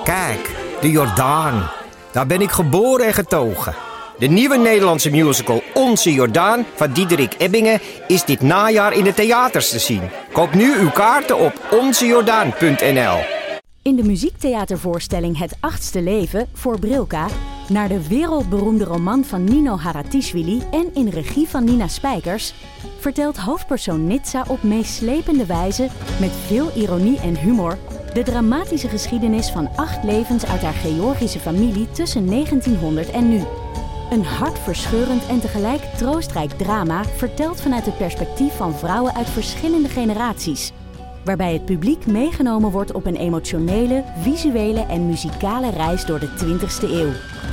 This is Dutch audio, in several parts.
Kijk, de Jordaan. Daar ben ik geboren en getogen. De nieuwe Nederlandse musical Onze Jordaan van Diederik Ebbingen is dit najaar in de theaters te zien. Koop nu uw kaarten op onzejordaan.nl. In de muziektheatervoorstelling Het Achtste Leven voor Brilka, naar de wereldberoemde roman van Nino Haratischvili en in regie van Nina Spijkers, vertelt hoofdpersoon Nitsa op meeslepende wijze, met veel ironie en humor, de dramatische geschiedenis van 8 levens uit haar Georgische familie tussen 1900 en nu. Een hartverscheurend en tegelijk troostrijk drama verteld vanuit het perspectief van vrouwen uit verschillende generaties, waarbij het publiek meegenomen wordt op een emotionele, visuele en muzikale reis door de 20e eeuw.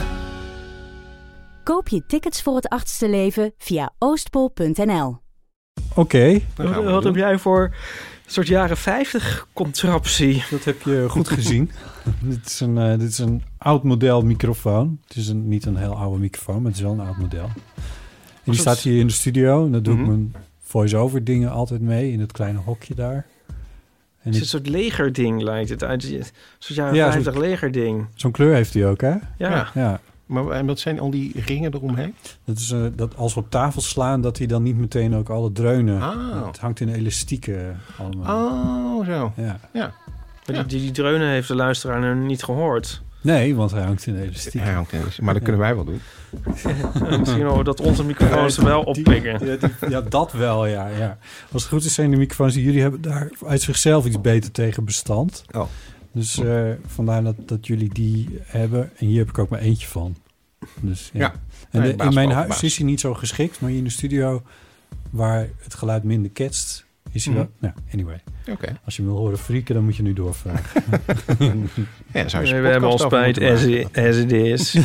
Koop je tickets voor Het Achtste Leven via oostpol.nl. Oké. Wat heb jij voor soort jaren 50 contraptie? Dat heb je goed gezien. Dit is een oud model microfoon. Het is niet een heel oude microfoon, maar het is wel een oud model. En die staat hier in de studio. En daar doe ik mijn voice-over dingen altijd mee in het kleine hokje daar. En Het is een soort legerding, lijkt het uit. Een soort jaren 50 legerding. Zo'n kleur heeft hij ook, hè? Ja. Maar wat zijn al die ringen eromheen? Dat is dat als we op tafel slaan, dat hij dan niet meteen ook alle dreunen... Het hangt in elastieken allemaal. Oh, zo. Ja. Maar die dreunen heeft de luisteraar nu niet gehoord. Nee, want hij hangt in elastieken. Maar dat kunnen wij wel doen. Misschien wel dat onze microfoons er wel oppikken. Ja, dat wel, ja. Als het goed is, zijn de microfoons die jullie hebben daar uit zichzelf iets beter tegen bestand. Oh. Dus vandaar dat jullie die hebben. En hier heb ik ook maar eentje van. Dus, ja. En in mijn huis is hij niet zo geschikt, maar hier in de studio, waar het geluid minder ketst, is hij wel... Nou, anyway. Okay. Als je hem wil horen frieken, dan moet je nu doorvragen. Ja, we hebben al spijt as it is.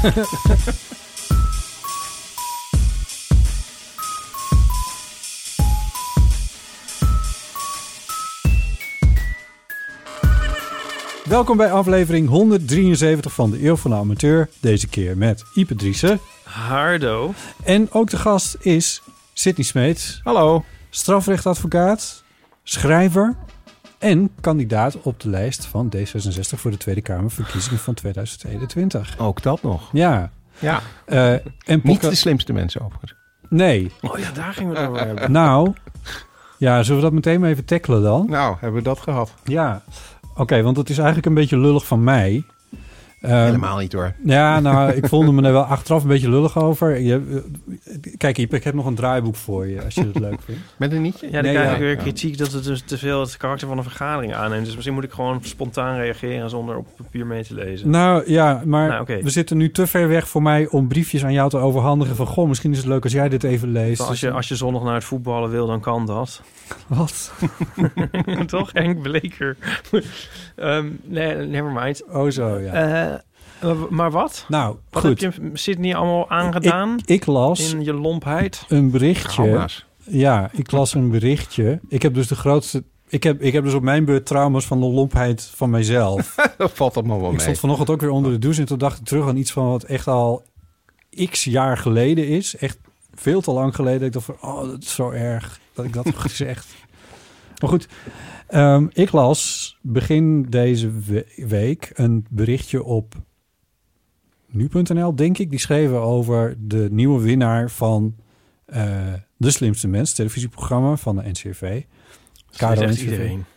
Welkom bij aflevering 173 van de Eeuw van de Amateur. Deze keer met Ipe Driessen. Hardo. En ook de gast is Sidney Smeets. Hallo. Strafrechtadvocaat, schrijver en kandidaat op de lijst van D66 voor de Tweede Kamerverkiezingen van 2021. Ook dat nog. Ja. En niet de slimste mensen overigens. Nee. Oh ja, daar gingen we het over hebben. Nou, ja, zullen we dat meteen maar even tackelen dan? Nou, hebben we dat gehad. Ja. Oké, want het is eigenlijk een beetje lullig van mij. Helemaal niet hoor. Ja, nou, ik voelde me er wel achteraf een beetje lullig over. Kijk, Iep, ik heb nog een draaiboek voor je, als je het leuk vindt. Met een nietje? Ja, dan krijg ik weer kritiek dat het dus te veel het karakter van een vergadering aanneemt. Dus misschien moet ik gewoon spontaan reageren zonder op papier mee te lezen. Nou ja, maar we zitten nu te ver weg voor mij om briefjes aan jou te overhandigen van... Goh, misschien is het leuk als jij dit even leest. Als je zondag naar het voetballen wil, dan kan dat. Wat? Toch, Henk Bleker. Nee, never mind. Oh zo, ja. Maar wat? Nou, wat goed. Heb je Sidney allemaal aangedaan? Ik las in je lompheid een berichtje. Ja, ik las een berichtje. Ik heb dus de grootste... Ik heb dus op mijn beurt trauma's van de lompheid van mijzelf. Dat valt allemaal wel mee. Ik stond vanochtend ook weer onder de douche en toen dacht ik terug aan iets van wat echt al x jaar geleden is. Echt veel te lang geleden. Ik dacht van, oh, dat is zo erg dat ik dat heb gezegd. Maar goed, ik las begin deze week een berichtje op nu.nl, denk ik. Die schreven over de nieuwe winnaar van De Slimste Mens, televisieprogramma van de NCRV. Dat zegt iedereen.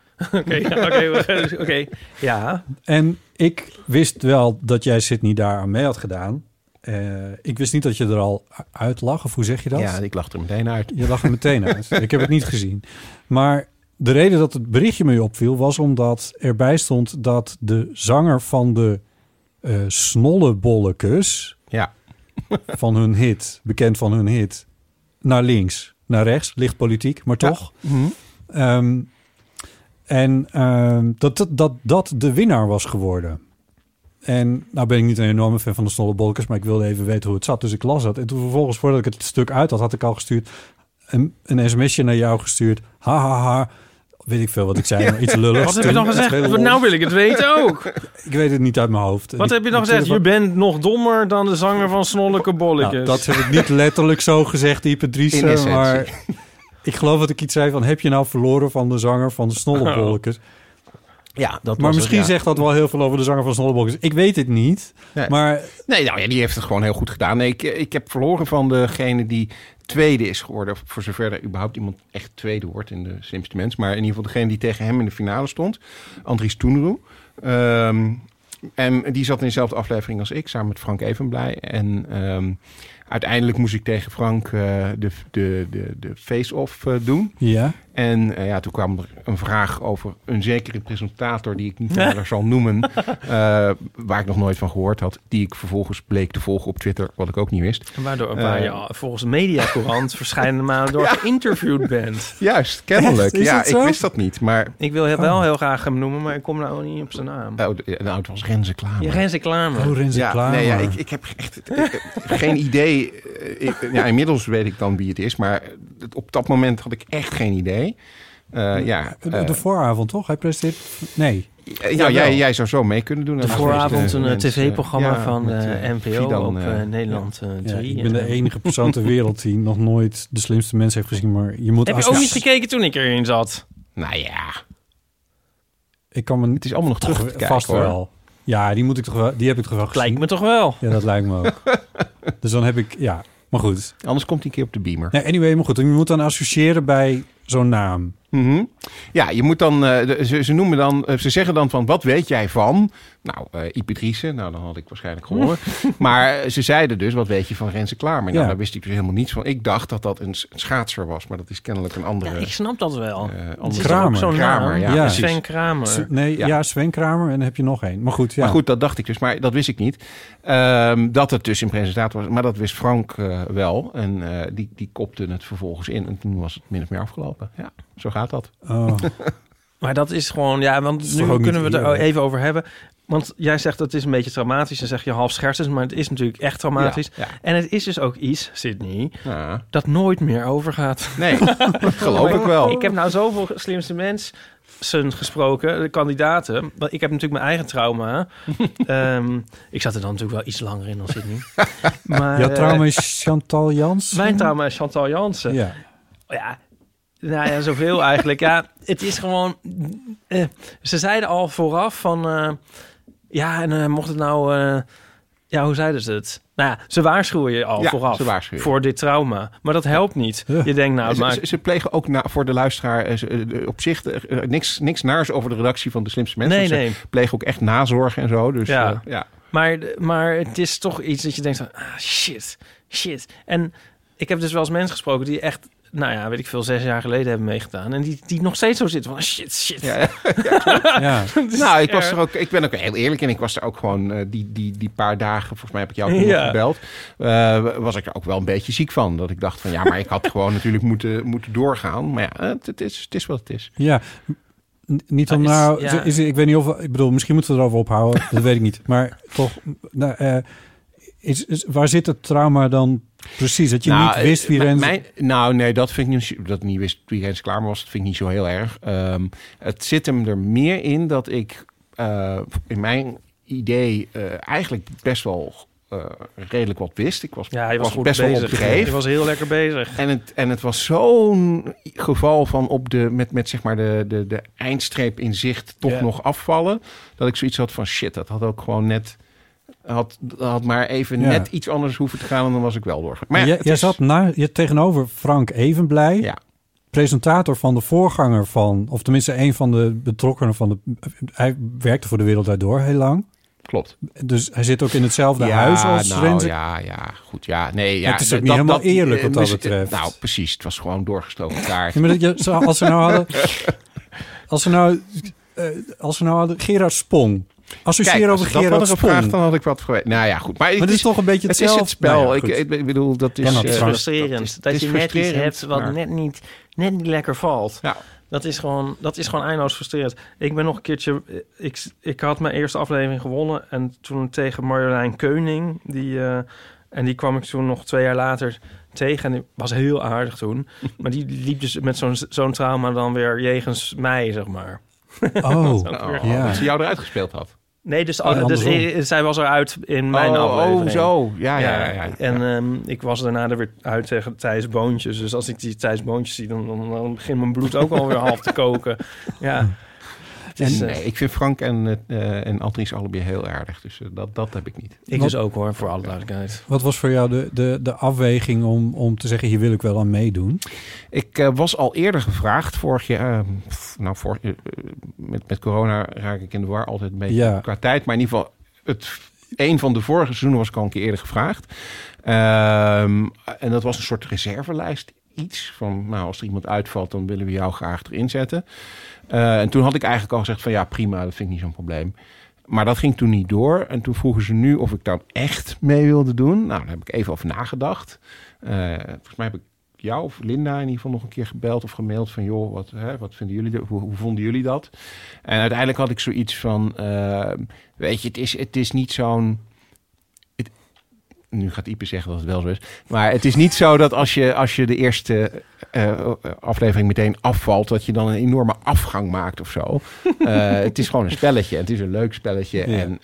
Oké. Ja. En ik wist wel dat jij Sidney daar aan mee had gedaan. Ik wist niet dat je er al uit lag, of hoe zeg je dat? Ja, ik lag er meteen uit. Je lag er meteen uit. Ik heb het niet gezien. Maar de reden dat het berichtje me opviel was omdat erbij stond dat de zanger van de Snollebollekes van hun hit, bekend van hun hit, naar links, naar rechts, licht politiek, maar toch. Ja. Mm-hmm. Dat de winnaar was geworden. En nou ben ik niet een enorme fan van de Snollebollekes, maar ik wilde even weten hoe het zat. Dus ik las dat. En toen vervolgens, voordat ik het stuk uit had ik al gestuurd een sms'je naar jou gestuurd. Ha. Weet ik veel wat ik zei, maar iets lulligs. Wat heb je dan gezegd? Nou wil ik het weten ook. Ik weet het niet uit mijn hoofd. Wat heb je dan gezegd? Je bent nog dommer dan de zanger van Snollebollekes. Nou, dat heb ik niet letterlijk zo gezegd, Ipe Driessen. Maar ik geloof dat ik iets zei van... heb je nou verloren van de zanger van de Snollebollekes? Ja, dat Maar was misschien het, ja. zegt dat wel heel veel over de zanger van Snolleboxers. Ik weet het niet. Nee. Maar Nee, nou ja, die heeft het gewoon heel goed gedaan. Nee, ik heb verloren van degene die tweede is geworden. Voor zover er überhaupt iemand echt tweede wordt in de Slimste Mens. Maar in ieder geval degene die tegen hem in de finale stond. Andries Toenroe. En die zat in dezelfde aflevering als ik, samen met Frank Evenblij. En uiteindelijk moest ik tegen Frank de face-off doen. ja. En toen kwam er een vraag over een zekere presentator die ik niet verder zal noemen. Waar ik nog nooit van gehoord had. Die ik vervolgens bleek te volgen op Twitter, wat ik ook niet wist. Waar je volgens de Mediacourant verschillende malen door geïnterviewd bent. Juist, kennelijk. Echt? Is Ja, dat ik zo? wist dat niet. Maar Ik wil wel heel graag hem noemen, maar ik kom nou niet op zijn naam. het was Renze Klamer. Je Renze Klamer. Oh, Renze Klamer. Nee, ja, ik heb echt geen idee. Inmiddels weet ik dan wie het is. Maar op dat moment had ik echt geen idee. De vooravond, toch? Hij presenteert... Nee. Jij zou zo mee kunnen doen. De vooravond een tv-programma van met, NPO Fidan, op Nederland 3. Ik ben de enige persoon ter wereld die nog nooit De Slimste Mens heeft gezien. Maar je moet Heb je ook niet gekeken toen ik erin zat? Nou ja, Ik kan me het is allemaal nog terug te kijken, vast hoor. wel. Ja, die heb ik toch wel gezien. Lijkt me toch wel. Ja, dat lijkt me ook. Dus dan heb ik... Ja, maar goed. Anders komt hij een keer op de beamer. Nee, anyway, maar goed. Je moet dan associëren bij zo'n naam. Mhm. Ja, je moet dan... Ze zeggen dan van, wat weet jij van? Nou, Ipe Driessen. Nou, dan had ik waarschijnlijk gehoord. Maar ze zeiden dus, wat weet je van Renze Klamer? Nou, Ja. daar wist ik dus helemaal niets van. Ik dacht dat dat een schaatser was. Maar dat is kennelijk een andere... Ja, ik snap dat wel. andere Kramer. Zo'n Kramer, naam. ja, Ja. precies. Sven Kramer. Ja, Sven Kramer en dan heb je nog één. Maar goed, ja. Maar goed, dat dacht ik dus. Maar dat wist ik niet. Dat het dus een presentator was. Maar dat wist Frank wel. En die kopte het vervolgens in. En toen was het min of meer afgelopen. Ja, zo gaat dat. Oh. Maar dat is gewoon... Ja, want is toch nu ook kunnen we niet het er eerlijk? even over hebben. Want jij zegt dat het is een beetje traumatisch. Dan zeg je half schertsend. Maar het is natuurlijk echt traumatisch. Ja. En het is dus ook iets, Sydney... Ja. dat nooit meer overgaat. Nee, geloof ik wel. Ik heb nou zoveel Slimste Mensen gesproken, de kandidaten. Want ik heb natuurlijk mijn eigen trauma. Ik zat er dan natuurlijk wel iets langer in dan Sydney. Maar, Jouw trauma is Chantal Jans? Mijn trauma is Chantal Jansen. Ja. Ja, nou ja, zoveel eigenlijk. Ja, het is gewoon... ze zeiden al vooraf van... mocht het nou... hoe zeiden ze het? Nou ja, ze waarschuwen je al vooraf ze waarschuwen. voor dit trauma. Maar dat helpt niet. Ja. Je denkt nou... Ze plegen ook voor de luisteraar op zich niks naars over de redactie van De Slimste Mensen. Nee. Ze plegen ook echt nazorg en zo. Dus, Ja. ja. Maar het is toch iets dat je denkt van... shit. En ik heb dus wel eens mensen gesproken die echt... Nou ja, weet ik veel, 6 jaar geleden hebben meegedaan. En die nog steeds zo zitten van shit. Ja. Ja. Nou, ik ben ook heel eerlijk en ik was er ook gewoon die paar dagen, volgens mij heb ik jou ook nog gebeld, was ik er ook wel een beetje ziek van. Dat ik dacht van maar ik had gewoon natuurlijk moeten doorgaan. Maar ja, het is wat het is. Ja. Niet om nou... Ja. Ik weet niet of... Ik bedoel, misschien moeten we erover ophouden. Dat weet ik niet. Maar toch... waar zit het trauma dan precies? Dat je niet wist wie Renze... Nee, dat vind ik niet... Dat ik niet wist wie Renze Klamer was, dat vind ik niet zo heel erg. Het zit hem er meer in dat ik in mijn idee eigenlijk best wel redelijk wat wist. Ik was goed best bezig. wel op de geef. Je was heel lekker bezig. En het was zo'n geval van met zeg maar de eindstreep in zicht toch nog afvallen. Dat ik zoiets had van shit, dat had ook gewoon net... Had maar even net iets anders hoeven te gaan en dan was ik wel doorgegaan. Maar jij zat tegenover Frank Evenblij, presentator van de voorganger van, of tenminste een van de betrokkenen van hij werkte voor De Wereld Draait Door heel lang. Klopt. Dus hij zit ook in hetzelfde huis als Renze. Goed. Ja, nee, ja. Het is ook niet helemaal eerlijk wat dat betreft. Nou, precies. Het was gewoon doorgestoken kaart. Ja, maar als ze nou hadden Gerard Spong. Associeer over Gerard Spong. Gevraagd, dan had ik wat geweten. Nou ja, goed. Maar het is toch een beetje hetzelfde. Het is het spel. Nou ja, ik bedoel, dat is... Het is frustrerend. Dat je net iets hebt wat net niet lekker valt. Ja. Dat is gewoon eindeloos frustrerend. Ik ben nog een keertje... Ik had mijn eerste aflevering gewonnen. En toen tegen Marjolein Keuning. Die kwam ik toen nog 2 jaar later tegen. En die was heel aardig toen. Maar die liep dus met zo'n trauma dan weer jegens mij, zeg maar. Oh, dat ze jou eruit gespeeld had. Nee, dus zij was eruit in mijn aflevering. Oh, zo. Ja. En ik was daarna er weer uit tegen Thijs Boontjes. Dus als ik die Thijs Boontjes zie, dan begint mijn bloed ook alweer half te koken. Ja. het is, Nee, ik vind Frank en Andries allebei heel aardig. Dus dat heb ik niet. ik dus ook hoor, voor alle duidelijkheid. Wat was voor jou de afweging om te zeggen... hier wil ik wel aan meedoen? Ik was al eerder gevraagd vorig jaar. Met corona raak ik in de war altijd een beetje qua tijd. Maar in ieder geval, een van de vorige seizoenen was ik al een keer eerder gevraagd. En dat was een soort reservelijst. Iets van, nou, als er iemand uitvalt, dan willen we jou graag erin zetten. En toen had ik eigenlijk al gezegd van ja, prima, dat vind ik niet zo'n probleem. Maar dat ging toen niet door. En toen vroegen ze nu of ik dan echt mee wilde doen. Nou, daar heb ik even over nagedacht. Volgens mij heb ik jou of Linda in ieder geval nog een keer gebeld of gemaild van joh, wat vinden jullie? Hoe vonden jullie dat? En uiteindelijk had ik zoiets van, weet je, het is niet zo'n... Nu gaat Ipe zeggen dat het wel zo is. Maar het is niet zo dat als je de eerste aflevering meteen afvalt, dat je dan een enorme afgang maakt of zo. Het is gewoon een spelletje. Het is een leuk spelletje. Ja. En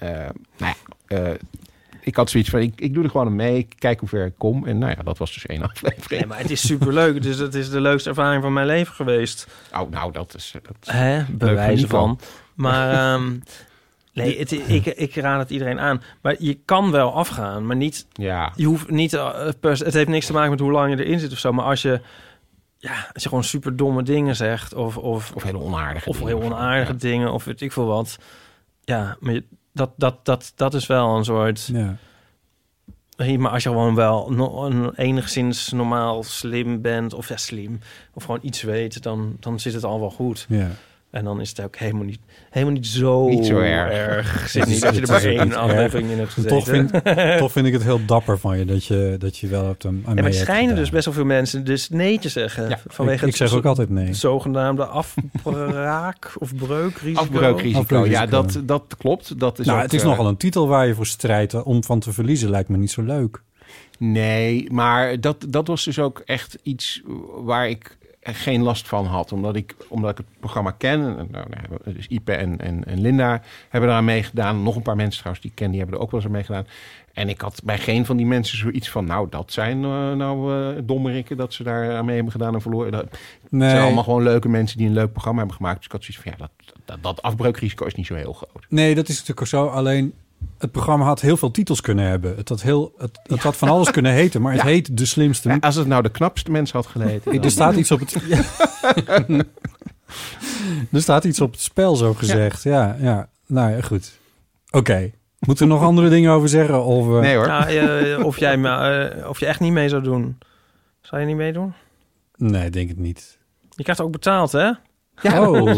ik had zoiets van, ik doe er gewoon aan mee. Ik kijk hoe ver ik kom. En nou ja, dat was dus 1 aflevering. Nee, maar het is superleuk. Dus het is de leukste ervaring van mijn leven geweest. Oh, nou, dat is bewijzen van. Maar... Nee, ik raad het iedereen aan. Maar je kan wel afgaan, maar niet... Ja. Je hoeft niet... het heeft niks te maken met hoe lang je erin zit of zo. Maar als je gewoon super domme dingen zegt... Of hele onaardige dingen. Of heel onaardige dingen, of weet ik veel wat. Ja, maar dat is wel een soort... Ja. Maar als je gewoon wel enigszins normaal slim bent... Of slim, of gewoon iets weet... dan zit het al wel goed. Ja. En dan is het ook helemaal niet zo erg. Zit niet dat je er maar 1 aflevering in hebt gezeten. Toch vind ik het heel dapper van je dat je wel hebt aan maar het schijnen dus best wel veel mensen dus nee te zeggen. Ja, vanwege ik zeg ook altijd nee. Zogenaamde afbraak of breukrisico. Afbreukrisico, ja, dat klopt. Dat is het is nogal een titel waar je voor strijdt. Om van te verliezen lijkt me niet zo leuk. Nee, maar dat was dus ook echt iets waar ik geen last van had. Omdat ik het programma ken. Dus Ipe en Linda hebben eraan meegedaan. Nog een paar mensen trouwens die ik ken, die hebben er ook wel eens aan meegedaan. En ik had bij geen van die mensen zoiets van... nou, dat zijn dommerikken dat ze daar aan mee hebben gedaan en verloren. Het zijn allemaal gewoon leuke mensen die een leuk programma hebben gemaakt. Dus ik had zoiets van, dat afbreukrisico is niet zo heel groot. Nee, dat is natuurlijk ook zo. Alleen... Het programma had heel veel titels kunnen hebben. Het had van alles kunnen heten, maar het heet De Slimste. Ja, als het nou de knapste mens had geleden. Er staat iets op het... Er staat iets op het spel, zo gezegd. Ja. Nou ja, goed. Oké. Moeten we nog andere dingen over zeggen? Of, nee hoor. Of je echt niet mee zou doen. Zou je niet meedoen? Nee, denk het niet. Je krijgt ook betaald, hè? Ja. Oh.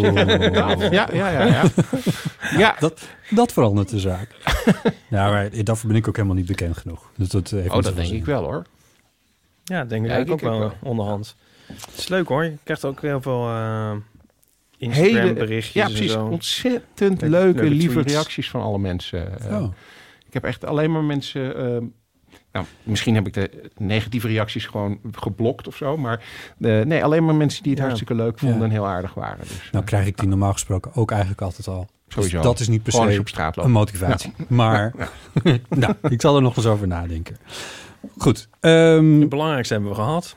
Ja. Dat verandert de zaak. Ja, maar daarvoor ben ik ook helemaal niet bekend genoeg. Dus dat denk ik wel, hoor. Ja, denk ik ook wel onderhand. Het is leuk, hoor. Je krijgt ook heel veel Instagram-berichtjes. Ja, precies. Ontzettend leuke, lieve reacties van alle mensen. Ik heb echt alleen maar mensen... misschien heb ik de negatieve reacties gewoon geblokt of zo. Maar nee, alleen maar mensen die het hartstikke leuk vonden en heel aardig waren. Dus, nou krijg ik die normaal gesproken ook eigenlijk altijd al. Sowieso. Dus dat is niet per se op straat een motivatie. Ja. Maar ik zal er nog eens over nadenken. Goed. Het belangrijkste hebben we gehad.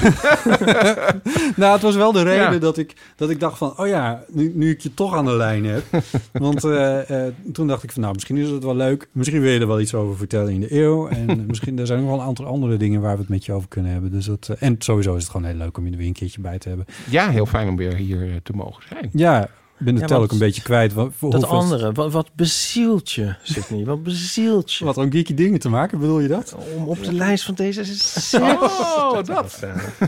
Nou, het was wel de reden dat ik dacht van... oh ja, nu ik je toch aan de lijn heb. Want toen dacht ik van... nou, misschien is het wel leuk. Misschien wil je er wel iets over vertellen in de eeuw. En misschien er zijn nog wel een aantal andere dingen... waar we het met je over kunnen hebben. Dus en sowieso is het gewoon heel leuk om je er weer een keertje bij te hebben. Ja, heel fijn om weer hier te mogen zijn. Ja, ik ben de tel ook een beetje kwijt. Wat bezielt je, Sydney? Wat bezielt je? Wat om geeky dingen te maken, bedoel je dat? Om op de lijst van deze... Oh, dat.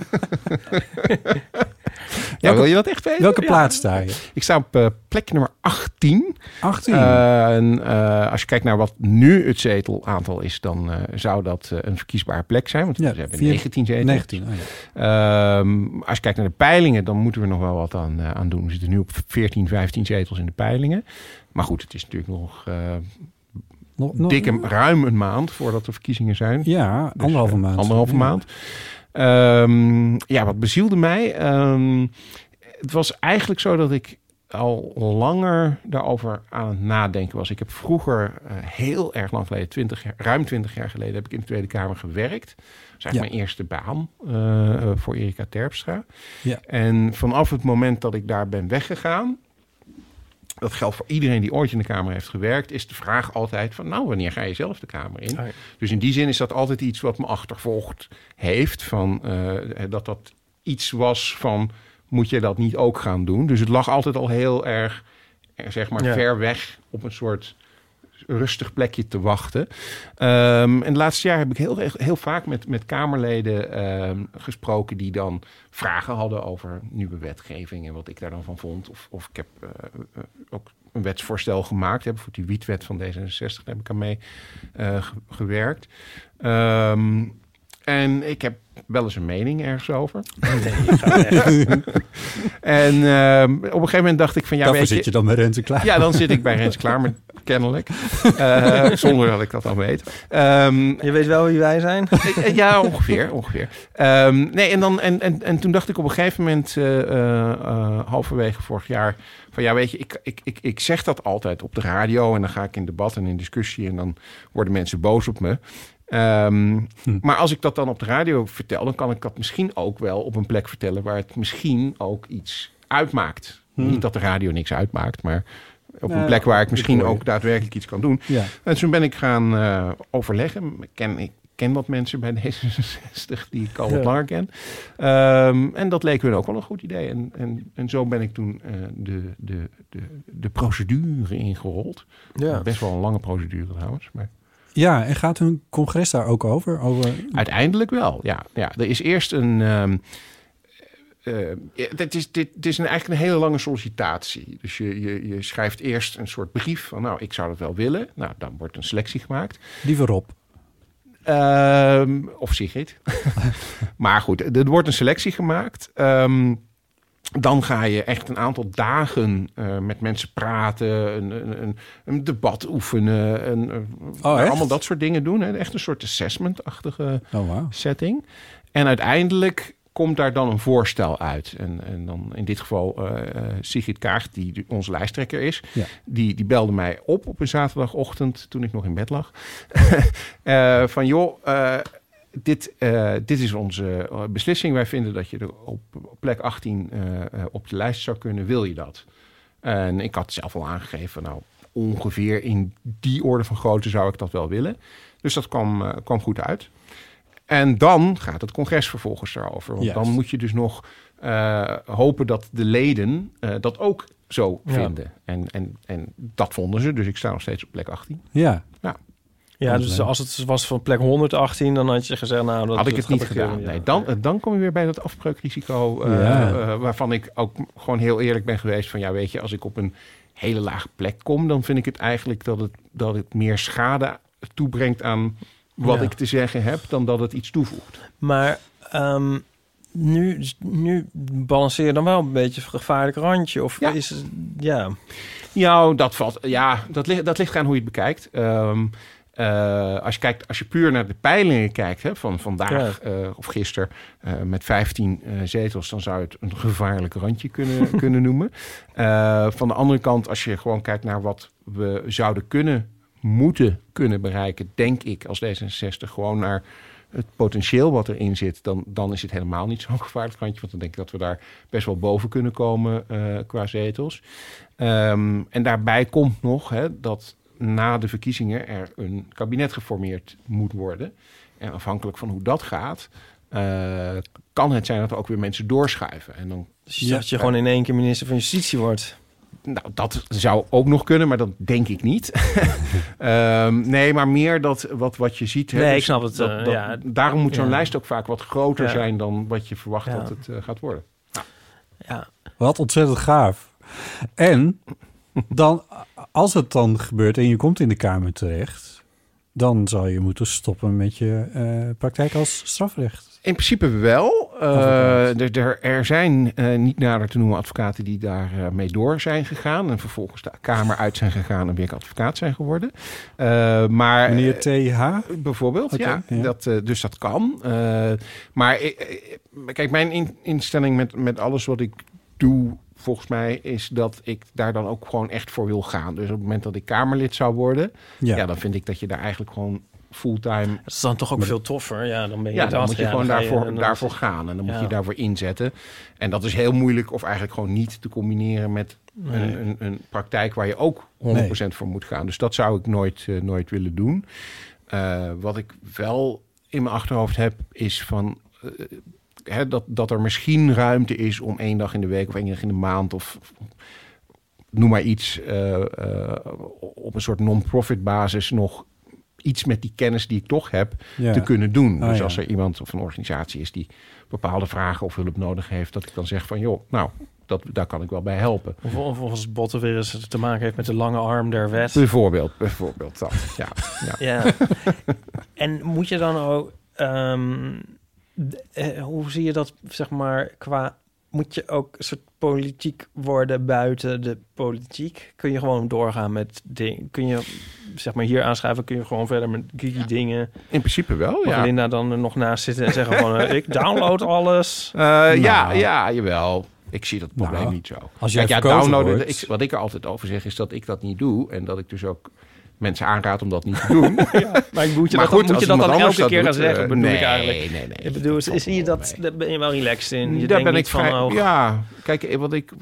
Ja, wil je dat echt weten? Welke plaats sta je? Ik sta op plek nummer 18. 18? Als je kijkt naar wat nu het zetelaantal is... dan zou dat een verkiesbare plek zijn. Want we hebben 19 zetels. 19, als je kijkt naar de peilingen... dan moeten we nog wel wat aan doen. We zitten nu op 14, 15 zetels in de peilingen. Maar goed, het is natuurlijk nog ruim een maand... voordat er verkiezingen zijn. Ja, dus, 1,5 maand. 1,5 maand. Wat bezielde mij? Het was eigenlijk zo dat ik al langer daarover aan het nadenken was. Ik heb vroeger heel erg lang geleden, ruim 20 jaar geleden... heb ik in de Tweede Kamer gewerkt. Dat was eigenlijk mijn eerste baan voor Erika Terpstra. Ja. En vanaf het moment dat ik daar ben weggegaan... dat geldt voor iedereen die ooit in de Kamer heeft gewerkt, is de vraag altijd van, nou, wanneer ga je zelf de Kamer in? Oh ja. Dus in die zin is dat altijd iets wat me achtervolgd heeft, van dat iets was van, moet je dat niet ook gaan doen? Dus het lag altijd al heel erg, zeg maar, ver weg op een soort rustig plekje te wachten. En het laatste jaar heb ik heel vaak met Kamerleden gesproken die dan vragen hadden over nieuwe wetgeving en wat ik daar dan van vond. Of ik heb ook een wetsvoorstel gemaakt voor die wietwet van D66. Daar heb ik aan mee gewerkt. En ik heb wel eens een mening ergens over. En op een gegeven moment dacht ik van, ja, Daarvoor weet zit je dan bij Renze Klamer. Ja, dan zit ik bij Renze Klamer, kennelijk. Zonder dat ik dat al weet. Je weet wel wie wij zijn? Ja, ongeveer. En toen dacht ik op een gegeven moment, halverwege vorig jaar, van ja, weet je, ik zeg dat altijd op de radio en dan ga ik in debat en in discussie en dan worden mensen boos op me. Maar als ik dat dan op de radio vertel, dan kan ik dat misschien ook wel op een plek vertellen waar het misschien ook iets uitmaakt. Niet dat de radio niks uitmaakt, maar op een plek waar ik misschien ook daadwerkelijk iets kan doen. Ja. En toen ben ik gaan overleggen. Ik ken wat mensen bij D66 die ik al wat langer ken. En dat leek hun ook wel een goed idee. En zo ben ik toen de procedure ingerold. Ja. Best wel een lange procedure trouwens, maar... Ja, en gaat hun congres daar ook over? Uiteindelijk wel, ja. Er is eerst een... Dit is eigenlijk een hele lange sollicitatie. Dus je schrijft eerst een soort brief van, nou, ik zou dat wel willen. Nou, dan wordt een selectie gemaakt. Liever Rob. Of Sigrid. Maar goed, er wordt een selectie gemaakt. Dan ga je echt een aantal dagen met mensen praten, een debat oefenen, allemaal dat soort dingen doen. Hè? Echt een soort assessment-achtige setting. En uiteindelijk komt daar dan een voorstel uit. En dan in dit geval Sigrid Kaag, die onze lijsttrekker is, die belde mij op een zaterdagochtend toen ik nog in bed lag. Van joh... Dit is onze beslissing. Wij vinden dat je er op plek 18 op de lijst zou kunnen. Wil je dat? En ik had zelf al aangegeven, nou, ongeveer in die orde van grootte zou ik dat wel willen. Dus dat kwam goed uit. En dan gaat het congres vervolgens daarover. Want dan moet je dus nog hopen dat de leden dat ook zo vinden. En dat vonden ze. Dus ik sta nog steeds op plek 18. Ja. Ja, dus als het was van plek 118, dan had je gezegd, nou... Dat had ik het niet gedaan. Nee, dan kom je weer bij dat afbreukrisico... waarvan ik ook gewoon heel eerlijk ben geweest van... ja, weet je, als ik op een hele lage plek kom... dan vind ik het eigenlijk dat het meer schade toebrengt aan wat ik te zeggen heb... dan dat het iets toevoegt. Maar nu balanceer je dan wel een beetje een gevaarlijk randje? Of is het... Ja, dat valt... Ja, dat ligt aan hoe je het bekijkt... Als je puur naar de peilingen kijkt, hè, van vandaag of gisteren met 15 zetels, dan zou je het een gevaarlijk randje kunnen noemen. Van de andere kant, als je gewoon kijkt naar wat we zouden moeten kunnen bereiken, denk ik als D66 gewoon naar het potentieel wat erin zit, dan is het helemaal niet zo'n gevaarlijk randje. Want dan denk ik dat we daar best wel boven kunnen komen qua zetels. En daarbij komt nog dat na de verkiezingen er een kabinet geformeerd moet worden. En afhankelijk van hoe dat gaat, kan het zijn dat er ook weer mensen doorschuiven. En dan dat je gewoon in één keer minister van Justitie wordt. Nou, dat zou ook nog kunnen, maar dat denk ik niet. Nee, maar meer wat je ziet. Nee, ik snap het. Daarom moet zo'n lijst ook vaak wat groter zijn dan wat je verwacht dat het gaat worden. Ja. Wat ontzettend gaaf. En dan, als het dan gebeurt en je komt in de Kamer terecht, dan zal je moeten stoppen met je praktijk als strafrecht. In principe wel. Er zijn niet nader te noemen advocaten die daar mee door zijn gegaan en vervolgens de Kamer uit zijn gegaan en weer advocaat zijn geworden. Maar meneer TH? Bijvoorbeeld, dus dat kan. Maar kijk, mijn instelling met alles wat ik doe, volgens mij is dat ik daar dan ook gewoon echt voor wil gaan. Dus op het moment dat ik Kamerlid zou worden, dan vind ik dat je daar eigenlijk gewoon fulltime... Dat is dan toch ook veel toffer. Ja, dan ben je dan moet je gewoon daarvoor gaan. En dan moet je daarvoor inzetten. En dat is heel moeilijk of eigenlijk gewoon niet te combineren met een praktijk waar je ook 100% voor moet gaan. Dus dat zou ik nooit willen doen. Wat ik wel in mijn achterhoofd heb, is van dat er misschien ruimte is om 1 dag in de week of 1 dag in de maand of noem maar iets op een soort non-profit basis nog iets met die kennis die ik toch heb te kunnen doen. Dus als er iemand of een organisatie is die bepaalde vragen of hulp nodig heeft, dat ik dan zeg van joh, nou, daar kan ik wel bij helpen. Of als Botten weer eens te maken heeft met de lange arm der wet. Bijvoorbeeld dat. Ja. En moet je dan ook hoe zie je dat, zeg maar, qua moet je ook een soort politiek worden buiten de politiek? Kun je gewoon doorgaan met dingen? Kun je, zeg maar, hier aanschuiven? Kun je gewoon verder met geeky dingen? In principe wel, ja. Linda dan er nog naast zitten en zeggen van ik download alles. Ja, jawel. Ik zie dat probleem niet zo. Als jij downloaden, wat ik er altijd over zeg is dat ik dat niet doe en dat ik dus ook mensen aanraad om dat niet te doen. Maar moet je dat dan elke keer gaan zeggen? Nee. Ik bedoel, zie je dat? Daar ben je wel relaxed in. Daar ben ik van. Ja, kijk, wat ik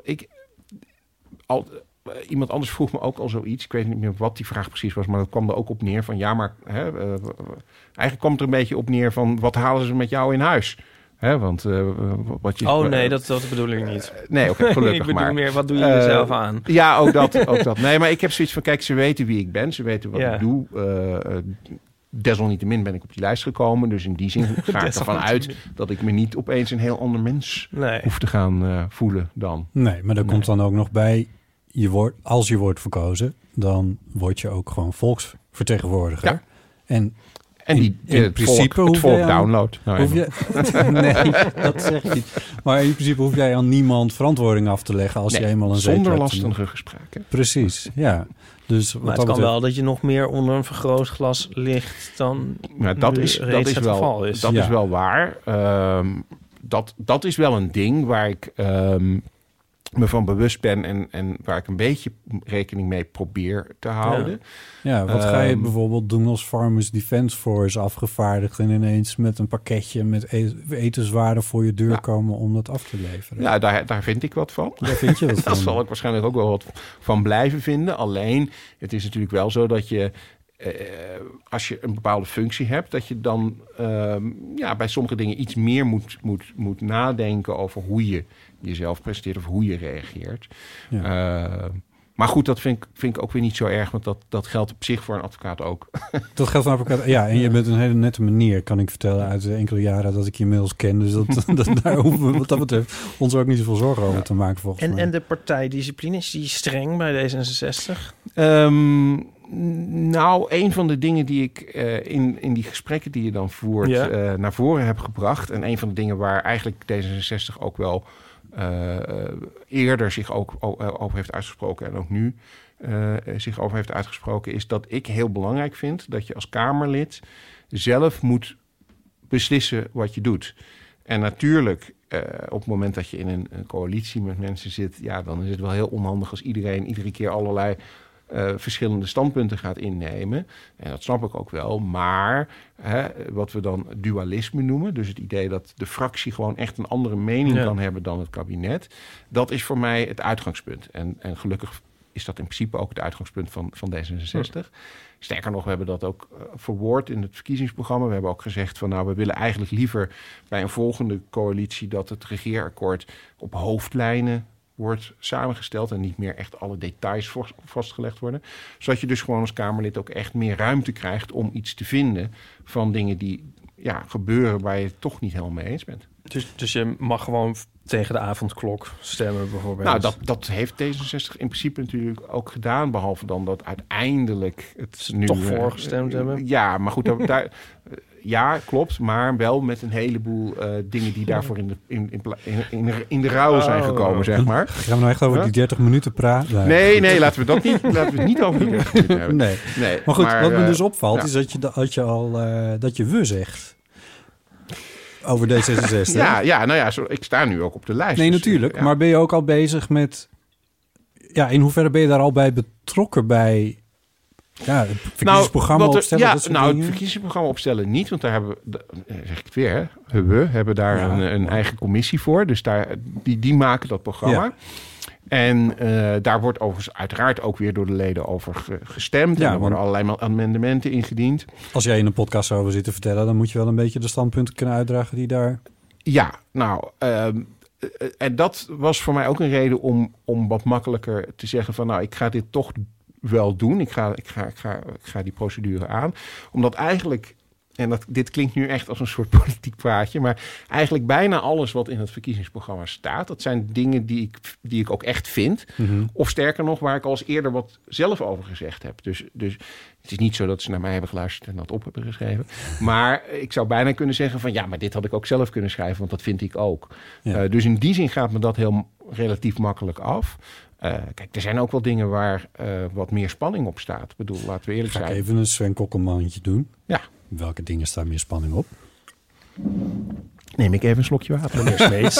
iemand anders vroeg me ook al zoiets. Ik weet niet meer wat die vraag precies was, maar dat kwam er ook op neer van ja, maar eigenlijk komt er een beetje op neer van wat halen ze met jou in huis? Want wat je... nee, dat bedoel ik niet. Nee, oké, gelukkig. Ik bedoel meer, wat doe je jezelf aan? Ja, ook dat. Nee, maar ik heb zoiets van, kijk, ze weten wie ik ben. Ze weten wat ik doe. Desalniettemin ben ik op die lijst gekomen. Dus in die zin ga ik ervan uit dat ik me niet opeens een heel ander mens hoef te gaan voelen dan. Nee, maar daar komt dan ook nog bij, als je wordt verkozen, dan word je ook gewoon volksvertegenwoordiger. Ja. En in principe het volk download. Nee, dat zeg ik niet. Maar in principe hoef jij aan niemand verantwoording af te leggen als je eenmaal een zetel hebt. Zonder lastige gesprekken. Precies, ja. Dus maar het kan wel dat je nog meer onder een vergrootglas ligt dan dat is wel waar. Dat is wel een ding waar ik me van bewust ben en waar ik een beetje rekening mee probeer te houden. Ja, wat ga je bijvoorbeeld doen als Farmers Defence Force afgevaardigd en ineens met een pakketje met etenswaren voor je deur komen om dat af te leveren? Ja, daar vind ik wat van. Daar vind je wat van. Daar zal ik waarschijnlijk ook wel wat van blijven vinden. Alleen, het is natuurlijk wel zo dat je als je een bepaalde functie hebt, dat je dan bij sommige dingen iets meer moet nadenken over hoe je jezelf presenteert of hoe je reageert. Ja. Maar goed, dat vind ik ook weer niet zo erg, want dat geldt op zich voor een advocaat ook. Dat geldt voor een advocaat, ja. En je bent een hele nette meneer, kan ik vertellen, uit enkele jaren dat ik je inmiddels ken. Dus daar hoeven we wat dat betreft ons ook niet zoveel zorgen over te maken, volgens mij. En de partijdiscipline, is die streng bij D66? Nou, een van de dingen die ik in die gesprekken die je dan voert naar voren heb gebracht, en een van de dingen waar eigenlijk D66 ook wel eerder zich ook over heeft uitgesproken en ook nu zich over heeft uitgesproken, is dat ik heel belangrijk vind dat je als Kamerlid zelf moet beslissen wat je doet. En natuurlijk, op het moment dat je in een coalitie met mensen zit, ja, dan is het wel heel onhandig als iedereen iedere keer allerlei verschillende standpunten gaat innemen. En dat snap ik ook wel. Maar wat we dan dualisme noemen, dus het idee dat de fractie gewoon echt een andere mening kan hebben dan het kabinet, dat is voor mij het uitgangspunt. En gelukkig is dat in principe ook het uitgangspunt van D66. Sterker nog, we hebben dat ook verwoord in het verkiezingsprogramma. We hebben ook gezegd van nou, we willen eigenlijk liever bij een volgende coalitie dat het regeerakkoord op hoofdlijnen wordt samengesteld en niet meer echt alle details vastgelegd worden. Zodat je dus gewoon als Kamerlid ook echt meer ruimte krijgt om iets te vinden van dingen die gebeuren waar je het toch niet helemaal mee eens bent. Dus je mag gewoon tegen de avondklok stemmen bijvoorbeeld? Nou, dat heeft D66 in principe natuurlijk ook gedaan, behalve dan dat uiteindelijk het nu toch voorgestemd hebben. Ja, maar goed, daar ja, klopt, maar wel met een heleboel dingen die daarvoor in de ruil zijn gekomen, zeg maar. Gaan we nou echt over die 30 minuten praten? Nee, laten we het niet over die 30 minuten hebben. Nee. Maar goed, wat me dus opvalt is dat je we zegt. Over D66. Ik sta nu ook op de lijst. Nee, natuurlijk. Maar ben je ook al bezig met... Ja, in hoeverre ben je daar al bij betrokken bij... Ja, het verkiezingsprogramma opstellen? Het verkiezingsprogramma opstellen niet. Want daar hebben we, zeg ik het weer, we hebben daar een eigen commissie voor. Dus die maken dat programma. En daar wordt overigens uiteraard ook weer door de leden over gestemd. Ja, en er worden allerlei amendementen ingediend. Als jij in een podcast over zit te vertellen, dan moet je wel een beetje de standpunten kunnen uitdragen die daar... Ja, nou, en dat was voor mij ook een reden om wat makkelijker te zeggen van, nou, ik ga dit toch wel doen. Ik ga die procedure aan. Omdat eigenlijk, en dit klinkt nu echt als een soort politiek praatje, maar eigenlijk bijna alles wat in het verkiezingsprogramma staat, dat zijn dingen die ik ook echt vind. Mm-hmm. Of sterker nog, waar ik al eens eerder wat zelf over gezegd heb. Dus het is niet zo dat ze naar mij hebben geluisterd en dat op hebben geschreven. Maar ik zou bijna kunnen zeggen van, ja, maar dit had ik ook zelf kunnen schrijven, want dat vind ik ook. Ja. Dus in die zin gaat me dat relatief makkelijk af. Kijk, er zijn ook wel dingen waar wat meer spanning op staat. Ik bedoel, laten we eerlijk Ga ik zijn. even een Sven Kokkelmannetje doen? Ja. Welke dingen staan meer spanning op? Neem ik even een slokje water. Meneer Smeets.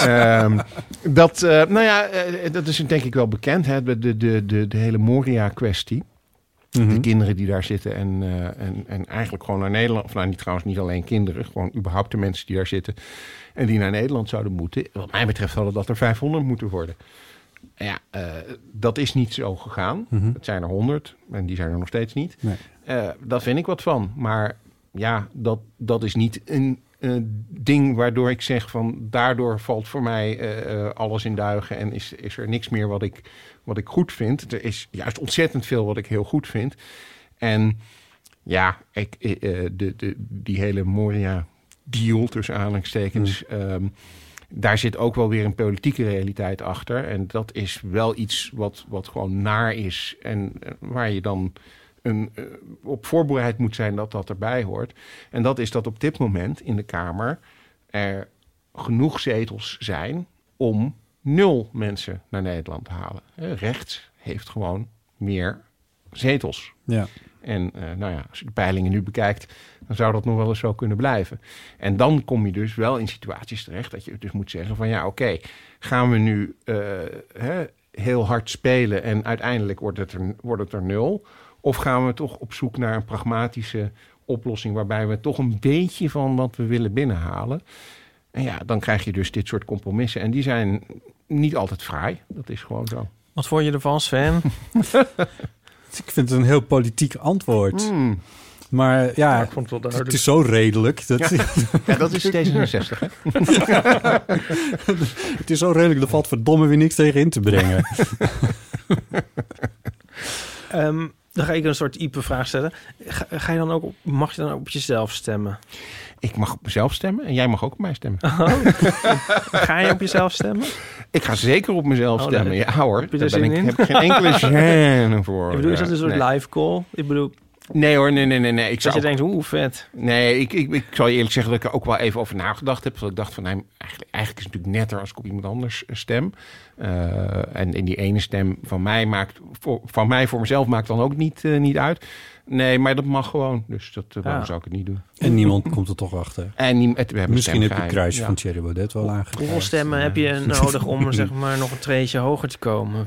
Dat is denk ik wel bekend. Hè? De hele Moria-kwestie. Mm-hmm. De kinderen die daar zitten en eigenlijk gewoon naar Nederland... of nou, niet alleen kinderen, gewoon überhaupt de mensen die daar zitten... en die naar Nederland zouden moeten. Wat mij betreft hadden dat er 500 moeten worden. Ja, dat is niet zo gegaan. Mm-hmm. Het zijn er 100 en die zijn er nog steeds niet. Nee. Daar vind ik wat van. Maar ja, dat is niet een ding waardoor ik zeg van... daardoor valt voor mij alles in duigen en is er niks meer wat ik goed vind. Er is juist ontzettend veel wat ik heel goed vind. En ja, die hele Moria-deal tussen aanhalingstekens... daar zit ook wel weer een politieke realiteit achter. En dat is wel iets wat gewoon naar is. En waar je dan op voorbereid moet zijn dat erbij hoort. En dat is dat op dit moment in de Kamer er genoeg zetels zijn om 0 mensen naar Nederland te halen. Rechts heeft gewoon meer zetels. Ja. En als je de peilingen nu bekijkt, dan zou dat nog wel eens zo kunnen blijven. En dan kom je dus wel in situaties terecht dat je dus moet zeggen van ja, oké, gaan we nu heel hard spelen en uiteindelijk wordt het er 0? Of gaan we toch op zoek naar een pragmatische oplossing waarbij we toch een beetje van wat we willen binnenhalen? En ja, dan krijg je dus dit soort compromissen. En die zijn niet altijd fraai. Dat is gewoon zo. Wat vond je ervan, Sven? Ik vind het een heel politiek antwoord. Maar ja, ik vond het wel duidelijk. Het is zo redelijk. Ja, dat is D66, hè? Het is zo redelijk, er valt verdomme weer niks tegen in te brengen. Dan ga ik een soort Ipe-vraag stellen. Mag je dan ook op jezelf stemmen? Ik mag op mezelf stemmen en jij mag ook op mij stemmen. Oh. Ga je op jezelf stemmen? Ik ga zeker op mezelf stemmen. Nee. Ja hoor, Heb je daar zin in? heb ik geen enkele gêne voor. Ik bedoel, is dat een soort live call? Ik bedoel... Nee hoor, nee. Dat je denkt, hoe vet. Nee, ik zal je eerlijk zeggen dat ik er ook wel even over nagedacht heb. Want ik dacht van, nee, eigenlijk is het natuurlijk netter als ik op iemand anders stem. En die ene stem van mij voor mezelf maakt dan ook niet uit. Nee, maar dat mag gewoon. Dus waarom zou ik het niet doen? En niemand komt er toch achter. En we hebben misschien heb je het kruisje van Thierry Baudet wel aangegeven. Hoeveel stemmen heb je nodig om zeg maar nog een treetje hoger te komen?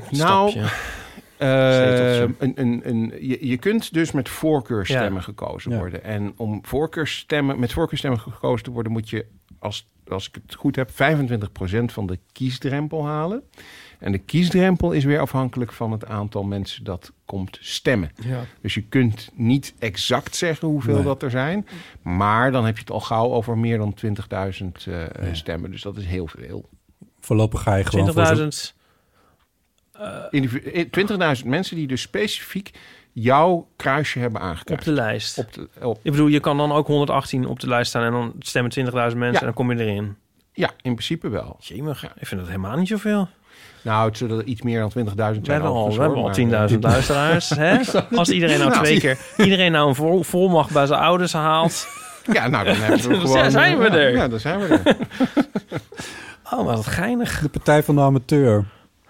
Je kunt dus met voorkeurstemmen gekozen worden. En om met voorkeurstemmen gekozen te worden... moet je, als ik het goed heb, 25% van de kiesdrempel halen. En de kiesdrempel is weer afhankelijk van het aantal mensen dat komt stemmen. Ja. Dus je kunt niet exact zeggen hoeveel dat er zijn. Maar dan heb je het al gauw over meer dan 20.000 stemmen. Dus dat is heel veel. Voorlopig ga je gewoon 20.000 mensen die dus specifiek jouw kruisje hebben aangekruist. Op de lijst. Ik bedoel, je kan dan ook 118 op de lijst staan... en dan stemmen 20.000 mensen en dan kom je erin. Ja, in principe wel. Jemig, ik vind dat helemaal niet zoveel. Nou, het zullen er iets meer dan 20.000 zijn. We hebben al 10.000 luisteraars. Hè? Als iedereen nou iedereen nou een volmacht bij zijn ouders haalt... Ja, nou, dan hebben we gewoon... Dan zijn we er. Ja, dan zijn we er. Oh, wat geinig. De Partij van de Amateur.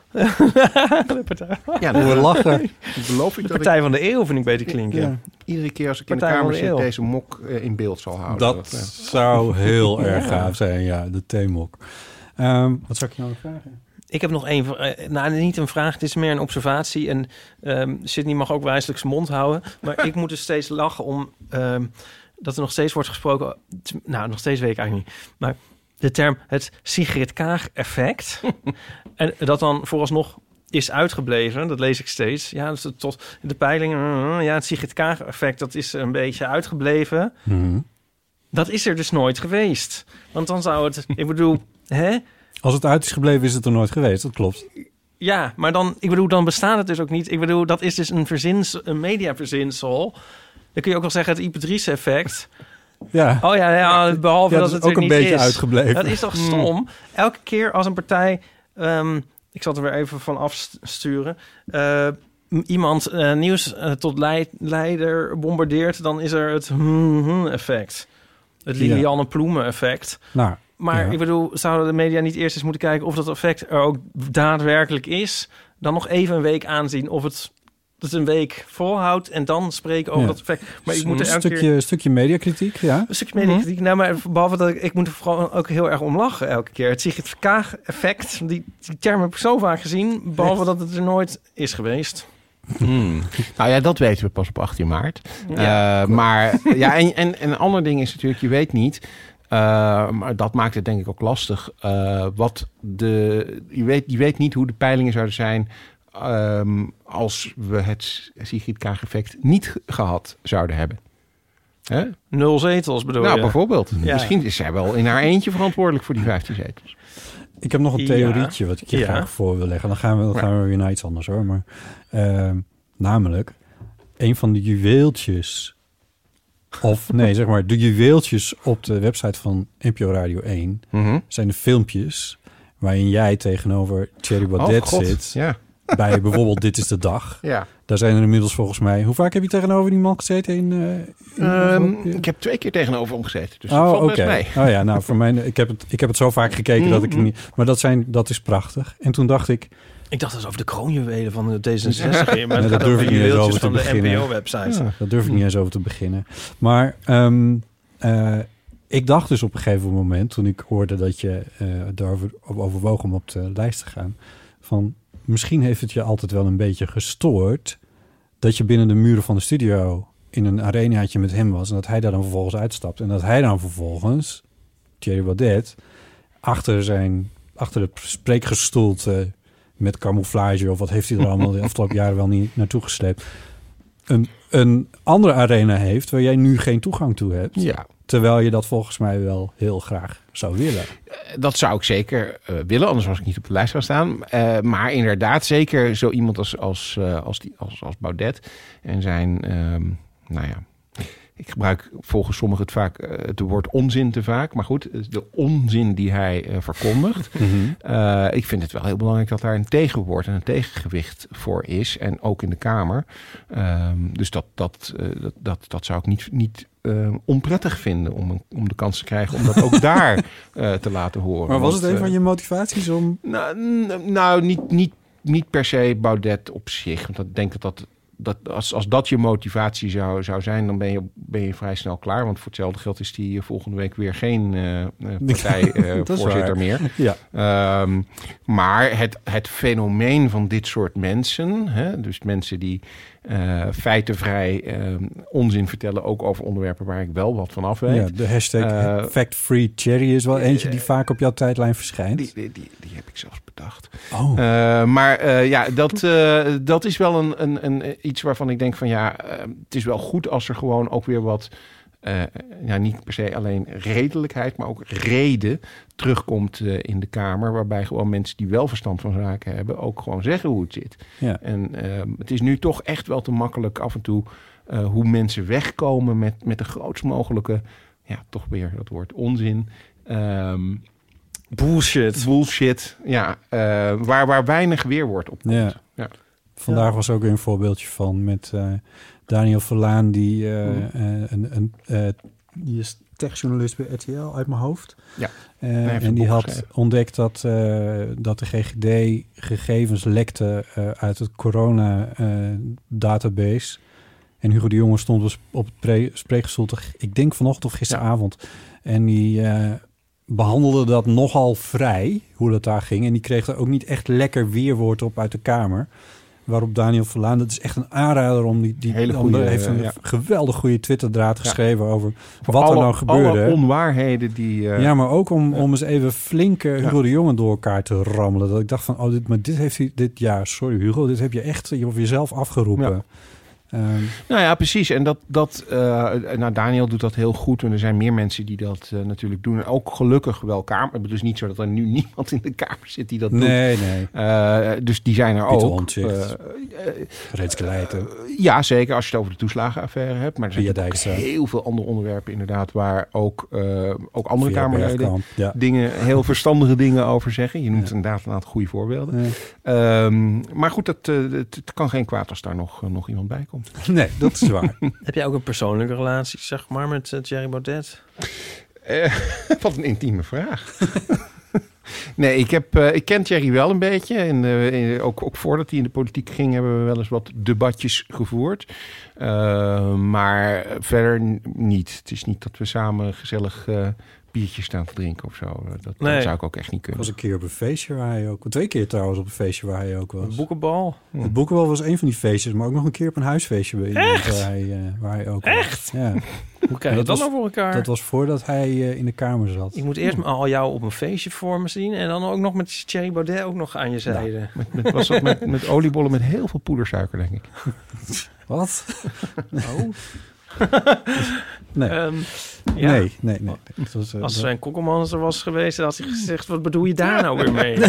Ja, we lachen. Beloof ik de Partij van de Eeuw vind ik beter klinken. Ja. Iedere keer als ik in de Kamer zit, deze mok in beeld zal houden. Dat zou heel erg gaaf zijn, ja. De theemok. Wat zou ik je nou nog vragen? Ik heb nog één... niet een vraag, het is meer een observatie. En Sydney mag ook wijselijk zijn mond houden. Maar ik moet dus steeds lachen om... dat er nog steeds wordt gesproken... Nou, nog steeds weet ik eigenlijk niet. Maar de term het Sigrid Kaag-effect... en dat dan vooralsnog is uitgebleven. Dat lees ik steeds. Ja, dus tot de peilingen. Ja, het Sigrid Kaag-effect, dat is een beetje uitgebleven. Mm-hmm. Dat is er dus nooit geweest. Want dan zou het... Ik bedoel, hè? Als het uit is gebleven, is het er nooit geweest. Dat klopt. Ja, maar dan... Ik bedoel, dan bestaat het dus ook niet. Ik bedoel, dat is dus een mediaverzinsel. Dan kun je ook wel zeggen het Ipatrice-effect. Ja. Oh ja, behalve dat het ook er een niet beetje is. uitgebleven. Dat is toch stom? Elke keer als een partij... ik zal het er weer even van afsturen. Iemand nieuws tot leider bombardeert... dan is er het effect. Het Lilianne Ploemen effect. Nou, maar ik bedoel, zouden de media niet eerst eens moeten kijken... of dat effect er ook daadwerkelijk is? Dan nog even een week aanzien of het een week volhoudt... en dan spreken over dat effect. Maar ik moet er elke keer... Een stukje mediakritiek, ja. Een stukje mediakritiek. Nou, maar behalve dat ik moet er vooral ook heel erg om lachen elke keer. Het Sigrid Kaag-effect, die term heb ik zo vaak gezien... behalve dat het er nooit is geweest. Nou ja, dat weten we pas op 18 maart. Ja, maar ja, en een ander ding is natuurlijk, je weet niet... maar dat maakt het denk ik ook lastig. Je weet niet hoe de peilingen zouden zijn... als we het Sigrid Kaag-effect niet gehad zouden hebben. Hè? 0 zetels bedoel je? Nou, bijvoorbeeld. Ja. Misschien is zij wel in haar eentje verantwoordelijk voor die 15 zetels. Ik heb nog een theorietje wat ik je graag voor wil leggen. Dan gaan we weer naar iets anders hoor. Maar namelijk, een van de juweeltjes... of nee, zeg maar, de juweeltjes op de website van NPO Radio 1... zijn de filmpjes waarin jij tegenover Thierry Baudet zit... Ja. Bij bijvoorbeeld Dit is de Dag. Ja. Daar zijn er inmiddels volgens mij... Hoe vaak heb je tegenover die man gezeten? Ik heb 2 keer tegenover hem gezeten. Dus dat valt valt best mee. Oh ja, nou voor mij... Ik heb het zo vaak gekeken dat ik niet... Maar dat is prachtig. En toen dacht ik... Ik dacht dat het over de kroonjuwelen van de D66 maar dat durf ik niet eens over te van de beginnen. NPO-website. Ja, dat durf ik niet eens over te beginnen. Maar ik dacht dus op een gegeven moment... toen ik hoorde dat je daarover overwoog om op de lijst te gaan... van misschien heeft het je altijd wel een beetje gestoord... dat je binnen de muren van de studio... in een arenaatje met hem was... en dat hij daar dan vervolgens uitstapt... en dat hij dan vervolgens, Thierry Baudet... achter de spreekgestoelte... met camouflage of wat heeft hij er allemaal... de afgelopen jaren wel niet naartoe gesleept... een andere arena heeft... waar jij nu geen toegang toe hebt... Ja. Terwijl je dat volgens mij wel heel graag zou willen. Dat zou ik zeker willen, anders was ik niet op de lijst gaan staan. Maar inderdaad, zeker zo iemand als Baudet en zijn, nou ja, ik gebruik volgens sommigen het woord onzin te vaak. Maar goed, de onzin die hij verkondigt. Ik vind het wel heel belangrijk dat daar een tegenwoord en een tegengewicht voor is. En ook in de Kamer. Dus dat zou ik niet onprettig vinden om de kans te krijgen om dat ook daar te laten horen. Maar was het een van je motivaties om... Nou, niet per se Baudet op zich. Want ik denk dat als dat je motivatie zou zijn, dan ben je vrij snel klaar. Want voor hetzelfde geld is die volgende week weer geen partijvoorzitter meer. Ja. Maar het fenomeen van dit soort mensen, hè, dus mensen die feitenvrij onzin vertellen, ook over onderwerpen waar ik wel wat van af weet. Ja, de hashtag Fact-Free Thierry is wel eentje die vaak op jouw tijdlijn verschijnt. Die heb ik zelfs bedacht. Oh. Maar dat is wel een iets waarvan ik denk van het is wel goed als er gewoon ook weer wat niet per se alleen redelijkheid, maar ook reden terugkomt in de Kamer, waarbij gewoon mensen die wel verstand van zaken hebben ook gewoon zeggen hoe het zit. Ja. En het is nu toch echt wel te makkelijk af en toe hoe mensen wegkomen met de grootst mogelijke, toch weer dat woord onzin. Bullshit, ja. Waar weinig weerwoord op komt. Ja. Ja. Vandaag was ook weer een voorbeeldje van met Daniel Verlaan, die is techjournalist bij RTL uit mijn hoofd. Ja. En die had ontdekt dat de GGD gegevens lekte uit het corona-database. En Hugo de Jonge stond op het spreekgestoelte, ik denk vanochtend of gisteravond. Ja. En die behandelde dat nogal vrij, hoe dat daar ging. En die kreeg er ook niet echt lekker weerwoord op uit de Kamer. waarop Daniel Verlaan... dat is echt een aanrader om die Hele goede, heeft een geweldig goede Twitterdraad geschreven over wat er nou gebeurde. Alle onwaarheden die... Ja, maar ook om eens even flink Hugo de Jonge door elkaar te rammelen. Dat ik dacht van, dit heeft hij dit jaar... Sorry Hugo, dit heb je echt over jezelf afgeroepen. Ja. Nou ja, precies. En Daniel doet dat heel goed. En er zijn meer mensen die dat natuurlijk doen. En ook gelukkig wel Kamer. Het is dus niet zo dat er nu niemand in de Kamer zit die dat doet. Nee. Dus die zijn er Pieter ook. Omtzigt. Renske Leijten. Ja, zeker. Als je het over de toeslagenaffaire hebt. Maar er zijn Pia ook Dijkstra. heel veel andere onderwerpen inderdaad... waar ook andere Kamerleden Bergkamp, ja. heel verstandige dingen over zeggen. Je noemt inderdaad een aantal goede voorbeelden. Ja. Maar goed, het kan geen kwaad als daar nog iemand bij komt. Nee, dat is waar. Heb jij ook een persoonlijke relatie, zeg maar, met Thierry Baudet? Wat een intieme vraag. Nee, ik ken Thierry wel een beetje. Ook voordat hij in de politiek ging... hebben we wel eens wat debatjes gevoerd. Maar verder niet. Het is niet dat we samen gezellig... biertjes staan te drinken of zo. Dat zou ik ook echt niet Ik kunnen. was een keer op een feestje waar hij ook... 2 keer trouwens op een feestje waar hij ook was. Een boekenbal? Het Boekenbal was een van die feestjes, maar ook nog een keer op een huisfeestje bij iemand waar hij ook was. Echt? Ja. Hoe krijg je dat nou voor elkaar? Dat was voordat hij in de Kamer zat. Ik moet eerst al jou op een feestje voor me zien... en dan ook nog met Thierry Baudet ook nog aan je zijde. Was dat met oliebollen met heel veel poedersuiker, denk ik. Wat? Oh. Nee. Ja. Nee. Het was, Als Sven Kokkelmans er was geweest... dan had hij gezegd, wat bedoel je daar nou weer mee?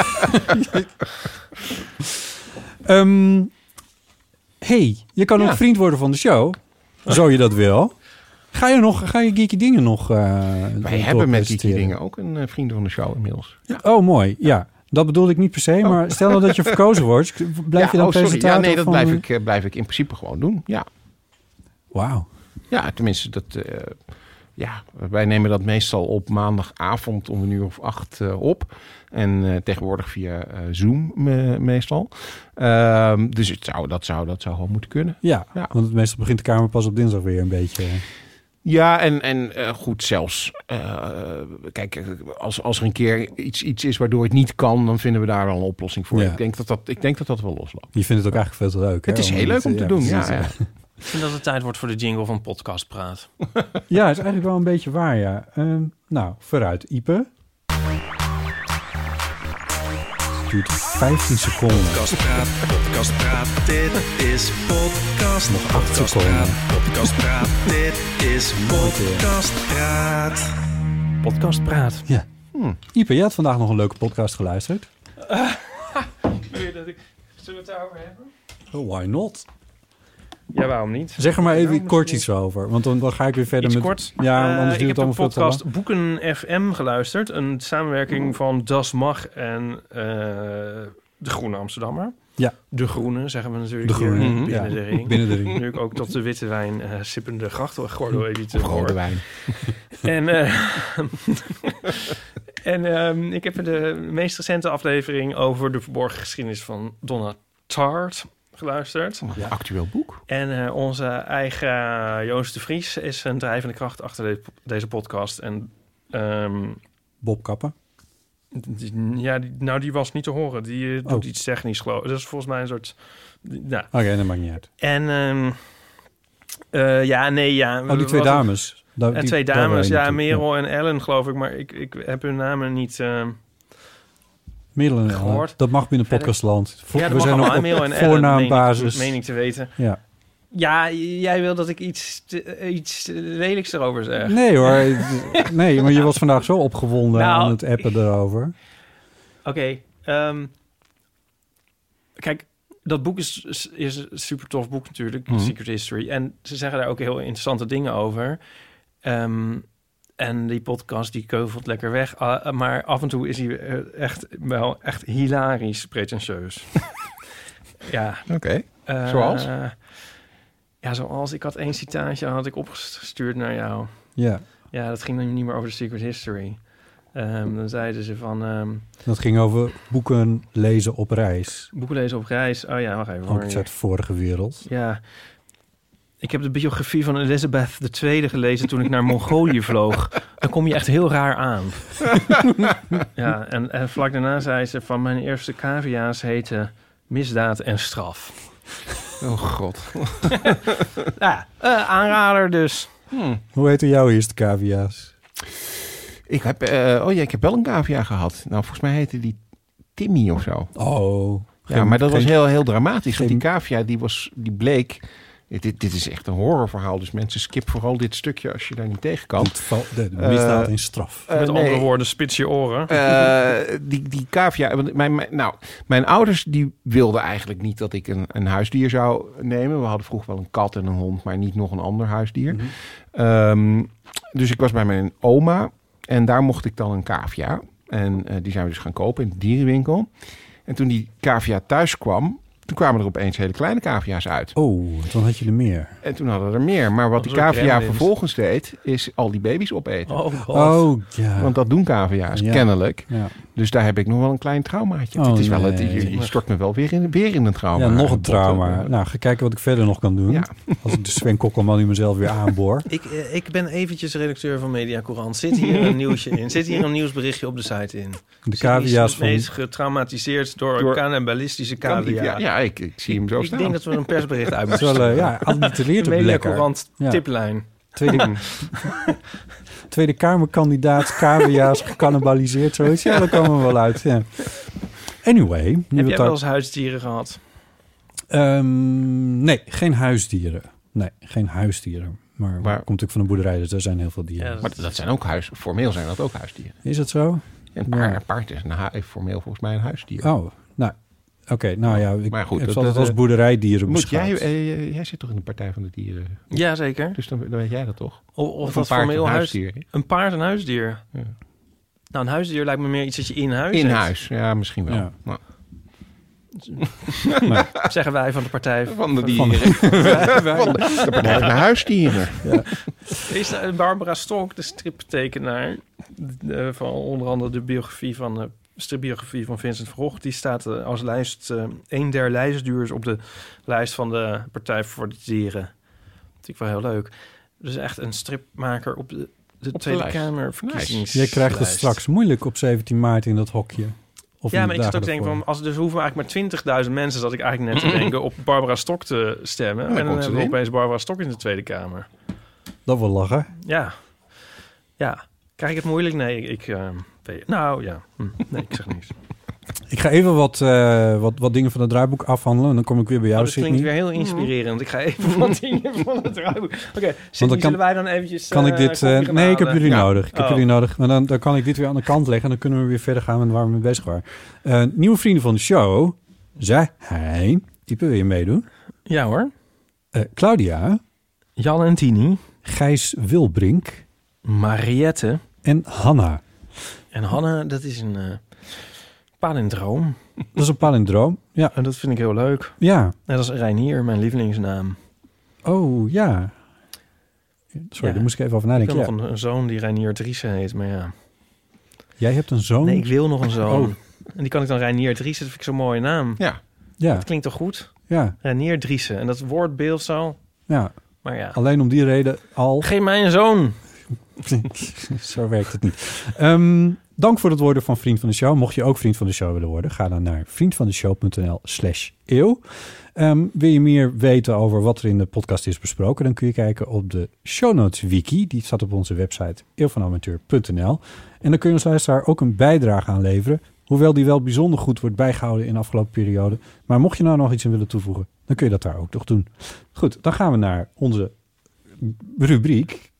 Hey, je kan ook vriend worden van de show. Zo je dat wil. Ga je Geeky Dingen nog Wij hebben met Geeky Dingen ook een vriend van de show inmiddels. Ja. Oh, mooi. Ja. Dat bedoelde ik niet per se, maar stel nou dat je verkozen wordt. Blijf je dan presentator? Ja, nee, dat van, blijf ik in principe gewoon doen. Ja. Wauw. Ja, tenminste, wij nemen dat meestal op maandagavond om 7:00 op. En tegenwoordig via Zoom meestal. Dus dat zou gewoon moeten kunnen. Ja, want het meestal begint de Kamer pas op dinsdag weer een beetje... Ja, en goed, zelfs... kijk, als er een keer iets is waardoor het niet kan... dan vinden we daar wel een oplossing voor. Ja. Ik denk dat wel losloopt. Je vindt het ook eigenlijk veel te leuk, hè? Het is heel leuk om te doen, ja. Ik vind dat het tijd wordt voor de jingle van Podcast Praat. Ja, is eigenlijk wel een beetje waar, ja. Nou, vooruit, Ipe. Het duurt 15 seconden. Podcast Praat, dit is Podcast. Nog 8 seconden. Podcast Praat, dit is Podcast Praat. Podcast Praat. Ja. Ipe, jij had vandaag nog een leuke podcast geluisterd. Zullen we het daarover hebben? Oh, why not? Ja, waarom niet? Zeg er maar even kort iets over, want dan ga ik weer verder met... Kort. Ja, anders ik duurt heb het de allemaal veel te lang. podcast Boeken FM geluisterd. Een samenwerking van Das Mag en De Groene Amsterdammer. Ja. De Groene, zeggen we natuurlijk. De Groene, hier binnen de ring. Binnen de ring. Nu ik ook tot de witte wijn sippende grachtgordel-elite Rode wijn. En ik heb de meest recente aflevering over de verborgen geschiedenis van Donna Tartt geluisterd. Een actueel boek. En onze eigen Joost de Vries is een drijvende kracht achter deze podcast. En Bob Kappen. die was niet te horen. Die doet iets technisch, geloof ik. Dat is volgens mij een soort... Nou. Oké, dat maakt niet uit. En die twee dames. Twee dames, Merel en Ellen, geloof ik. Maar ik heb hun namen niet Merel en gehoord. Dat mag binnen podcastland. We zijn op voornaambasis. Mening te weten. Ja. Ja, jij wil dat ik iets lelijks erover zeg. Nee hoor. Nee, maar je was vandaag zo opgewonden aan het appen erover. Oké. Kijk, dat boek is een super tof boek natuurlijk. Secret History. En ze zeggen daar ook heel interessante dingen over. En die podcast die keuvelt lekker weg. Maar af en toe is hij echt hilarisch pretentieus. Ja. Oké. Zoals? Zoals ik had 1 citaatje had ik opgestuurd naar jou. Ja. Ja, dat ging dan niet meer over de Secret History. Dan zeiden ze van... dat ging over boeken lezen op reis. Boeken lezen op reis. Oh ja, wacht even. Ook iets uit de vorige wereld. Ja. Ik heb de biografie van Elizabeth II gelezen toen ik naar Mongolië vloog. Dan kom je echt heel raar aan. Ja, en vlak daarna zei ze van mijn eerste cavia's heten Misdaad en straf. Oh god. Aanrader dus. Hoe heette jouw eerste cavia's? Ik heb wel een cavia gehad. Nou, volgens mij heette die Timmy of zo. Oh. Ja, maar dat was heel dramatisch. Want die cavia, die bleek... Dit is echt een horrorverhaal. Dus mensen, skip vooral dit stukje als je daar niet tegen kan. De misdaad in straf. Met andere woorden, spits je oren. Die cavia... Mijn ouders die wilden eigenlijk niet dat ik een huisdier zou nemen. We hadden vroeger wel een kat en een hond, maar niet nog een ander huisdier. Dus ik was bij mijn oma en daar mocht ik dan een cavia. En die zijn we dus gaan kopen in de dierenwinkel. En toen die cavia thuis kwam... Toen kwamen er opeens hele kleine cavia's uit. Oh, toen had je er meer. En toen hadden we er meer. Maar wat die cavia vervolgens deed, is al die baby's opeten. Oh, ja. Want dat doen cavia's, kennelijk. Ja. Dus daar heb ik nog wel een klein traumaatje. Het is wel je stort me wel weer in een trauma. Ja, nog een trauma. Nou, ga kijken wat ik verder nog kan doen. Ja. Als ik de Sven Kokkelman in mezelf weer aanboor. Ik ben eventjes redacteur van Media Courant. Zit hier een nieuwsje in? Zit hier een nieuwsberichtje op de site in? De cavia's van... Is getraumatiseerd door cannibalistische cavia. Ja, ik zie hem zo staan. Ik denk dat we een persbericht uit moeten sturen. Allitereert op Media lekker. Courant tiplijn. Tweede Kamerkandidaat, cavia's gecannibaliseerd, zoiets. Ja, daar komen we wel uit. Ja. Anyway. Heb jij wel eens huisdieren gehad? Nee, geen huisdieren. Maar komt natuurlijk van een boerderij, dus er zijn heel veel dieren. Ja, maar dat zijn ook formeel zijn dat ook huisdieren. Is dat zo? Een paard is formeel volgens mij een huisdier. Oh, nou... Oké, nou ja, ik maar goed, heb altijd als boerderijdieren beschouwd. Jij zit toch in de Partij van de Dieren? Ja, zeker. Dus dan weet jij dat toch? Of dat formeel huisdier. Een paard een huisdier. Ja. Nou, een huisdier lijkt me meer iets dat je in huis hebt. Huis, ja, misschien wel. Ja. Nou. Zeggen wij van de Partij van de Dieren. Van de Partij van de Huisdieren. Ja. Is Barbara Stonk, de striptekenaar van onder andere de biografie van... stripbiografie van Vincent van Gogh, die staat als lijst een der lijstduurs op de lijst van de Partij voor de Dieren. Dat vind ik wel heel leuk. Dus echt een stripmaker op de Tweede Kamer verkiezings. Jij krijgt het straks moeilijk op 17 maart in dat hokje. Of ja, maar ik zat ook te denken van, dus hoeven eigenlijk maar 20.000 mensen, zat ik eigenlijk net te denken, op Barbara Stok te stemmen. En dan hebben we opeens Barbara Stok in de Tweede Kamer. Dat wil lachen. Ja. Krijg ik het moeilijk? Nee, nou ja, nee, ik zeg niks. Ik ga even wat dingen van het draaiboek afhandelen en dan kom ik weer bij jou. Dat klinkt weer heel inspirerend. Ik ga even wat dingen van het draaiboek. Oké, zullen wij dan eventjes... Kan ik dit... nee, ik heb jullie nodig. Ik heb jullie nodig. Maar dan kan ik dit weer aan de kant leggen en dan kunnen we weer verder gaan met waar we mee bezig waren. Nieuwe vrienden van de show. Zijn... Type, wil je meedoen? Ja hoor. Claudia. Jan en Tini. Gijs Wilbrink. Mariette. En Hanna. En Hanna, dat is een palindroom. Dat is een palindroom, ja. En dat vind ik heel leuk. Ja. En dat is Reinier, mijn lievelingsnaam. Oh, ja. Sorry, daar moest ik even over nadenken. Ik heb nog een zoon die Reinier Driessen heet, maar ja. Jij hebt een zoon? Nee, ik wil nog een zoon. Oh. En die kan ik dan Reinier Driessen, dat vind ik zo'n mooie naam. Ja. Dat klinkt toch goed? Ja. Reinier Driessen. En dat woordbeeld zo. Ja. Maar ja. Alleen om die reden al... Geef mij een zoon. Zo werkt het niet. Dank voor het worden van Vriend van de Show. Mocht je ook Vriend van de Show willen worden, ga dan naar vriendvandeshow.nl/eeuw. Wil je meer weten over wat er in de podcast is besproken, dan kun je kijken op de show notes wiki. Die staat op onze website eeuwvanamateur.nl. En dan kun je als luisteraar ook een bijdrage aan leveren. Hoewel die wel bijzonder goed wordt bijgehouden in de afgelopen periode. Maar mocht je nou nog iets in willen toevoegen, dan kun je dat daar ook nog doen. Goed, dan gaan we naar onze rubriek.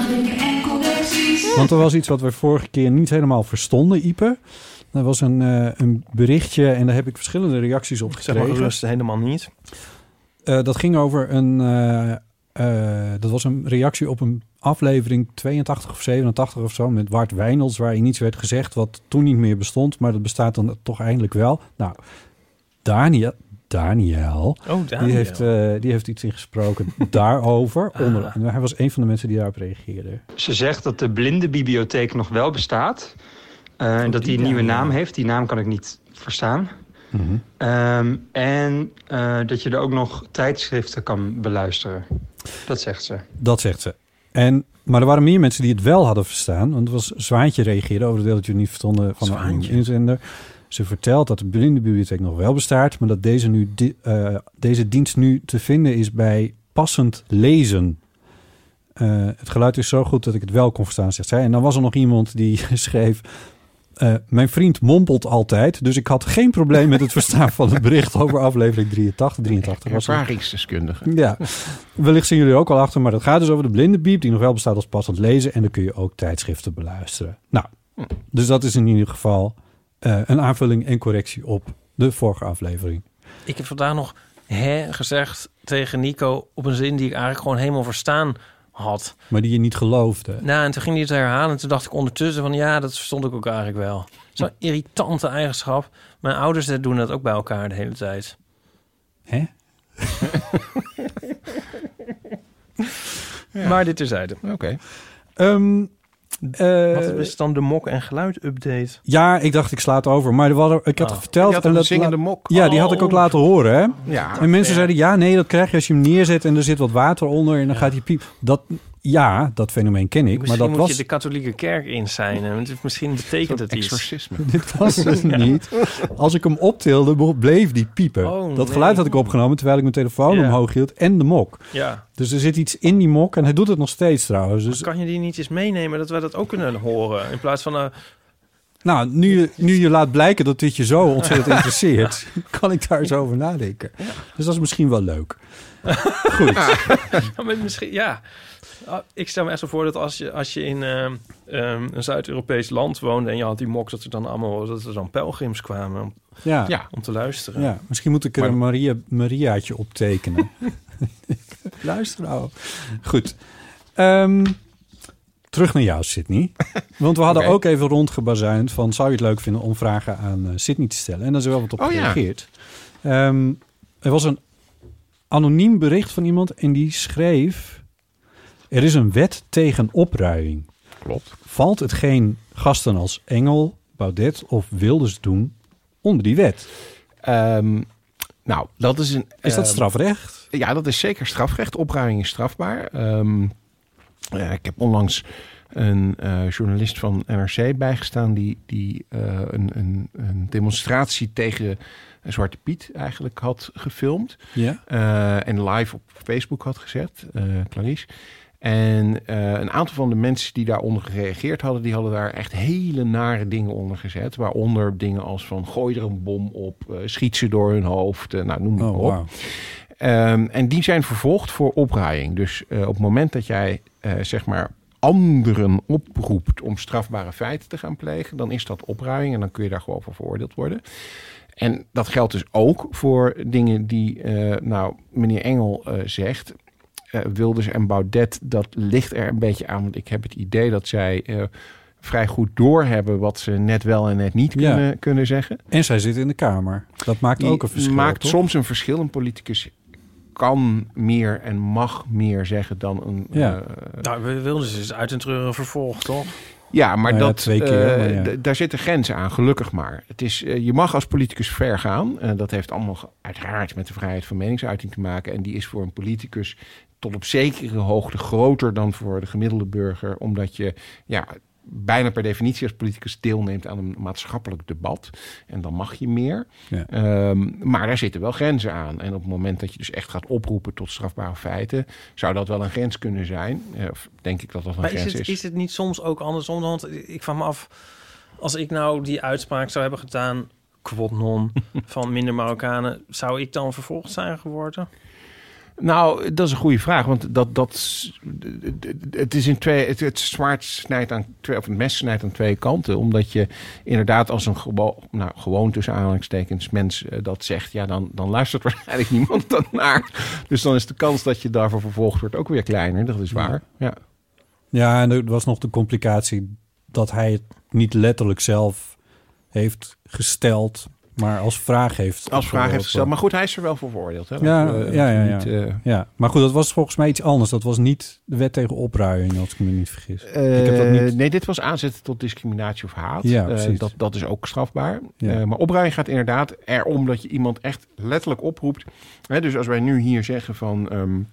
Want er was iets wat we vorige keer niet helemaal verstonden, Ipe. Er was een berichtje en daar heb ik verschillende reacties op gekregen. Zeg maar gerust, helemaal niet. Dat ging over dat was een reactie op een aflevering 82 of 87 of zo met Wart Wijnels, waarin iets werd gezegd wat toen niet meer bestond, maar dat bestaat dan toch eindelijk wel. Nou, Daniel. Die heeft iets ingesproken daarover. Hij was een van de mensen die daarop reageerde. Ze zegt dat de blindenbibliotheek nog wel bestaat. En dat die een nieuwe naam heeft. Die naam kan ik niet verstaan. Mm-hmm. Dat je er ook nog tijdschriften kan beluisteren. Dat zegt ze. Dat zegt ze. Maar er waren meer mensen die het wel hadden verstaan. Want het was Zwaantje reageerde over het deel dat jullie niet verstonden van een inzender. Ze vertelt dat de blindenbibliotheek nog wel bestaat, maar dat deze dienst nu te vinden is bij Passend Lezen. Het geluid is zo goed dat ik het wel kon verstaan, zegt zij. En dan was er nog iemand die schreef... mijn vriend mompelt altijd, dus ik had geen probleem met het verstaan van het bericht over aflevering 83 was het. Ervaringsdeskundige. Ja, wellicht zijn jullie ook al achter, maar dat gaat dus over de blindenbiep, die nog wel bestaat als Passend Lezen. En dan kun je ook tijdschriften beluisteren. Nou, dus dat is in ieder geval een aanvulling en correctie op de vorige aflevering. Ik heb vandaag nog gezegd tegen Nico op een zin die ik eigenlijk gewoon helemaal verstaan had. Maar die je niet geloofde. Nou, en toen ging hij het herhalen en toen dacht ik ondertussen van ja, dat verstond ik ook eigenlijk wel. Zo'n irritante eigenschap. Mijn ouders doen dat ook bij elkaar de hele tijd. Hè? Ja. Maar dit terzijde. Oké. Wat is dan de mok- en geluid-update? Ja, ik dacht ik sla het over. Maar ik had verteld... Je had een zingende mok. Ja, die had ik ook laten horen. Hè? Ja. En mensen zeiden, ja, nee, dat krijg je als je hem neerzet en er zit wat water onder en dan gaat hij piep. Dat fenomeen ken ik. Misschien maar dat moet was... je de katholieke kerk in zijn. Want misschien betekent het iets. Exorcisme. Dit was het niet. Als ik hem optilde, bleef die piepen. Dat geluid had ik opgenomen terwijl ik mijn telefoon omhoog hield en de mok. Ja. Dus er zit iets in die mok en hij doet het nog steeds trouwens. Dus... Kan je die niet eens meenemen dat wij dat ook kunnen horen? In plaats van... Nou, nu je laat blijken dat dit je zo ontzettend interesseert, kan ik daar eens over nadenken. Ja. Dus dat is misschien wel leuk. Goed. Ja. Ik stel me echt zo voor dat als je in een Zuid-Europees land woonde en je had die mok, dat er dan pelgrims kwamen om te luisteren. Ja, misschien moet ik er een Mariaatje op tekenen. Luister nou. Goed. Terug naar jou, Sydney. Want we hadden ook even rondgebazuind van... zou je het leuk vinden om vragen aan Sydney te stellen? En daar is er wel wat op gereageerd. Ja. Er was een anoniem bericht van iemand en die schreef... er is een wet tegen opruiing. Klopt. Valt hetgeen gasten als Engel, Baudet of Wilders doen onder die wet? Nou, dat is een... Is dat strafrecht? Ja, dat is zeker strafrecht. Opruiming is strafbaar. Ik heb onlangs een journalist van NRC bijgestaan... die een demonstratie tegen Zwarte Piet eigenlijk had gefilmd. Ja. En live op Facebook had gezet, Clarice. En een aantal van de mensen die daaronder gereageerd hadden... die hadden daar echt hele nare dingen onder gezet. Waaronder dingen als van gooi er een bom op, schiet ze door hun hoofd. Noem maar op. Wow. En die zijn vervolgd voor opruiing. Dus op het moment dat jij zeg maar anderen oproept om strafbare feiten te gaan plegen... dan is dat opruiing en dan kun je daar gewoon voor veroordeeld worden. En dat geldt dus ook voor dingen die meneer Engel zegt... Wilders en Baudet, dat ligt er een beetje aan. Want ik heb het idee dat zij vrij goed doorhebben wat ze net wel en net niet kunnen zeggen. En zij zit in de Kamer. Dat maakt ook een verschil. Maakt toch? Soms een verschil. Een politicus kan meer en mag meer zeggen dan een... Wilders is uit en treuren vervolgd, toch? Ja, maar dat 2 keer. Daar zitten grenzen aan, gelukkig maar. Het is, je mag als politicus ver gaan. Dat heeft allemaal uiteraard met de vrijheid van meningsuiting te maken. En die is voor een politicus tot op zekere hoogte groter dan voor de gemiddelde burger. Omdat je bijna per definitie als politicus deelneemt aan een maatschappelijk debat. En dan mag je meer. Ja. Maar daar zitten wel grenzen aan. En op het moment dat je dus echt gaat oproepen tot strafbare feiten... zou dat wel een grens kunnen zijn. Of denk ik dat dat een grens is. Is het niet soms ook andersom? Want ik vraag me af, als ik nou die uitspraak zou hebben gedaan... quod non, van minder Marokkanen... zou ik dan vervolgd zijn geworden? Nou, dat is een goede vraag, want het is in twee. Het zwaard snijdt aan twee, of het mes snijdt aan twee kanten, omdat je inderdaad als een gewoon tussen aanhalingstekens mens dat zegt, ja, dan luistert waarschijnlijk niemand dan naar. Dus dan is de kans dat je daarvoor vervolgd wordt ook weer kleiner. Dat is waar. Ja, en er was nog de complicatie dat hij het niet letterlijk zelf heeft gesteld, maar als vraag heeft gesteld. Maar goed, hij is er wel voor veroordeeld. Hè? Ja, maar goed, dat was volgens mij iets anders. Dat was niet de wet tegen opruiing, als ik me niet vergis. Ik heb dat niet... Nee, dit was aanzetten tot discriminatie of haat. Ja, dat is ook strafbaar. Ja. Maar opruiing gaat inderdaad erom dat je iemand echt letterlijk oproept. Dus als wij nu hier zeggen van...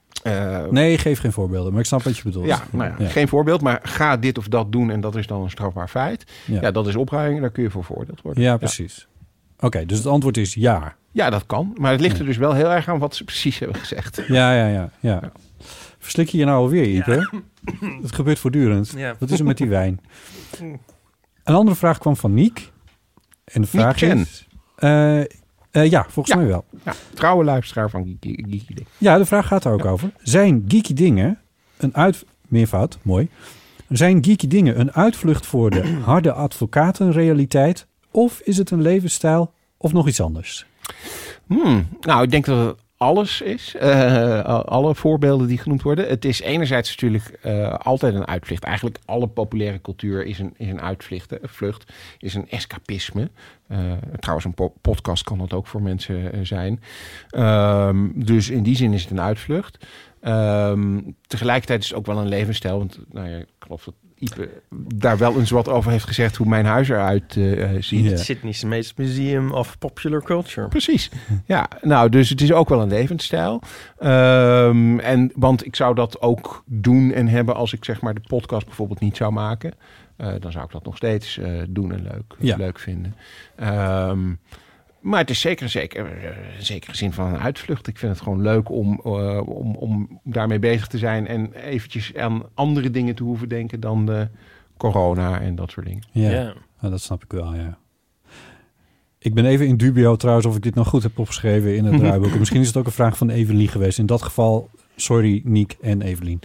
Nee, geef geen voorbeelden, maar ik snap wat je bedoelt. Ja, geen voorbeeld, maar ga dit of dat doen en dat is dan een strafbaar feit. Ja, dat is opruiming, daar kun je voor veroordeeld worden. Ja, precies. Oké, dus het antwoord is ja. Ja, dat kan. Maar het ligt er dus wel heel erg aan wat ze precies hebben gezegd. Ja. Verslik je nou alweer, Ipe? Het gebeurt voortdurend. Ja. Wat is er met die wijn? Een andere vraag kwam van Niek. En de vraag is... volgens mij wel. Ja, trouwe luisteraar van Geeky Dingen. Ja, de vraag gaat er ook over. Zijn Geeky Dingen meervoud, mooi. Zijn Geeky Dingen een uitvlucht voor de harde advocatenrealiteit? Of is het een levensstijl of nog iets anders? Nou, ik denk dat het alles is. Alle voorbeelden die genoemd worden. Het is enerzijds natuurlijk altijd een uitvlucht. Eigenlijk alle populaire cultuur is een uitvlucht. Is een escapisme. Trouwens, een podcast kan dat ook voor mensen zijn. Dus in die zin is het een uitvlucht. Tegelijkertijd is het ook wel een levensstijl. Want ik geloof dat Ipe daar wel eens wat over heeft gezegd hoe mijn huis eruit ziet. Het Sydney's Museum of Popular Culture. Precies. Ja, nou, dus het is ook wel een levensstijl. Want ik zou dat ook doen en hebben als ik zeg maar de podcast bijvoorbeeld niet zou maken. Dan zou ik dat nog steeds doen en leuk vinden. Maar het is zeker een zekere zin van een uitvlucht. Ik vind het gewoon leuk om daarmee bezig te zijn en eventjes aan andere dingen te hoeven denken dan de corona en dat soort dingen. Ja. Dat snap ik wel, ja. Ik ben even in dubio trouwens of ik dit nog goed heb opgeschreven in het draaiboek. Misschien is het ook een vraag van Evelien geweest. In dat geval, sorry Niek en Evelien.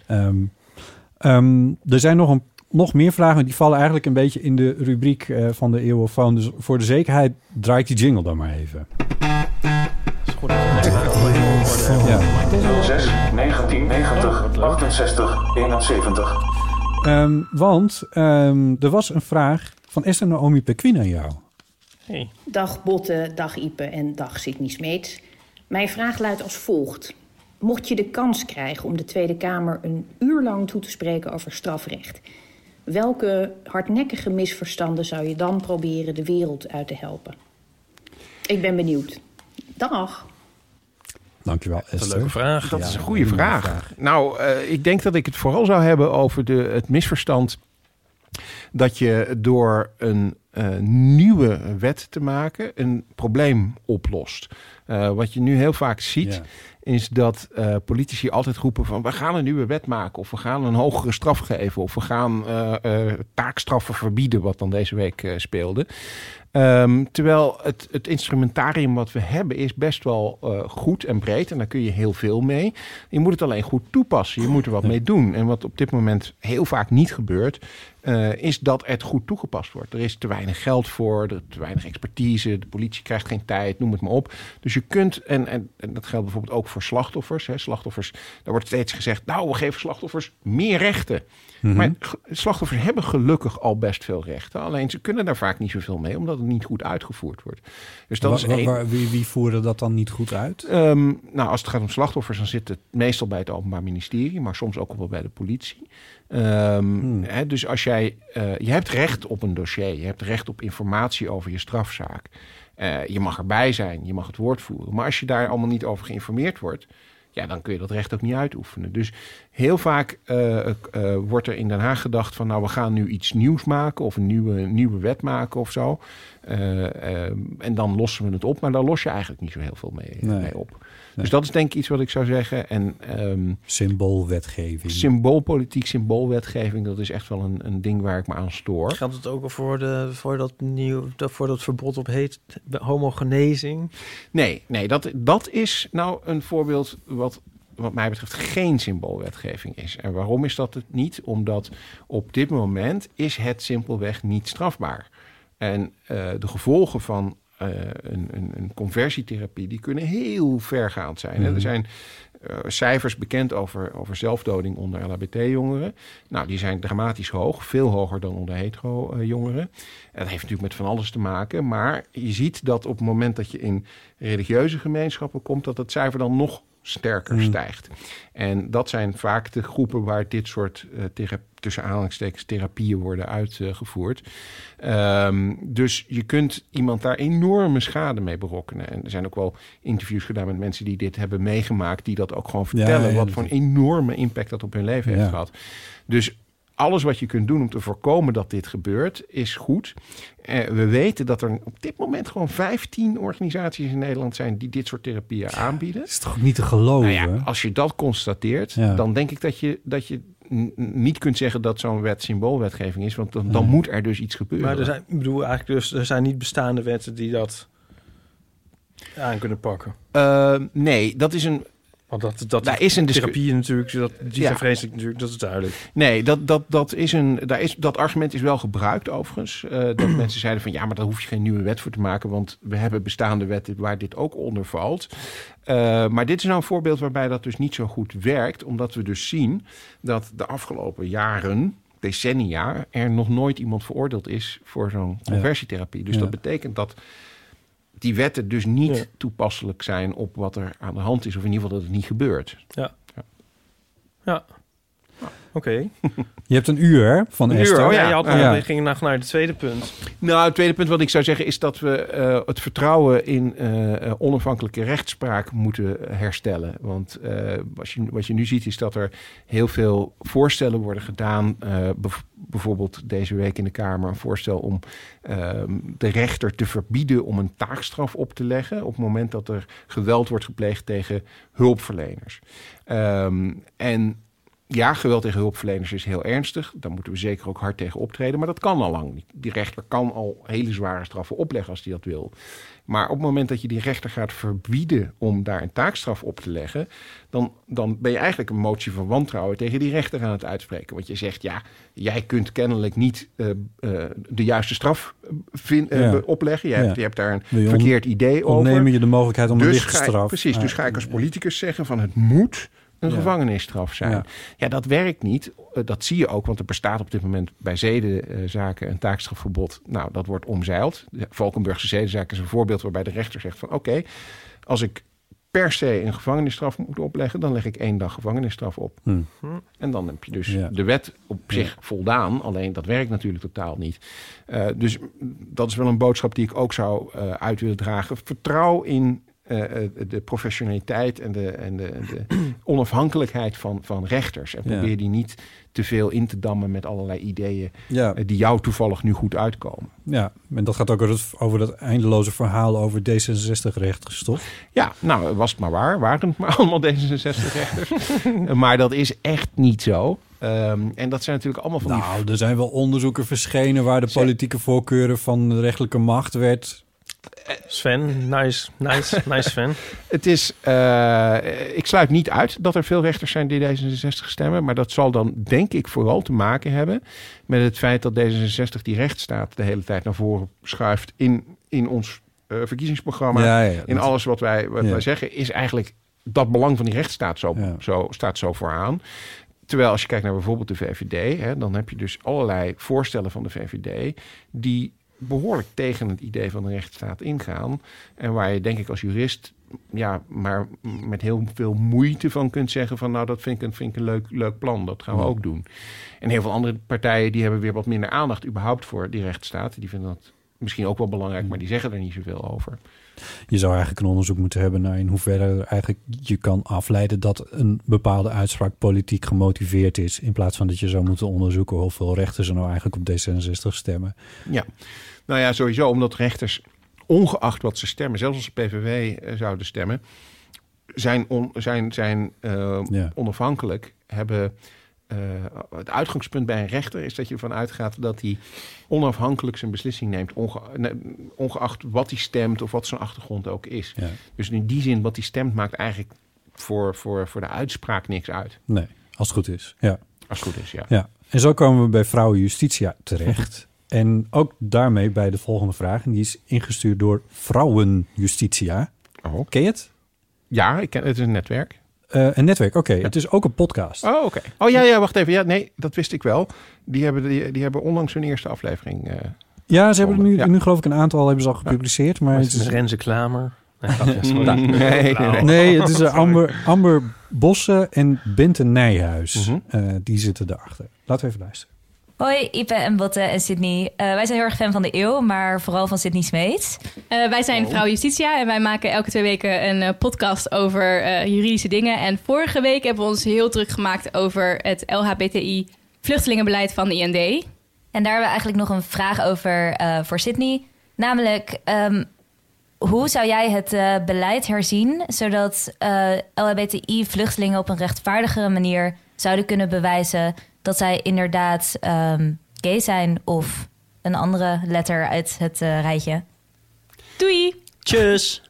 Er zijn nog meer vragen, die vallen eigenlijk een beetje in de rubriek van de eeuwofoon. Dus voor de zekerheid draai ik die jingle dan maar even. Is goed. 06 1990 68 71. Want er was een vraag van Esther Naomi Pequin aan jou. Hey. Dag Botte, dag Ipe en dag Sydney Smeets. Mijn vraag luidt als volgt. Mocht je de kans krijgen om de Tweede Kamer een uur lang toe te spreken over strafrecht, welke hardnekkige misverstanden zou je dan proberen de wereld uit te helpen? Ik ben benieuwd. Dag. Dankjewel, Esther. Dat is een leuke vraag. Dat is een goede vraag. Nou, ik denk dat ik het vooral zou hebben over het misverstand dat je door een nieuwe wet te maken een probleem oplost. Wat je nu heel vaak ziet, is dat politici altijd roepen van we gaan een nieuwe wet maken of we gaan een hogere straf geven of we gaan taakstraffen verbieden, wat dan deze week speelde. Terwijl het instrumentarium wat we hebben is best wel goed en breed en daar kun je heel veel mee. Je moet het alleen goed toepassen. Je moet er wat mee doen. En wat op dit moment heel vaak niet gebeurt, is dat het goed toegepast wordt. Er is te weinig geld voor, te weinig expertise, de politie krijgt geen tijd, noem het maar op. Dus je kunt, en dat geldt bijvoorbeeld ook voor slachtoffers. Slachtoffers, daar wordt steeds gezegd, nou, we geven slachtoffers meer rechten. Mm-hmm. Maar slachtoffers hebben gelukkig al best veel rechten. Alleen ze kunnen daar vaak niet zoveel mee, omdat het niet goed uitgevoerd wordt. Dus dat wie voeren dat dan niet goed uit? Nou, als het gaat om slachtoffers, dan zit het meestal bij het Openbaar Ministerie, maar soms ook wel bij de politie. Dus als je hebt recht op een dossier, je hebt recht op informatie over je strafzaak. Je mag erbij zijn, je mag het woord voeren. Maar als je daar allemaal niet over geïnformeerd wordt, ja, dan kun je dat recht ook niet uitoefenen. Dus heel vaak wordt er in Den Haag gedacht van, nou, we gaan nu iets nieuws maken of een nieuwe wet maken of zo. En dan lossen we het op, maar daar los je eigenlijk niet zo heel veel mee op. Nee. Dus dat is denk ik iets wat ik zou zeggen. En symboolwetgeving. Symboolpolitiek, symboolwetgeving, dat is echt wel een ding waar ik me aan stoor. Geldt het ook voor dat verbod op homogenezing? Nee, dat is nou een voorbeeld wat mij betreft geen symboolwetgeving is. En waarom is dat het niet? Omdat op dit moment is het simpelweg niet strafbaar. En de gevolgen van een conversietherapie, die kunnen heel vergaand zijn. Mm-hmm. Er zijn cijfers bekend over zelfdoding onder LHBT-jongeren. Nou, die zijn dramatisch hoog. Veel hoger dan onder hetero-jongeren. Dat heeft natuurlijk met van alles te maken. Maar je ziet dat op het moment dat je in religieuze gemeenschappen komt, dat het cijfer dan nog sterker stijgt. En dat zijn vaak de groepen waar dit soort tussen aanhalingstekens therapieën worden uitgevoerd. Dus je kunt iemand daar enorme schade mee berokkenen. En er zijn ook wel interviews gedaan met mensen die dit hebben meegemaakt, die dat ook gewoon vertellen, wat voor een enorme impact dat op hun leven heeft gehad. Dus alles wat je kunt doen om te voorkomen dat dit gebeurt, is goed. We weten dat er op dit moment gewoon 15 organisaties in Nederland zijn die dit soort therapieën aanbieden. Dat is toch niet te geloven? Nou ja, als je dat constateert, dan denk ik dat je niet kunt zeggen dat zo'n wet symboolwetgeving is, want dan moet er dus iets gebeuren. Maar er zijn niet bestaande wetten die dat aan kunnen pakken. Nee, dat is een... Want dat is een therapie natuurlijk, die zijn vreselijk natuurlijk, dat is duidelijk. Nee, dat argument is wel gebruikt overigens. Dat mensen zeiden van ja, maar daar hoef je geen nieuwe wet voor te maken, want we hebben bestaande wetten waar dit ook onder valt. Maar dit is nou een voorbeeld waarbij dat dus niet zo goed werkt, omdat we dus zien dat de afgelopen jaren, decennia, er nog nooit iemand veroordeeld is voor zo'n conversietherapie. Dus dat betekent dat die wetten dus niet toepasselijk zijn op wat er aan de hand is, of in ieder geval dat het niet gebeurt. Ja. Oké. Je hebt een uur van Esther. We gingen naar het tweede punt. Nou, het tweede punt wat ik zou zeggen is dat we het vertrouwen in onafhankelijke rechtspraak moeten herstellen. Want wat je nu ziet is dat er heel veel voorstellen worden gedaan. Bijvoorbeeld deze week in de Kamer een voorstel om de rechter te verbieden om een taakstraf op te leggen op het moment dat er geweld wordt gepleegd tegen hulpverleners. En ja, geweld tegen hulpverleners is heel ernstig. Daar moeten we zeker ook hard tegen optreden. Maar dat kan al lang niet. Die rechter kan al hele zware straffen opleggen als hij dat wil. Maar op het moment dat je die rechter gaat verbieden om daar een taakstraf op te leggen, dan ben je eigenlijk een motie van wantrouwen tegen die rechter aan het uitspreken. Want je zegt, ja, jij kunt kennelijk niet de juiste straf opleggen. Je hebt daar een verkeerd idee over. Ontnemen je de mogelijkheid om een lichte straf. Precies, dus ga ik als politicus zeggen van het moet een gevangenisstraf zijn. Ja, dat werkt niet. Dat zie je ook, want er bestaat op dit moment bij zedenzaken een taakstrafverbod. Nou, dat wordt omzeild. De Valkenburgse zedenzaak is een voorbeeld waarbij de rechter zegt van oké, als ik per se een gevangenisstraf moet opleggen, dan leg ik 1 dag gevangenisstraf op. En dan heb je dus de wet op zich voldaan. Alleen dat werkt natuurlijk totaal niet. Dus dat is wel een boodschap die ik ook zou uit willen dragen. Vertrouw in de professionaliteit en de onafhankelijkheid van rechters. En probeer die niet te veel in te dammen met allerlei ideeën die jou toevallig nu goed uitkomen. Ja, en dat gaat ook over dat eindeloze verhaal over D66-rechters, toch? Ja, nou, was het maar waar. Waren het maar allemaal D66-rechters. Maar dat is echt niet zo. En dat zijn natuurlijk allemaal van er zijn wel onderzoeken verschenen waar de politieke voorkeuren van de rechterlijke macht werd. Sven, nice Sven. Het is, ik sluit niet uit dat er veel rechters zijn die D66 stemmen, maar dat zal dan denk ik vooral te maken hebben met het feit dat D66 die rechtsstaat de hele tijd naar voren schuift in ons verkiezingsprogramma. In alles wat wij zeggen is eigenlijk dat belang van die rechtsstaat staat zo vooraan. Terwijl als je kijkt naar bijvoorbeeld de VVD, dan heb je dus allerlei voorstellen van de VVD die behoorlijk tegen het idee van de rechtsstaat ingaan. En waar je denk ik als jurist maar met heel veel moeite van kunt zeggen van nou, dat vind ik een leuk plan. Dat gaan we ook doen. En heel veel andere partijen die hebben weer wat minder aandacht überhaupt voor die rechtsstaat. Die vinden dat misschien ook wel belangrijk, maar die zeggen er niet zoveel over. Je zou eigenlijk een onderzoek moeten hebben naar in hoeverre eigenlijk je kan afleiden dat een bepaalde uitspraak politiek gemotiveerd is, in plaats van dat je zou moeten onderzoeken hoeveel rechters er nou eigenlijk op D66 stemmen. Ja, nou ja, sowieso omdat rechters, ongeacht wat ze stemmen, zelfs als ze PVV zouden stemmen, zijn onafhankelijk, hebben het uitgangspunt bij een rechter is dat je ervan uitgaat dat hij onafhankelijk zijn beslissing neemt, ongeacht wat hij stemt of wat zijn achtergrond ook is. Ja. Dus in die zin, wat hij stemt maakt eigenlijk voor de uitspraak niks uit. Nee, als het goed is. Ja. Als het goed is, ja. En zo komen we bij Vrouwen Justitia terecht. En ook daarmee bij de volgende vraag. En die is ingestuurd door Vrouwen Justitia. Oh. Ken je het? Ja, ik ken het. is een netwerk. Een netwerk, oké. Het is ook een podcast. Oh, oké. Oh ja, wacht even. Ja, nee, dat wist ik wel. Die hebben onlangs hun eerste aflevering. Ja, ze hebben nu geloof ik een aantal hebben ze al gepubliceerd. Maar het is Renze Klamer. Nee, het is Amber Bossen en Bente Nijhuis. Die zitten daarachter. Laten we even luisteren. Hoi, Ipe en Botte en Sydney. Wij zijn heel erg fan van de Eeuw, maar vooral van Sydney Smeets. Wij zijn Vrouw Justitia en wij maken elke 2 weken een podcast over juridische dingen. En vorige week hebben we ons heel druk gemaakt over het LHBTI-vluchtelingenbeleid van de IND. En daar hebben we eigenlijk nog een vraag over voor Sydney. Namelijk, hoe zou jij het beleid herzien, zodat LHBTI-vluchtelingen op een rechtvaardigere manier zouden kunnen bewijzen dat zij inderdaad gay zijn of een andere letter uit het rijtje? Doei! Tjus!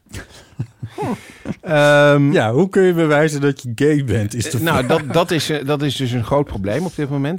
Ja, hoe kun je bewijzen dat je gay bent? Is dat is dus een groot probleem op dit moment.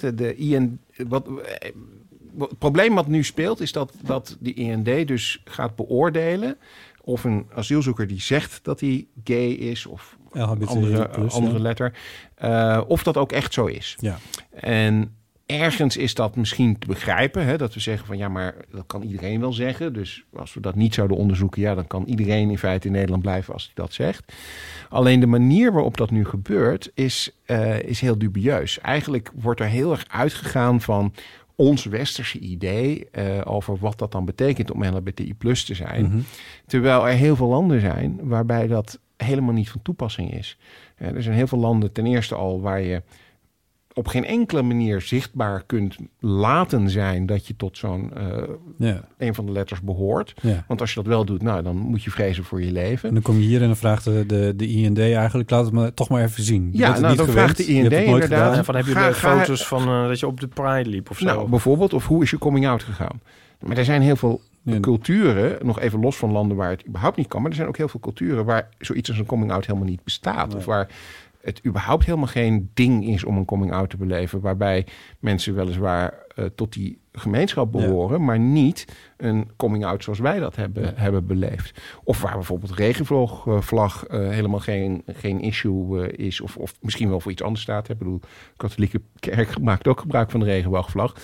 Het probleem wat nu speelt is dat de IND dus gaat beoordelen of een asielzoeker die zegt dat hij gay is of andere letter, of dat ook echt zo is. Ja. En ergens is dat misschien te begrijpen, hè, dat we zeggen van ja, maar dat kan iedereen wel zeggen. Dus als we dat niet zouden onderzoeken, ja, dan kan iedereen in feite in Nederland blijven als hij dat zegt. Alleen de manier waarop dat nu gebeurt is heel dubieus. Eigenlijk wordt er heel erg uitgegaan van ons westerse idee over wat dat dan betekent om LHBTI+ te zijn. Mm-hmm. Terwijl er heel veel landen zijn waarbij dat helemaal niet van toepassing is. Er zijn heel veel landen ten eerste al waar je op geen enkele manier zichtbaar kunt laten zijn dat je tot zo'n een van de letters behoort. Ja. Want als je dat wel doet, nou, dan moet je vrezen voor je leven. En dan kom je hier en dan vraagt de IND eigenlijk, laat het maar toch maar even zien. Ja, nou, dan vraagt de IND inderdaad. En van, heb je de foto's van dat je op de Pride liep of zo? Nou, bijvoorbeeld, of hoe is je coming out gegaan? Maar er zijn heel veel culturen, nog even los van landen waar het überhaupt niet kan, maar er zijn ook heel veel culturen waar zoiets als een coming out helemaal niet bestaat. Nee. Of waar het überhaupt helemaal geen ding is om een coming-out te beleven, waarbij mensen weliswaar tot die gemeenschap behoren, maar niet een coming-out zoals wij dat hebben beleefd. Of waar bijvoorbeeld regenboogvlag helemaal geen issue is, of misschien wel voor iets anders staat. Ik bedoel, de katholieke kerk maakt ook gebruik van de regenboogvlag.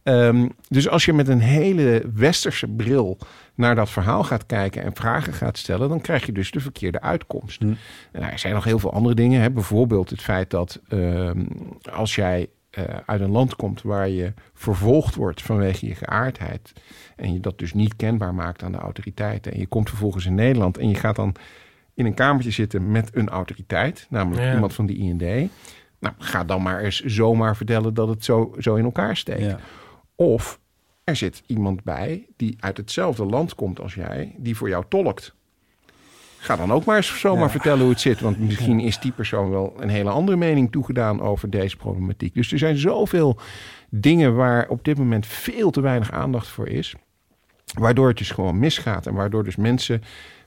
Dus als je met een hele westerse bril naar dat verhaal gaat kijken en vragen gaat stellen, dan krijg je dus de verkeerde uitkomst. Nou, er zijn nog heel veel andere dingen. Hè? Bijvoorbeeld het feit dat als jij uit een land komt waar je vervolgd wordt vanwege je geaardheid en je dat dus niet kenbaar maakt aan de autoriteiten en je komt vervolgens in Nederland en je gaat dan in een kamertje zitten met een autoriteit, namelijk iemand van de IND. Nou, ga dan maar eens zomaar vertellen dat het zo in elkaar steekt. Ja. Of er zit iemand bij die uit hetzelfde land komt als jij, die voor jou tolkt. Ga dan ook maar eens zomaar vertellen hoe het zit. Want misschien is die persoon wel een hele andere mening toegedaan over deze problematiek. Dus er zijn zoveel dingen waar op dit moment veel te weinig aandacht voor is. Waardoor het dus gewoon misgaat. En waardoor dus mensen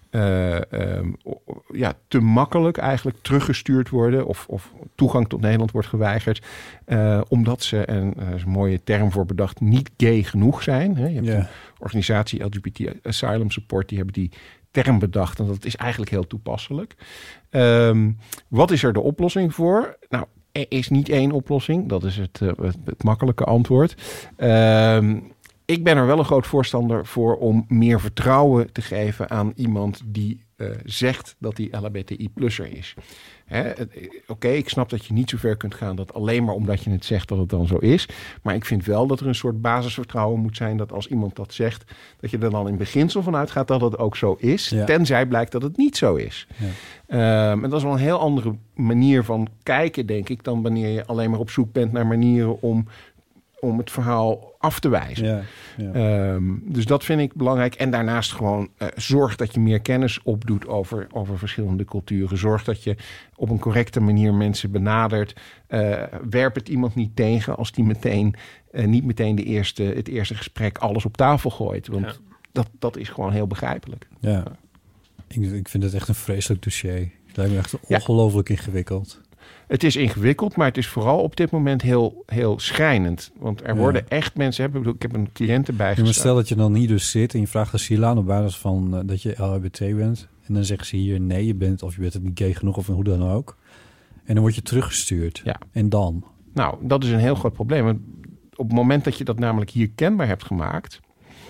te makkelijk eigenlijk teruggestuurd worden. Of toegang tot Nederland wordt geweigerd. Omdat ze, en er is een mooie term voor bedacht, niet gay genoeg zijn. Hè? Je hebt een organisatie LGBT Asylum Support, die hebben die term bedacht. En dat is eigenlijk heel toepasselijk. Wat is er de oplossing voor? Nou, er is niet één oplossing. Dat is het makkelijke antwoord. Ik ben er wel een groot voorstander voor om meer vertrouwen te geven aan iemand die zegt dat hij LHBTI+er is. Oké, ik snap dat je niet zo ver kunt gaan dat alleen maar omdat je het zegt dat het dan zo is. Maar ik vind wel dat er een soort basisvertrouwen moet zijn dat als iemand dat zegt, dat je er dan in beginsel van uitgaat dat het ook zo is. Ja. Tenzij blijkt dat het niet zo is. Ja. En dat is wel een heel andere manier van kijken, denk ik, dan wanneer je alleen maar op zoek bent naar manieren om het verhaal af te wijzen. Ja, ja. Dus dat vind ik belangrijk. En daarnaast gewoon zorg dat je meer kennis opdoet over verschillende culturen. Zorg dat je op een correcte manier mensen benadert. Werp het iemand niet tegen als die niet meteen het eerste gesprek alles op tafel gooit. Want dat is gewoon heel begrijpelijk. Ja. Ik vind het echt een vreselijk dossier. Het lijkt me echt ongelooflijk ingewikkeld. Het is ingewikkeld, maar het is vooral op dit moment heel, heel schrijnend. Want er worden echt mensen ik heb een cliënt erbij gestaan. Maar stel dat je dan hier dus zit en je vraagt asiel aan op basis van dat je LHBT bent. En dan zeggen ze hier nee, je bent het niet gay genoeg of hoe dan ook. En dan word je teruggestuurd. Ja. En dan? Nou, dat is een heel groot probleem. Want op het moment dat je dat namelijk hier kenbaar hebt gemaakt,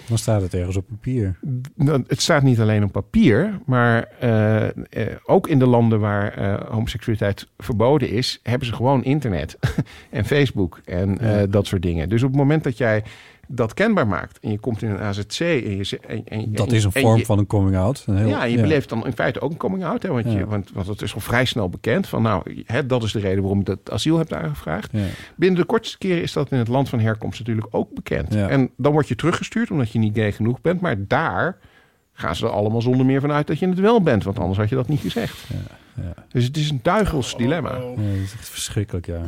Dan staat het ergens op papier. Het staat niet alleen op papier, maar ook in de landen waar homoseksualiteit verboden is, hebben ze gewoon internet en Facebook en dat soort dingen. Dus op het moment dat jij dat kenbaar maakt en je komt in een AZC dat is een vorm van een coming-out. Je beleeft dan in feite ook een coming-out. Hè, want het is al vrij snel bekend van dat is de reden waarom je dat asiel hebt aangevraagd. Ja. Binnen de kortste keren is dat in het land van herkomst natuurlijk ook bekend. Ja. En dan word je teruggestuurd omdat je niet gay genoeg bent. Maar daar gaan ze er allemaal zonder meer vanuit dat je het wel bent. Want anders had je dat niet gezegd. Ja. Dus het is een duivels dilemma. Ja, dat is echt verschrikkelijk, ja.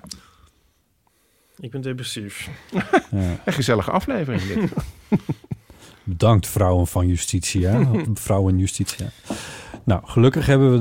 Ik ben depressief. Een gezellige aflevering dit. Bedankt, vrouwen van Justitia. Vrouwen Justitia. Nou, gelukkig hebben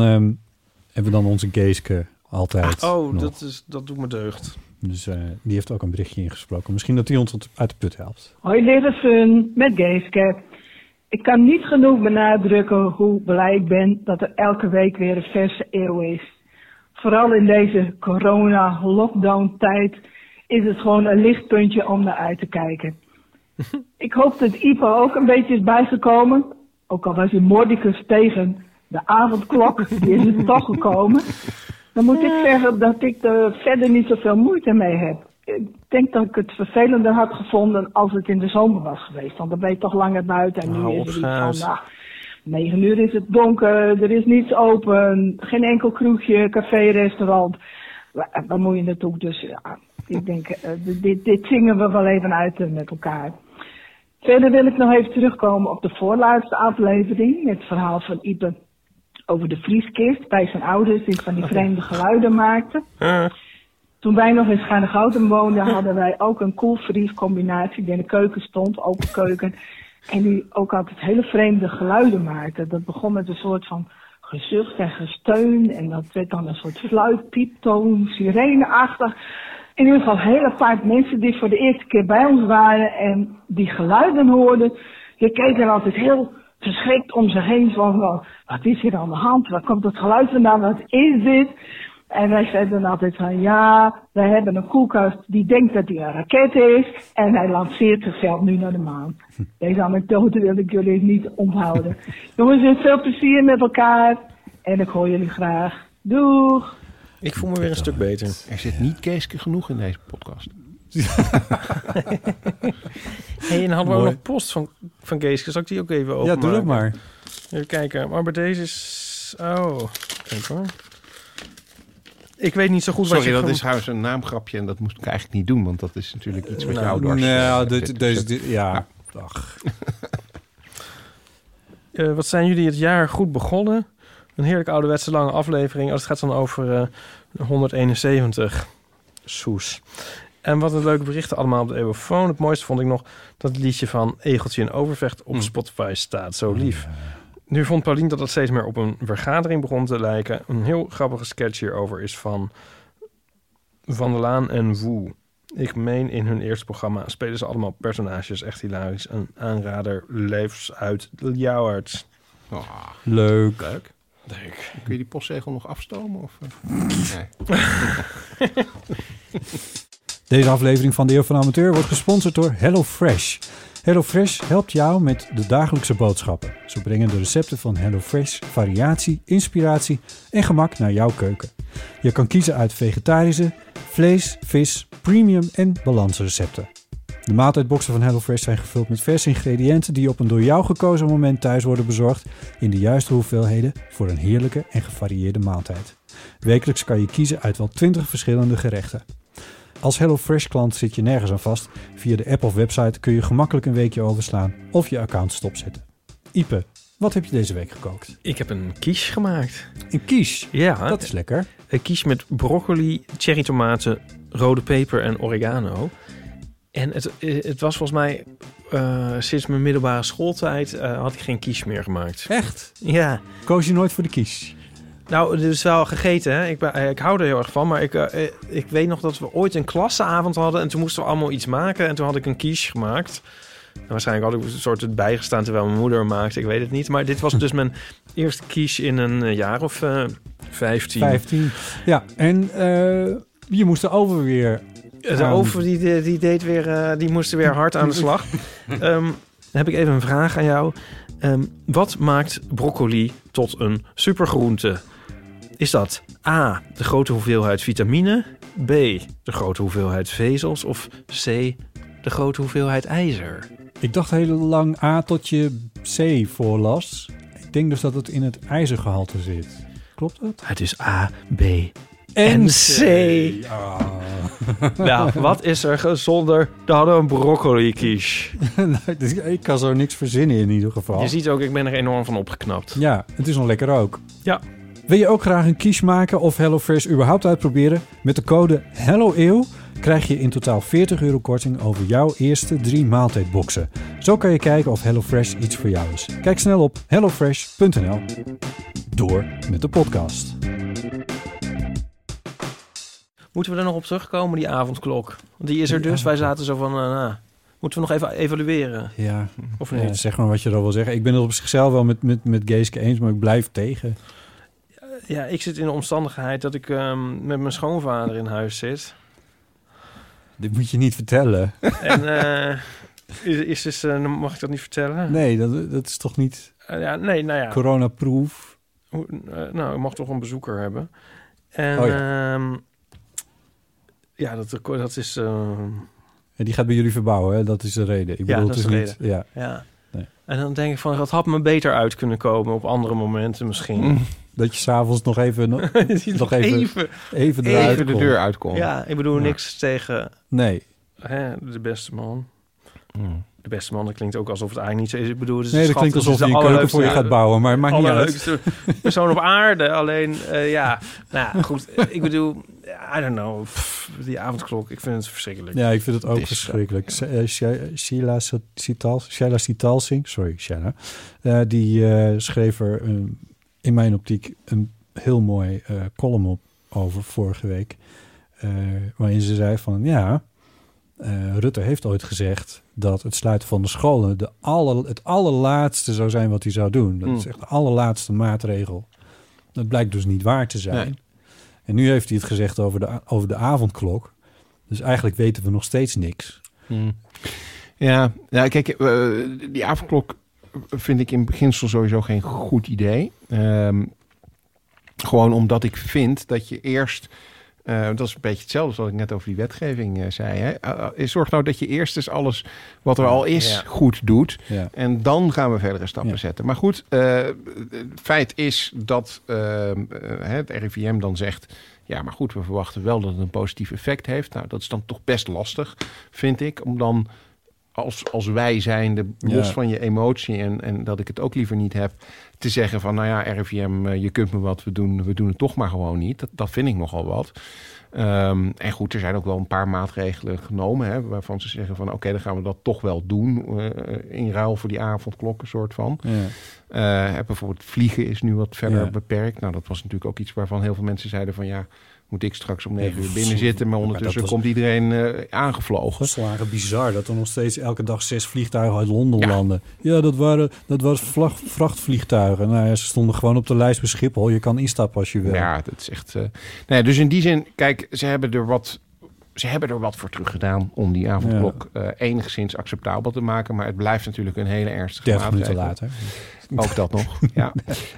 we dan onze Geeske altijd. Dat doet me deugd. Dus die heeft ook een berichtje ingesproken. Misschien dat hij ons uit de put helpt. Hoi, lieve Fun, met Geeske. Ik kan niet genoeg benadrukken hoe blij ik ben dat er elke week weer een verse eeuw is. Vooral in deze corona-lockdown-tijd is het gewoon een lichtpuntje om naar uit te kijken. Ik hoop dat Ipo ook een beetje is bijgekomen. Ook al was hij mordicus tegen de avondklok, die is er toch gekomen. Dan moet ik zeggen dat ik er verder niet zoveel moeite mee heb. Ik denk dat ik het vervelender had gevonden als het in de zomer was geweest. Want dan ben je toch langer buiten en nu is er iets van 9 uur is het donker, er is niets open, geen enkel kroegje, café, restaurant. Waar moet je naartoe? Dus ja, ik denk, dit zingen we wel even uit met elkaar. Verder wil ik nog even terugkomen op de voorlaatste aflevering. Het verhaal van Ipe over de vrieskist bij zijn ouders die van die vreemde geluiden maakten. Toen wij nog in Schaarnegouten woonden, hadden wij ook een koelvriescombinatie die in de keuken stond, open keuken. En die ook altijd hele vreemde geluiden maakte. Dat begon met een soort van gezucht en gesteun. En dat werd dan een soort fluit, pieptoon, sireneachtig. In ieder geval een hele paar mensen die voor de eerste keer bij ons waren en die geluiden hoorden. Die keken altijd heel verschrikt om zich heen van, wat is hier aan de hand? Waar komt dat geluid vandaan? Wat is dit? En wij zeiden dan altijd van, wij hebben een koelkast die denkt dat hij een raket is. En hij lanceert zichzelf nu naar de maan. Deze anekdote wil ik jullie niet onthouden. Jongens, veel plezier met elkaar. En ik hoor jullie graag. Doeg! Ik voel me weer een stuk beter. Er zit niet Geeske genoeg in deze podcast. En hadden we ook nog post van Geeske. Zal ik die ook even openmaken? Ja, doe dat maar. Even kijken. Maar bij deze is... kijk hoor. Ik weet niet zo goed wat je... Sorry, dat is trouwens een naamgrapje en dat moest ik eigenlijk niet doen, want dat is natuurlijk iets wat jou dwars. Wat zijn jullie het jaar goed begonnen? Een heerlijke ouderwetse lange aflevering. Het gaat dan over 171. Soes. En wat een leuke berichten allemaal op de eeuwenfoon. Het mooiste vond ik nog dat het liedje van Egeltje in Overvecht op Spotify staat. Zo lief. Nu vond Paulien dat het steeds meer op een vergadering begon te lijken. Een heel grappige sketch hierover is van Van der Laan en Woe. Ik meen in hun eerste programma spelen ze allemaal personages. Echt hilarisch. Een aanrader, leefs uit Ljouwert. Leuk. Kun je die postzegel nog afstomen? Of? Nee. Deze aflevering van de Eeuw van de Amateur wordt gesponsord door HelloFresh. HelloFresh helpt jou met de dagelijkse boodschappen. Zo brengen de recepten van HelloFresh variatie, inspiratie en gemak naar jouw keuken. Je kan kiezen uit vegetarische, vlees, vis, premium en balansrecepten. De maaltijdboxen van HelloFresh zijn gevuld met verse ingrediënten die op een door jou gekozen moment thuis worden bezorgd in de juiste hoeveelheden voor een heerlijke en gevarieerde maaltijd. Wekelijks kan je kiezen uit wel 20 verschillende gerechten. Als HelloFresh-klant zit je nergens aan vast. Via de app of website kun je gemakkelijk een weekje overslaan of je account stopzetten. Ipe, wat heb je deze week gekookt? Ik heb een quiche gemaakt. Een quiche? Ja. Dat is lekker. Een quiche met broccoli, cherrytomaten, rode peper en oregano. En het was volgens mij sinds mijn middelbare schooltijd had ik geen quiche meer gemaakt. Echt? Ja. Koos je nooit voor de quiche? Nou, het is wel gegeten. Hè? Ik hou er heel erg van. Maar ik weet nog dat we ooit een klassenavond hadden. En toen moesten we allemaal iets maken. En toen had ik een quiche gemaakt. En waarschijnlijk had ik een soort bijgestaan terwijl mijn moeder maakte. Ik weet het niet. Maar dit was dus mijn eerste quiche in een jaar of 15. 15. Ja, en je moest de oven weer De oven die deed weer, die moest weer hard aan de slag. Dan heb ik even een vraag aan jou. Wat maakt broccoli tot een supergroente? Is dat A, de grote hoeveelheid vitamine, B, de grote hoeveelheid vezels of C, de grote hoeveelheid ijzer? Ik dacht heel lang A tot je C voorlas. Ik denk dus dat het in het ijzergehalte zit. Klopt dat? Het is A, B en C. Nou, wat is er gezonder dan een broccoli-quiche? Ik kan zo niks verzinnen in ieder geval. Je ziet ook, ik ben er enorm van opgeknapt. Ja, het is nog lekker ook. Ja. Wil je ook graag een quiche maken of HelloFresh überhaupt uitproberen? Met de code HelloEeuw krijg je in totaal €40 korting over jouw eerste 3 maaltijdboxen. Zo kan je kijken of HelloFresh iets voor jou is. Kijk snel op hellofresh.nl. Door met de podcast. Moeten we er nog op terugkomen, die avondklok? Want die is er dus. Wij zaten zo van, moeten we nog even evalueren? Ja, of niet? Ja, zeg maar wat je er wil zeggen. Ik ben het op zichzelf wel met Geeske eens, maar ik blijf tegen. Ja, ik zit in de omstandigheid dat ik met mijn schoonvader in huis zit. Dit moet je niet vertellen. En mag ik dat niet vertellen? Nee, dat is toch niet corona-proof? Nou, ik mag toch een bezoeker hebben. En dat is... Die gaat bij jullie verbouwen, hè? Dat is de reden. Ik bedoel, dat is de reden. Niet, ja. Nee. En dan denk ik van, dat had me beter uit kunnen komen op andere momenten misschien. Dat je s'avonds nog even even de deur uitkomt. Ja, ik bedoel niks tegen de beste man. De beste man, dat klinkt ook alsof het eigenlijk niet zo is. Ik bedoor, dat klinkt alsof je een keuken voor je gaat bouwen, maar het maakt niet uit. Persoon op aarde, alleen, goed. Ik bedoel, I don't know, die avondklok, ik vind het verschrikkelijk. Ja, ik vind het ook verschrikkelijk. Sheila Sitalsing, sorry, Sheila, die schreef er in mijn optiek een heel mooi column op over vorige week, waarin ze zei van, Rutte heeft ooit gezegd dat het sluiten van de scholen het allerlaatste zou zijn wat hij zou doen. Dat is echt de allerlaatste maatregel. Dat blijkt dus niet waar te zijn. Nee. En nu heeft hij het gezegd over de avondklok. Dus eigenlijk weten we nog steeds niks. Ja, kijk, die avondklok vind ik in beginsel sowieso geen goed idee. Gewoon omdat ik vind dat je eerst... dat is een beetje hetzelfde als wat ik net over die wetgeving zei. Hè? Zorg nou dat je eerst eens alles wat er al is goed doet. Ja. En dan gaan we verdere stappen zetten. Maar goed, feit is dat het RIVM dan zegt... Ja, maar goed, we verwachten wel dat het een positief effect heeft. Nou, dat is dan toch best lastig, vind ik. Om dan als wij zijnde, los van je emotie... En dat ik het ook liever niet heb... te zeggen van, nou ja, RIVM, je kunt me wat, we doen het toch maar gewoon niet. Dat vind ik nogal wat. En goed, er zijn ook wel een paar maatregelen genomen... Hè, waarvan ze zeggen van, oké, dan gaan we dat toch wel doen... in ruil voor die avondklok, een soort van. Ja. Bijvoorbeeld vliegen is nu wat verder beperkt. Nou, dat was natuurlijk ook iets waarvan heel veel mensen zeiden van... ja, moet ik straks om 9 uur binnen zitten... maar ondertussen komt iedereen aangevlogen. Slagen bizar dat er nog steeds elke dag 6 vliegtuigen uit Londen landen. Ja, dat was vrachtvliegtuigen. Nou ja, ze stonden gewoon op de lijst bij Schiphol. Je kan instappen als je wil. Ja, dat is echt... dus in die zin, kijk, ze hebben er wat voor teruggedaan... om die avondklok enigszins acceptabel te maken. Maar het blijft natuurlijk een hele ernstige 30 minuten later. Ook dat nog, ja.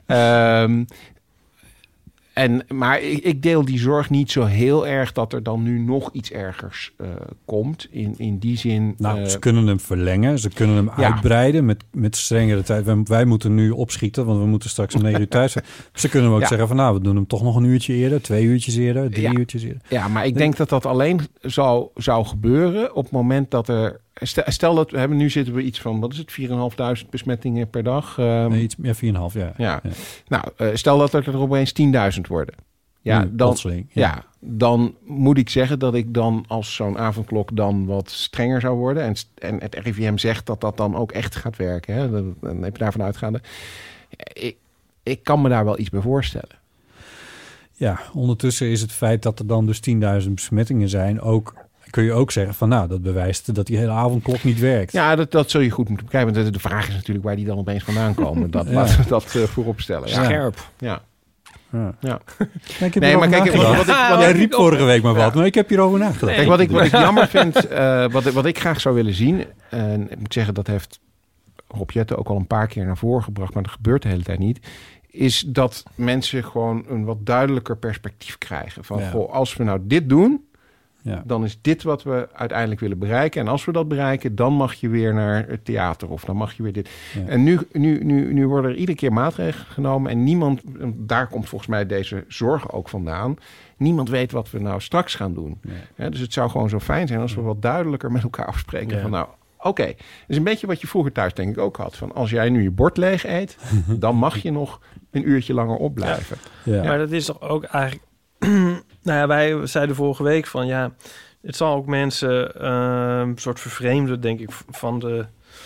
Maar ik deel die zorg niet zo heel erg dat er dan nu nog iets ergers komt. In die zin... Nou, ze kunnen hem verlengen. Ze kunnen hem uitbreiden met strengere tijd. Wij moeten nu opschieten, want we moeten straks om 9 uur thuis zijn. Ze kunnen hem ook zeggen van, nou, we doen hem toch nog een uurtje eerder, 2 uurtjes eerder, 3 uurtjes eerder. Ja, maar ik denk dat alleen zou gebeuren op het moment dat er... Stel dat we hebben, nu zitten we iets van, wat is het, 4.500 besmettingen per dag? Nee, iets meer 4.500, ja. Nou, stel dat er opeens 10.000 worden. Ja, dan moet ik zeggen dat ik dan als zo'n avondklok dan wat strenger zou worden. En het RIVM zegt dat dat dan ook echt gaat werken. Hè? Dan heb je daarvan uitgaande. Ik kan me daar wel iets bij voorstellen. Ja, ondertussen is het feit dat er dan dus 10.000 besmettingen zijn ook... Kun je ook zeggen van, nou, dat bewijst dat die hele avondklok niet werkt. Ja, dat zul je goed moeten bekijken. Want de vraag is natuurlijk waar die dan opeens vandaan komen. Laten we dat voorop stellen. Scherp. Ja. Ja. Nee, ik heb hierover nagedacht. Jij riep vorige week maar wat, maar ik heb hierover nagedacht. Kijk, wat ik jammer vind, wat ik graag zou willen zien... en ik moet zeggen, dat heeft Rob Jetten ook al een paar keer naar voren gebracht... maar dat gebeurt de hele tijd niet... is dat mensen gewoon een wat duidelijker perspectief krijgen. Van, goh, als we nou dit doen... dan is dit wat we uiteindelijk willen bereiken. En als we dat bereiken, dan mag je weer naar het theater. Of dan mag je weer dit. Ja. En nu worden er iedere keer maatregelen genomen. En niemand, daar komt volgens mij deze zorg ook vandaan. Niemand weet wat we nou straks gaan doen. Ja. Ja, dus het zou gewoon zo fijn zijn als we wat duidelijker met elkaar afspreken. Van nou, oké. Dat is een beetje wat je vroeger thuis denk ik ook had. Van als jij nu je bord leeg eet, dan mag je nog een uurtje langer opblijven. Ja. Maar dat is toch ook eigenlijk... Nou ja, wij zeiden vorige week van ja, het zal ook mensen een soort vervreemden, denk ik, van de...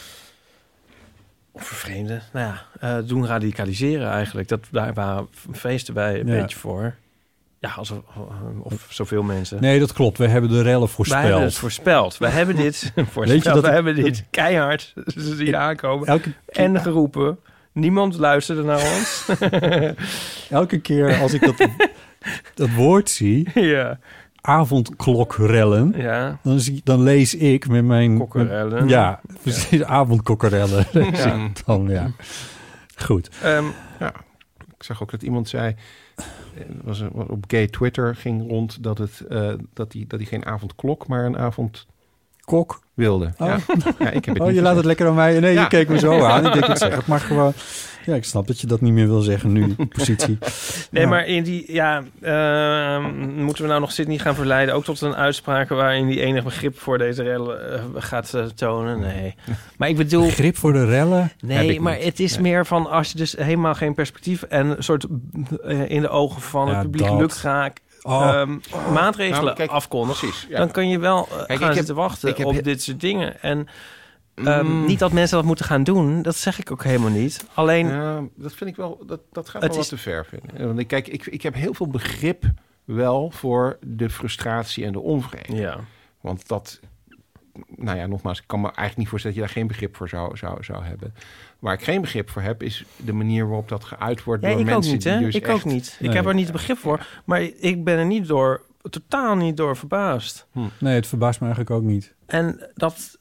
Of vervreemden, nou ja, doen radicaliseren eigenlijk. Daar waren feesten bij een beetje voor. Ja, of zoveel mensen. Nee, dat klopt. We hebben de rellen voorspeld. Wij hebben het voorspeld. We hebben dit voorspeld. Weet je dat we hebben dit keihard zien aankomen. En geroepen. Niemand luisterde naar ons. Elke keer als ik dat woord zie... avondklokrellen... Dan lees ik met mijn... Kokkerellen. Ja, precies, avondkokkerellen. Dan. Goed. Ik zag ook dat iemand zei... op gay Twitter ging rond dat hij geen avondklok, maar een avondkok wilde. Oh. Ja, ik heb het je laat het lekker aan mij. Nee, je keek me zo aan. Ik denk, ik zeg het maar gewoon. Ja, ik snap dat je dat niet meer wil zeggen nu, positie. Nee, maar in die... moeten we nou nog Sydney gaan verleiden... ook tot een uitspraak waarin die enig begrip voor deze rellen gaat tonen? Nee. Maar ik bedoel... Begrip voor de rellen? Nee, maar het is meer van... als je dus helemaal geen perspectief... en een soort in de ogen van het publiek lukraak... maatregelen afkondigt... dan kun je wel gaan zitten wachten op dit soort dingen. En... niet dat mensen dat moeten gaan doen, dat zeg ik ook helemaal niet. Alleen... dat vind ik wel, dat gaat wel wat te ver vinden. Want ik heb heel veel begrip wel voor de frustratie en de onvrede. Ja. Want dat... Nou ja, nogmaals, ik kan me eigenlijk niet voorstellen dat je daar geen begrip voor zou hebben. Waar ik geen begrip voor heb, is de manier waarop dat geuit wordt door mensen die dus ik ook niet. Nee. Ik heb er niet begrip voor, maar ik ben er totaal niet door verbaasd. Nee, het verbaast me eigenlijk ook niet. En dat,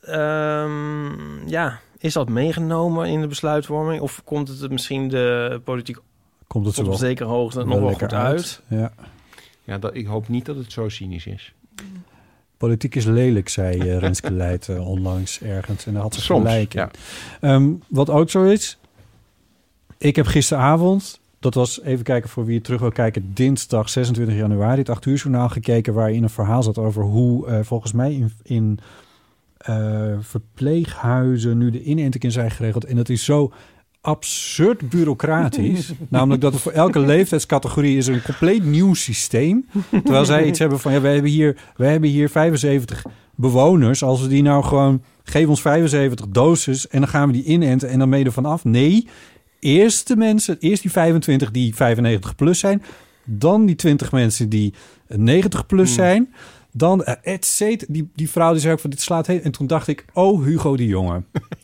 is dat meegenomen in de besluitvorming? Of komt het misschien de politiek op een zekere hoogte nog wel goed uit? Ja, ik hoop niet dat het zo cynisch is. Politiek is lelijk, zei Renske Leijten onlangs ergens. En daar had ze gelijk in. Ja. Wat ook zo is, ik heb gisteravond... Dat was, even kijken voor wie het terug wil kijken... dinsdag 26 januari, het 8 uur journaal gekeken... waarin een verhaal zat over hoe volgens mij in verpleeghuizen... nu de inentingen zijn geregeld. En dat is zo absurd bureaucratisch. Namelijk dat er voor elke leeftijdscategorie... is een compleet nieuw systeem. Terwijl zij iets hebben van... ja, we hebben hier 75 bewoners. Als we die nou gewoon... geef ons 75 doses en dan gaan we die inenten... en dan ben je er vanaf. Nee... Eerst die 25 die 95 plus zijn. Dan die 20 mensen die 90 plus zijn. Dan die vrouw die zei ook van dit slaat heen. En toen dacht ik, oh Hugo de Jonge.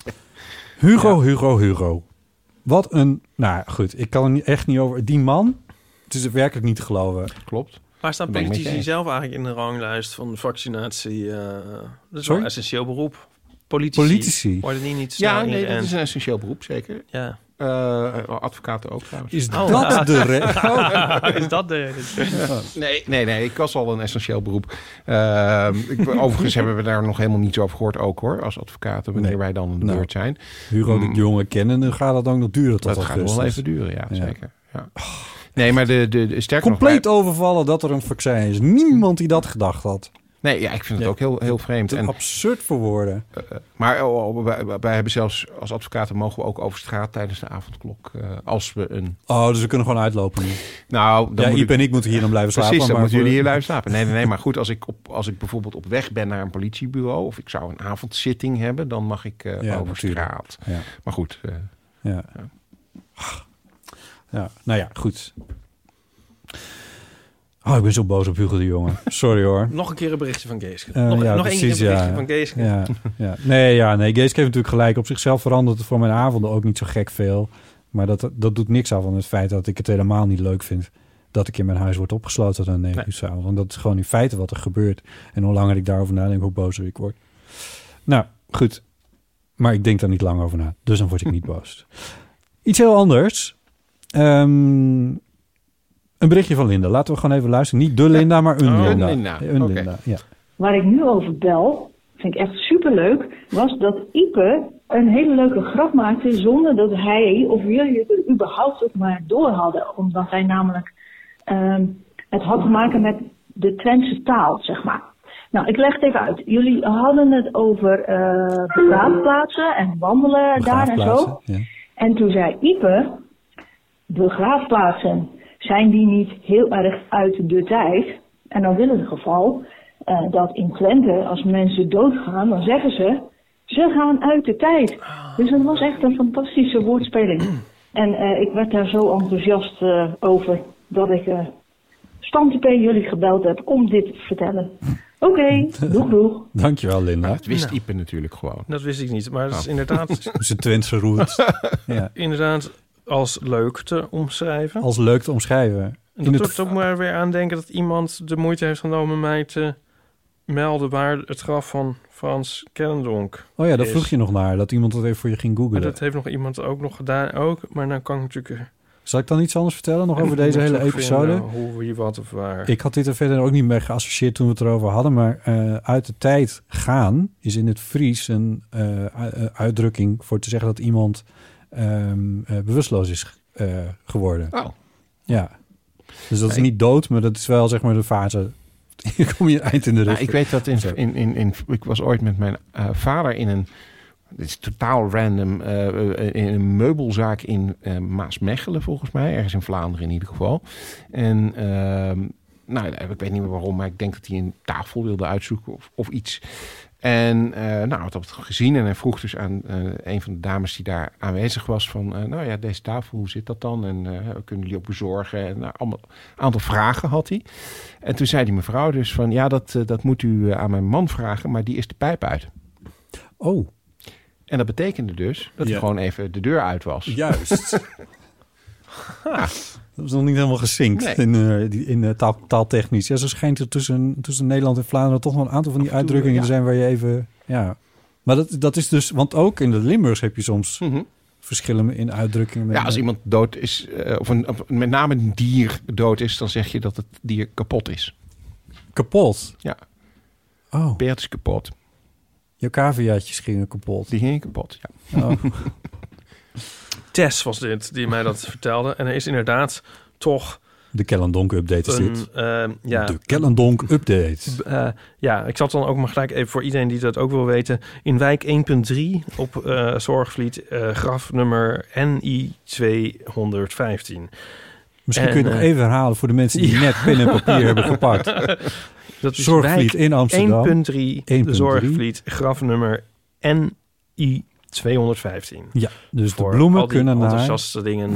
Hugo. Wat een... Nou goed, ik kan er echt niet over... Die man, het is werkelijk niet te geloven. Klopt. Waar staan politici zelf eigenlijk in de ranglijst van de vaccinatie? Dat is wel een essentieel beroep. Politici. Worden die niet snel dat is een essentieel beroep, zeker. Ja. Advocaten ook trouwens. Is dat de reden? Is dat de reden? Nee. Ik was al een essentieel beroep. Overigens hebben we daar nog helemaal niets over gehoord ook hoor. Als advocaten, wanneer wij dan aan de beurt zijn. Hugo de Jonge kennen, dan gaat dat ook nog duren. Dat gaat nog wel even duren, ja. Zeker. Ja. Nee, maar de sterker compleet overvallen dat er een vaccin is. Niemand die dat gedacht had. Nee, ja, ik vind het ook heel vreemd. En absurd voor woorden. Maar wij hebben zelfs als advocaten mogen we ook over straat tijdens de avondklok. Als we een... Oh, dus we kunnen gewoon uitlopen nu. Nou, dan Iep en ik moeten hier dan blijven slapen. Precies, dan moeten jullie hier blijven slapen. Nee, maar goed, als ik bijvoorbeeld op weg ben naar een politiebureau... of ik zou een avondzitting hebben, dan mag ik over straat. Ja. Maar goed. Ja, nou ja, goed. Oh, ik ben zo boos op Hugo de Jonge. Sorry hoor. Nog een keer een berichtje van Geeske. Nog één keer een berichtje van Geeske. Ja. Nee, Geeske heeft natuurlijk gelijk. Op zichzelf verandert het voor mijn avonden ook niet zo gek veel. Maar dat doet niks af van het feit dat ik het helemaal niet leuk vind. dat ik in mijn huis word opgesloten dan 9 uur 's avonds. Want dat is gewoon in feite wat er gebeurt. En hoe langer ik daarover nadenk, hoe bozer ik word. Nou, goed. Maar ik denk daar niet lang over na. Dus dan word ik niet boos. Iets heel anders. Een berichtje van Linda. Laten we gewoon even luisteren. Niet de Linda, maar een Linda. Een Okay. Linda, ja. Waar ik nu over bel, vind ik echt superleuk, was dat Ipe een hele leuke grap maakte zonder dat hij of jullie het er überhaupt ook maar door hadden. Omdat hij namelijk het had te maken met de Twentse taal, zeg maar. Nou, ik leg het even uit. Jullie hadden het over begraafplaatsen en wandelen daar en zo. Ja. En toen zei Ipe, begraafplaatsen, zijn die niet heel erg uit de tijd? En dan wil het geval dat in Twente, als mensen doodgaan, dan zeggen ze gaan uit de tijd. Dus dat was echt een fantastische woordspeling. En ik werd daar zo enthousiast over dat ik Tante P jullie gebeld heb om dit te vertellen. Oké, doeg. Dankjewel, Linda. Dat wist Ipe natuurlijk gewoon. Dat wist ik niet, maar dat is inderdaad... Zijn Twentse roots. Ja. Inderdaad als leuk te omschrijven. Als leuk te omschrijven. En dat doet ook maar weer aan denken dat iemand de moeite heeft genomen mij te melden waar het graf van Frans Kellendonk Oh ja, daar is. vroeg je nog naar. Dat iemand dat even voor je ging googlen. Maar dat heeft nog iemand ook nog gedaan ook. Maar dan kan ik natuurlijk... Zal ik dan iets anders vertellen nog over deze hele episode? Hoe, wie, wat of waar. Ik had dit er verder ook niet mee geassocieerd toen we het erover hadden. Maar uit de tijd gaan is in het Fries een uitdrukking voor te zeggen dat iemand bewusteloos is geworden. Oh. Ja. Dus dat is niet dood, maar dat is wel zeg maar de fase. Kom je eind in de rug. Ik weet dat ik was ooit met mijn vader in een... Dit is totaal random. In een meubelzaak in Maasmechelen, volgens mij. Ergens in Vlaanderen in ieder geval. En ik weet niet meer waarom, maar ik denk dat hij een tafel wilde uitzoeken of iets. En had dat gezien en hij vroeg dus aan een van de dames die daar aanwezig was van... deze tafel, hoe zit dat dan? En kunnen jullie ook bezorgen? En allemaal een aantal vragen had hij. En toen zei die mevrouw dus van... Ja, dat moet u aan mijn man vragen, maar die is de pijp uit. Oh. En dat betekende dus dat hij gewoon even de deur uit was. Juist. Dat was nog niet helemaal gezinkt in taaltechnisch. Ja, zo schijnt er tussen Nederland en Vlaanderen toch wel een aantal van die uitdrukkingen te zijn waar je even... Ja. Maar dat is dus... Want ook in de Limburgs heb je soms verschillen in uitdrukkingen. Ja, als iemand dood is, of met name een dier dood is, dan zeg je dat het dier kapot is. Kapot? Ja. Oh. Beert is kapot. Je caviaatjes gingen kapot. Die gingen kapot, ja. Oh. Tess was dit, die mij dat vertelde. En er is inderdaad toch... De Kellendonk-update is dit. De Kellendonk-update. Ik zat dan ook maar gelijk even voor iedereen die dat ook wil weten. In wijk 1.3 op Zorgvliet, grafnummer NI 215. Misschien kun je het nog even herhalen voor de mensen die net pen en papier hebben gepakt. Dat is Zorgvliet in Amsterdam. 1.3, de Zorgvliet, grafnummer NI 215. Ja, dus voor de bloemen al die kunnen naar... enthousiaste dingen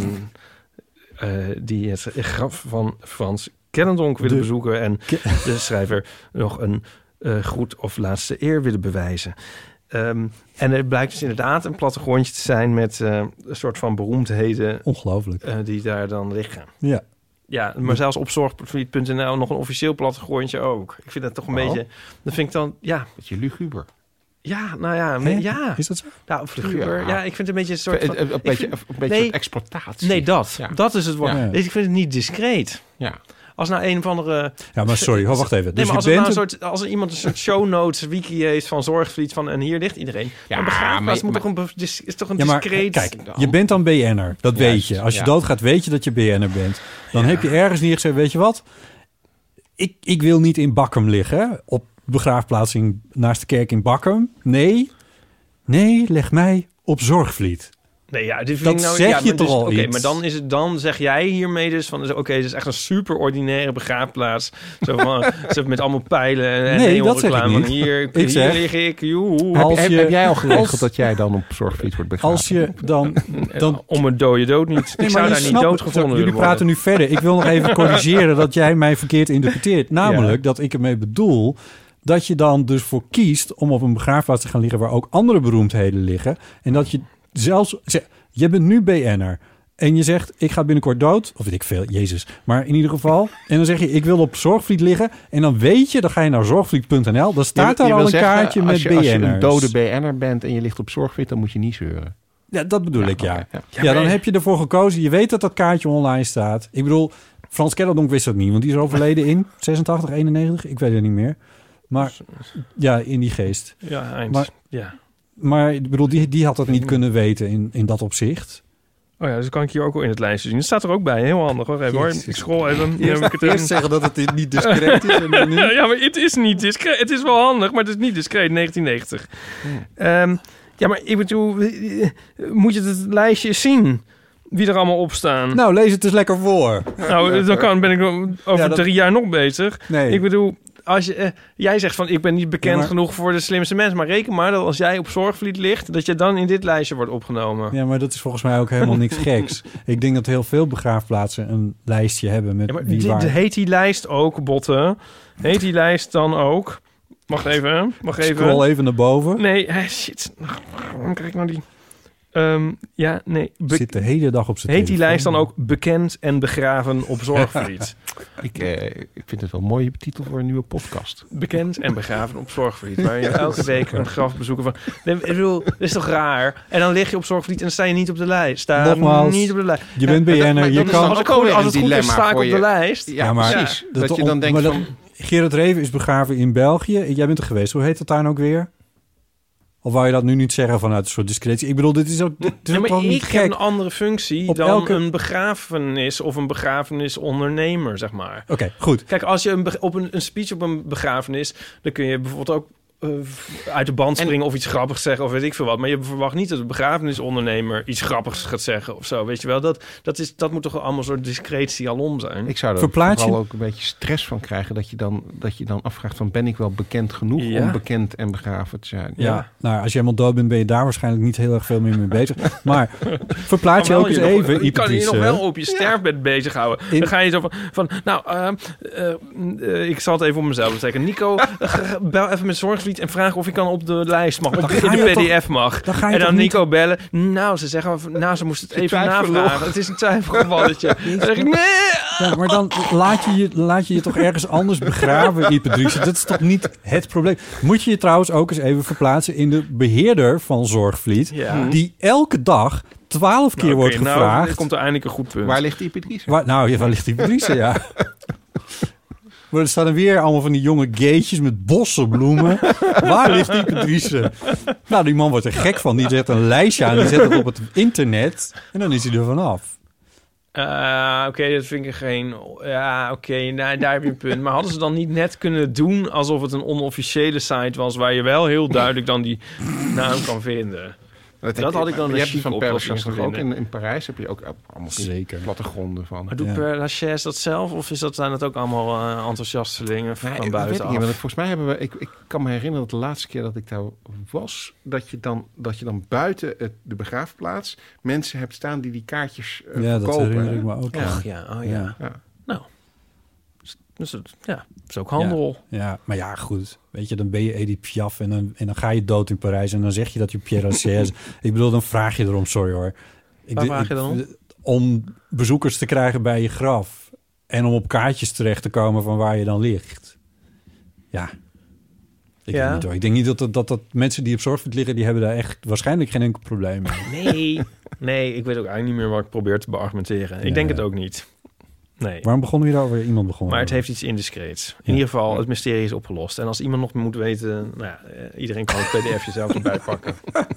die het graf van Frans Kellendonk willen bezoeken en de schrijver nog een groet of laatste eer willen bewijzen. En er blijkt dus inderdaad een plattegrondje te zijn met een soort van beroemdheden. Ongelooflijk. Die daar dan liggen. Ja. Ja, maar zelfs op zorgvliet.nl nog een officieel plattegrondje ook. Ik vind dat toch een beetje... Dat vind ik dan, ja... Beetje luguber. Ja, nou ja. Ja. Is dat zo? Nou, luguber. Ja, ik vind het een beetje een soort van... Een beetje exploitatie. Nee, dat. Ja. Dat is het woord. Ja. Ik vind het niet discreet. Ja. Als nou een of andere... Ja, maar sorry, wacht even. Dus nee, maar als er iemand een soort show notes wiki heeft van Zorgvliet van en hier ligt iedereen. Ja, een begraafplaats moet toch een discreet... Kijk, je bent dan BN'er. Dat weet je. Als je doodgaat, weet je dat je BN'er bent. Dan heb je ergens neergezet, weet je wat? Ik wil niet in Bakkum liggen. Op begraafplaats naast de kerk in Bakkum. Nee, leg mij op Zorgvliet. Nee, ja, dit dat nou, zeg je toch dus, al iets. Maar dan zeg jij hiermee dus van... Oké, dit is echt een super ordinaire begraafplaats. Zo van, met allemaal pijlen en nee, dat zeg ik niet. Hier lig ik. Heb jij al geregeld dat jij dan op Zorgvliet wordt begraven? Als je dan om een dode dood niet. Ik zou daar niet dood gevonden Jullie praten nu verder. Ik wil nog even corrigeren dat jij mij verkeerd interpreteert. Namelijk dat ik ermee bedoel... dat je dan dus voor kiest om op een begraafplaats te gaan liggen... waar ook andere beroemdheden liggen. En dat je zelfs... Je bent nu BN'er. en je zegt, ik ga binnenkort dood. Of weet ik veel, Jezus. Maar in ieder geval. En dan zeg je, ik wil op Zorgvliet liggen. En dan weet je, dan ga je naar zorgvliet.nl. Dan staat daar al een kaartje met BN'ers. Als je een dode BN'er bent en je ligt op Zorgvliet, dan moet je niet zeuren. Ja, dat bedoel ik, ja. Okay, Ja, dan heb je ervoor gekozen. Je weet dat dat kaartje online staat. Ik bedoel, Frans Ketterdonk wist dat niet. Want die is overleden in 86, 91. Ik weet het niet meer. Maar ja, in die geest. Ja, eind. Maar ik bedoel, die had dat niet kunnen weten in dat opzicht. Oh ja, dus kan ik hier ook wel in het lijstje zien. Het staat er ook bij. Heel handig. Hoor. Even, hoor. Ik scroll even. Eerst zeggen dat het niet discreet is. En nu... Ja, maar het is niet discreet. Het is wel handig, maar het is niet discreet. 1990. Ja, maar ik bedoel, moet je het lijstje eens zien? Wie er allemaal op staan. Nou, lees het dus lekker voor. Nou, dan ben ik over 3 jaar nog bezig. Nee. Ik bedoel, als je, jij zegt van, ik ben niet bekend genoeg voor de slimste mensen. Maar reken maar dat als jij op Zorgvliet ligt, dat je dan in dit lijstje wordt opgenomen. Ja, maar dat is volgens mij ook helemaal niks geks. Ik denk dat heel veel begraafplaatsen een lijstje hebben met wie waar. Heet die lijst ook, Botte? Heet die lijst dan ook... Wacht even. Scroll even naar boven. Nee, shit. Waarom krijg ik nou die... ja, nee. Zit de hele dag op zijn Heet die lijst dan ook bekend en begraven op Zorgvliet? Ik vind het wel een mooie titel voor een nieuwe podcast. Bekend en begraven op Zorgvliet. Waar je elke week een graf bezoeken van... Ik bedoel, dat is toch raar? En dan lig je op Zorgvliet en dan sta je niet op de lijst. Nogmaals, niet op de lijst. Je bent BN'er, je kan... Als het goed is, sta ik op de lijst. Ja, precies. Ja, dat je dan denkt van... Gerard Reven is begraven in België. Jij bent er geweest. Hoe heet dat daar nou ook weer? Of wou je dat nu niet zeggen vanuit een soort discretie? Ik bedoel, dit is ook maar niet ik gek. heb een andere functie dan een begrafenis of een begrafenisondernemer, zeg maar. Oké, goed. Kijk, als je op een speech op een begrafenis, dan kun je bijvoorbeeld ook uit de band springen of iets grappigs zeggen of weet ik veel wat. Maar je verwacht niet dat de begrafenisondernemer iets grappigs gaat zeggen of zo. Weet je wel, dat moet toch allemaal een soort discreet sialom zijn. Ik zou er vooral ook een beetje stress van krijgen dat je dan afvraagt van, ben ik wel bekend genoeg om bekend en begraven te zijn? Ja. Nou, als je helemaal dood bent, ben je daar waarschijnlijk niet heel erg veel meer mee bezig. Maar verplaats je ook eens even. Je kan je nog wel op je sterfbed bezighouden. Dan ga je zo van ik zal het even op mezelf betekenen. Nico, bel even met Zorgvliet en vragen of ik kan op de lijst mag, of in de PDF mag. En dan Nico bellen. Nou, ze zeggen, ze moest het even navragen. Het is een twijfelgevalletje. Dan zeg ik, nee. Ja, maar dan laat je toch ergens anders begraven, Ipe Driessen. Dat is toch niet het probleem. Moet je trouwens ook eens even verplaatsen in de beheerder van Zorgvliet, die elke dag 12 keer wordt gevraagd. Nou, er komt er eindelijk een goed punt. Waar ligt Ipe Driessen? Waar ligt Ipe Driessen, ja. Maar er staan er weer allemaal van die jonge geetjes met bossen bloemen. Waar ligt Ipe Driessen? Nou, die man wordt er gek van. Die zet een lijstje aan, die zet het op het internet en dan is hij er vanaf. Oké, dat vind ik geen... Ja, oké, nou, daar heb je een punt. Maar hadden ze dan niet net kunnen doen alsof het een onofficiële site was, waar je wel heel duidelijk dan die naam kan vinden? Dat had ik dan een chique oplossing gevonden. Ook in Parijs heb je ook allemaal plattegronden van. Maar doet Père Lachaise dat zelf? Of zijn dat ook allemaal enthousiastelingen van buitenaf? Volgens mij hebben we... Ik kan me herinneren dat de laatste keer dat ik daar was, dat je dan buiten de begraafplaats mensen hebt staan die kaartjes verkopen. Dat herinner ik me ook. Ja. Nou, dus dat is ook handel. Ja, maar ja, goed. Weet je, dan ben je Edith Piaf en dan ga je dood in Parijs en dan zeg je dat je Pierre Lachaise... Ik bedoel, dan vraag je erom, sorry hoor. Waar vraag je dan om? Om bezoekers te krijgen bij je graf. En om op kaartjes terecht te komen van waar je dan ligt. Ja. Ik denk niet dat mensen die op Zorgvliet liggen, die hebben daar echt waarschijnlijk geen enkel probleem mee. Nee, ik weet ook eigenlijk niet meer wat ik probeer te beargumenteren. Ik denk het ook niet. Nee. Waarom begonnen we hierover? Iemand begon. Maar het heeft iets indiscreets. In ieder geval, het mysterie is opgelost. En als iemand nog moet weten, iedereen kan het pdf'je zelf erbij pakken.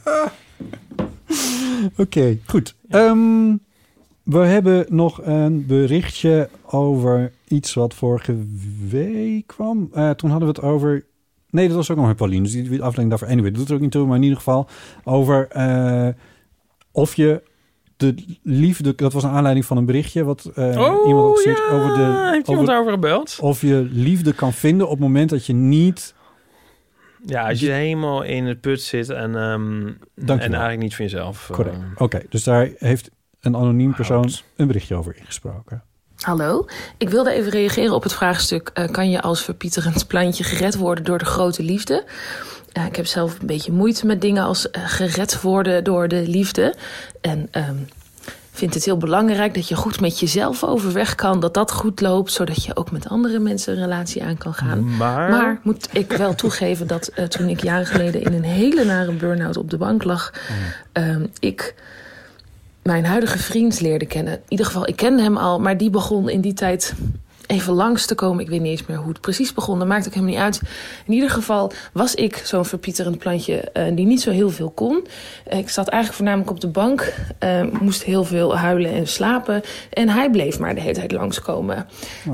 Oké, goed. We hebben nog een berichtje over iets wat vorige week kwam. Toen hadden we het over... Nee, dat was ook nog met Pauline. Dus die aflevering daarvoor... Anyway, dat doet er ook niet toe. Maar in ieder geval over of je... De liefde, dat was een aanleiding van een berichtje wat iemand had gestuurd over de. Heeft iemand daarover gebeld? Of je liefde kan vinden op het moment dat je niet. Ja, als je helemaal in het put zit en eigenlijk niet van jezelf. Correct. Oké, dus daar heeft een anoniem persoon een berichtje over ingesproken. Hallo, ik wilde even reageren op het vraagstuk: kan je als verpieterend plantje gered worden door de grote liefde? Ik heb zelf een beetje moeite met dingen als gered worden door de liefde. En vind het heel belangrijk dat je goed met jezelf overweg kan. Dat goed loopt, zodat je ook met andere mensen een relatie aan kan gaan. Maar moet ik wel toegeven dat toen ik jaren geleden in een hele nare burn-out op de bank lag, ik mijn huidige vriend leerde kennen. In ieder geval, ik kende hem al, maar die begon in die tijd even langs te komen. Ik weet niet eens meer hoe het precies begon. Dat maakt ook helemaal niet uit. In ieder geval was ik zo'n verpieterend plantje die niet zo heel veel kon. Ik zat eigenlijk voornamelijk op de bank. Moest heel veel huilen en slapen. En hij bleef maar de hele tijd langskomen.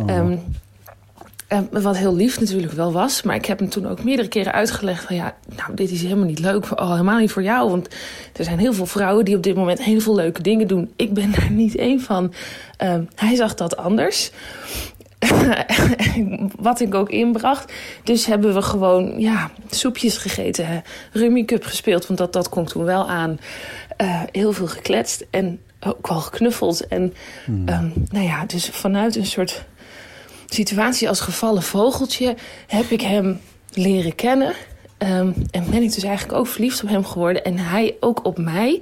Wat heel lief natuurlijk wel was. Maar ik heb hem toen ook meerdere keren uitgelegd van dit is helemaal niet leuk. Helemaal niet voor jou. Want er zijn heel veel vrouwen die op dit moment heel veel leuke dingen doen. Ik ben daar niet één van. Hij zag dat anders. Wat ik ook inbracht. Dus hebben we gewoon soepjes gegeten. Rummy Cup gespeeld, want dat kon toen wel aan. Heel veel gekletst en ook wel geknuffeld. En dus vanuit een soort situatie als gevallen vogeltje heb ik hem leren kennen. En ben ik dus eigenlijk ook verliefd op hem geworden. En hij ook op mij.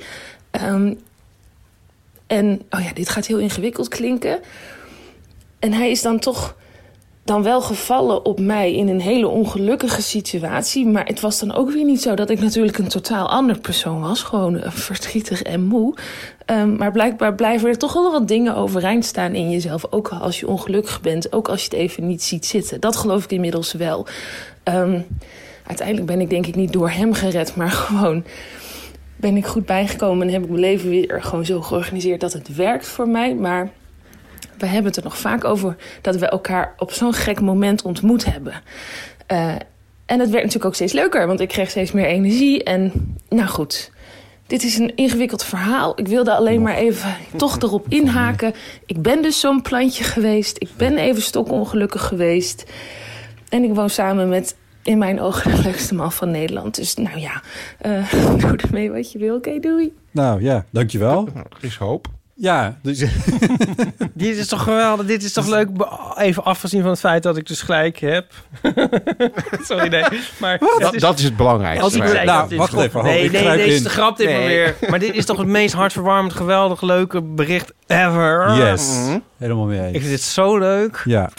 Dit gaat heel ingewikkeld klinken. En hij is dan toch wel gevallen op mij in een hele ongelukkige situatie. Maar het was dan ook weer niet zo dat ik natuurlijk een totaal ander persoon was. Gewoon verdrietig en moe. Maar blijkbaar blijven er toch wel wat dingen overeind staan in jezelf. Ook als je ongelukkig bent. Ook als je het even niet ziet zitten. Dat geloof ik inmiddels wel. Uiteindelijk ben ik denk ik niet door hem gered. Maar gewoon ben ik goed bijgekomen. En heb ik mijn leven weer gewoon zo georganiseerd dat het werkt voor mij. Maar we hebben het er nog vaak over dat we elkaar op zo'n gek moment ontmoet hebben. En het werd natuurlijk ook steeds leuker, want ik kreeg steeds meer energie. En nou goed, dit is een ingewikkeld verhaal. Ik wilde alleen maar even toch erop inhaken. Ik ben dus zo'n plantje geweest. Ik ben even stokongelukkig geweest. En ik woon samen met, in mijn ogen, de leukste man van Nederland. Dus doe ermee wat je wil. Oké, doei. Nou ja, dankjewel. Er is hoop. Ja, dus dit is toch geweldig. Dit is toch leuk. Even afgezien van het feit dat ik dus gelijk heb. Sorry, nee. Maar dat is het belangrijkste. Als ik zei wacht even. Nee, deze is de grap dit maar weer. Maar dit is toch het meest hartverwarmend, geweldig, leuke bericht ever. Yes. Helemaal mee eens. Ik vind dit zo leuk. Ja.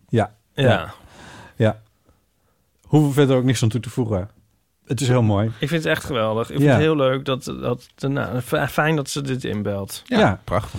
Hoeven we verder ook niks aan toe te voegen. Het is heel mooi. Ik vind het echt geweldig. Ik vind het heel leuk fijn dat ze dit inbelt. Ja, prachtig.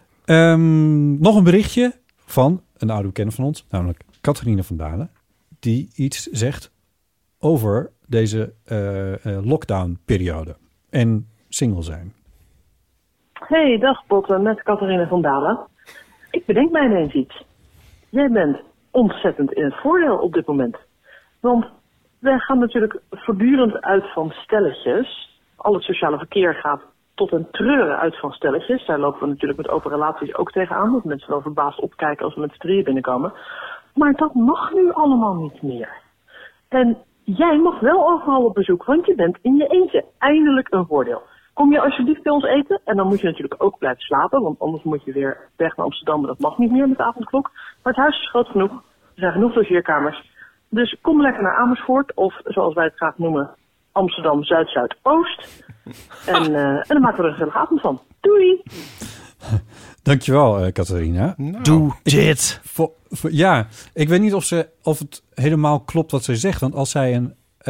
Nog een berichtje van een oude bekende van ons, namelijk Catharine van Dalen, die iets zegt over deze lockdown-periode en single zijn. Hey, dag Botte, met Catharine van Dalen. Ik bedenk mij ineens iets. Jij bent ontzettend in het voordeel op dit moment. Want wij gaan natuurlijk voortdurend uit van stelletjes. Al het sociale verkeer gaat tot een treuren uit van stelletjes. Daar lopen we natuurlijk met open relaties ook tegenaan. Dat mensen wel verbaasd opkijken als we met z'n drieën binnenkomen. Maar dat mag nu allemaal niet meer. En jij mag wel overal op bezoek, want je bent in je eentje. Eindelijk een voordeel. Kom je alsjeblieft bij ons eten? En dan moet je natuurlijk ook blijven slapen. Want anders moet je weer weg naar Amsterdam. Maar dat mag niet meer met de avondklok. Maar het huis is groot genoeg. Er zijn genoeg logeerkamers. Dus kom lekker naar Amersfoort, of zoals wij het graag noemen, Amsterdam Zuid-Zuidoost. En dan maken we er een gezellige avond van. Doei! Dankjewel, Catharina. Nou, doe dit! Ja, ik weet niet of het helemaal klopt wat zij zegt. Want als zij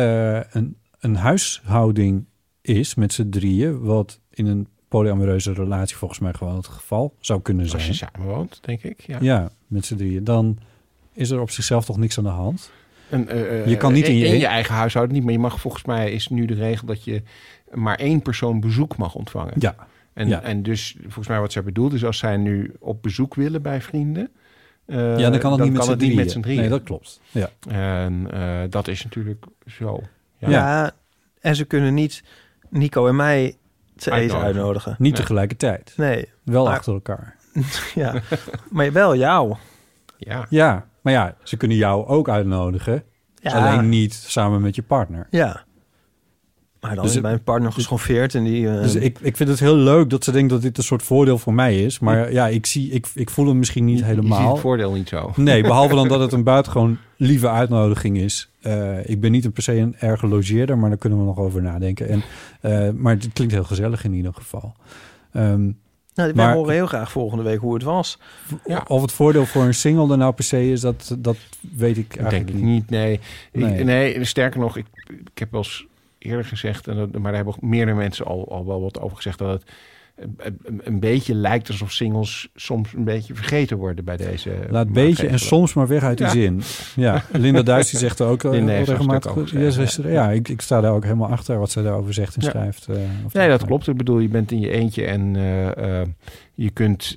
een huishouding is met z'n drieën, wat in een polyamoreuze relatie volgens mij gewoon het geval zou kunnen zijn. Als je samen woont, denk ik. Ja, met z'n drieën. Dan is er op zichzelf toch niks aan de hand. Je kan niet in je eigen huishouden niet, maar je mag volgens mij is nu de regel dat je maar 1 persoon bezoek mag ontvangen. Ja. En dus volgens mij wat zij bedoelt is als zij nu op bezoek willen bij vrienden. Dan kan het niet met z'n drieën. Nee, dat klopt. Ja. En dat is natuurlijk zo. Ja, en ze kunnen niet Nico en mij te eten uitnodigen. Niet tegelijkertijd. Nee. Wel achter elkaar. Ja, maar wel jou. Ja, maar ja, ze kunnen jou ook uitnodigen. Ja. Alleen niet samen met je partner. Ja. Maar dan is mijn partner geschoffeerd en die... Dus ik vind het heel leuk dat ze denkt dat dit een soort voordeel voor mij is. Maar ja, ik voel hem misschien niet helemaal. Je ziet het voordeel niet zo. Nee, behalve dan dat het een buitengewoon lieve uitnodiging is. Ik ben niet per se een erge logeerder, maar daar kunnen we nog over nadenken. Maar het klinkt heel gezellig in ieder geval. Nou, wij horen heel graag volgende week hoe het was. Ja. Of het voordeel voor een single er nou per se is, dat weet ik eigenlijk niet. Nee, sterker nog, ik heb wel eens eerder gezegd, maar daar hebben meerdere mensen al wel wat over gezegd, dat het een beetje lijkt alsof singles soms een beetje vergeten worden bij deze. Laat beetje en soms maar weg uit die zin. Ja, Linda Duits die zegt er ook regelmatig. Ik sta daar ook helemaal achter wat zij daarover zegt en schrijft. Nee, dat klopt. Ik bedoel, je bent in je eentje en je kunt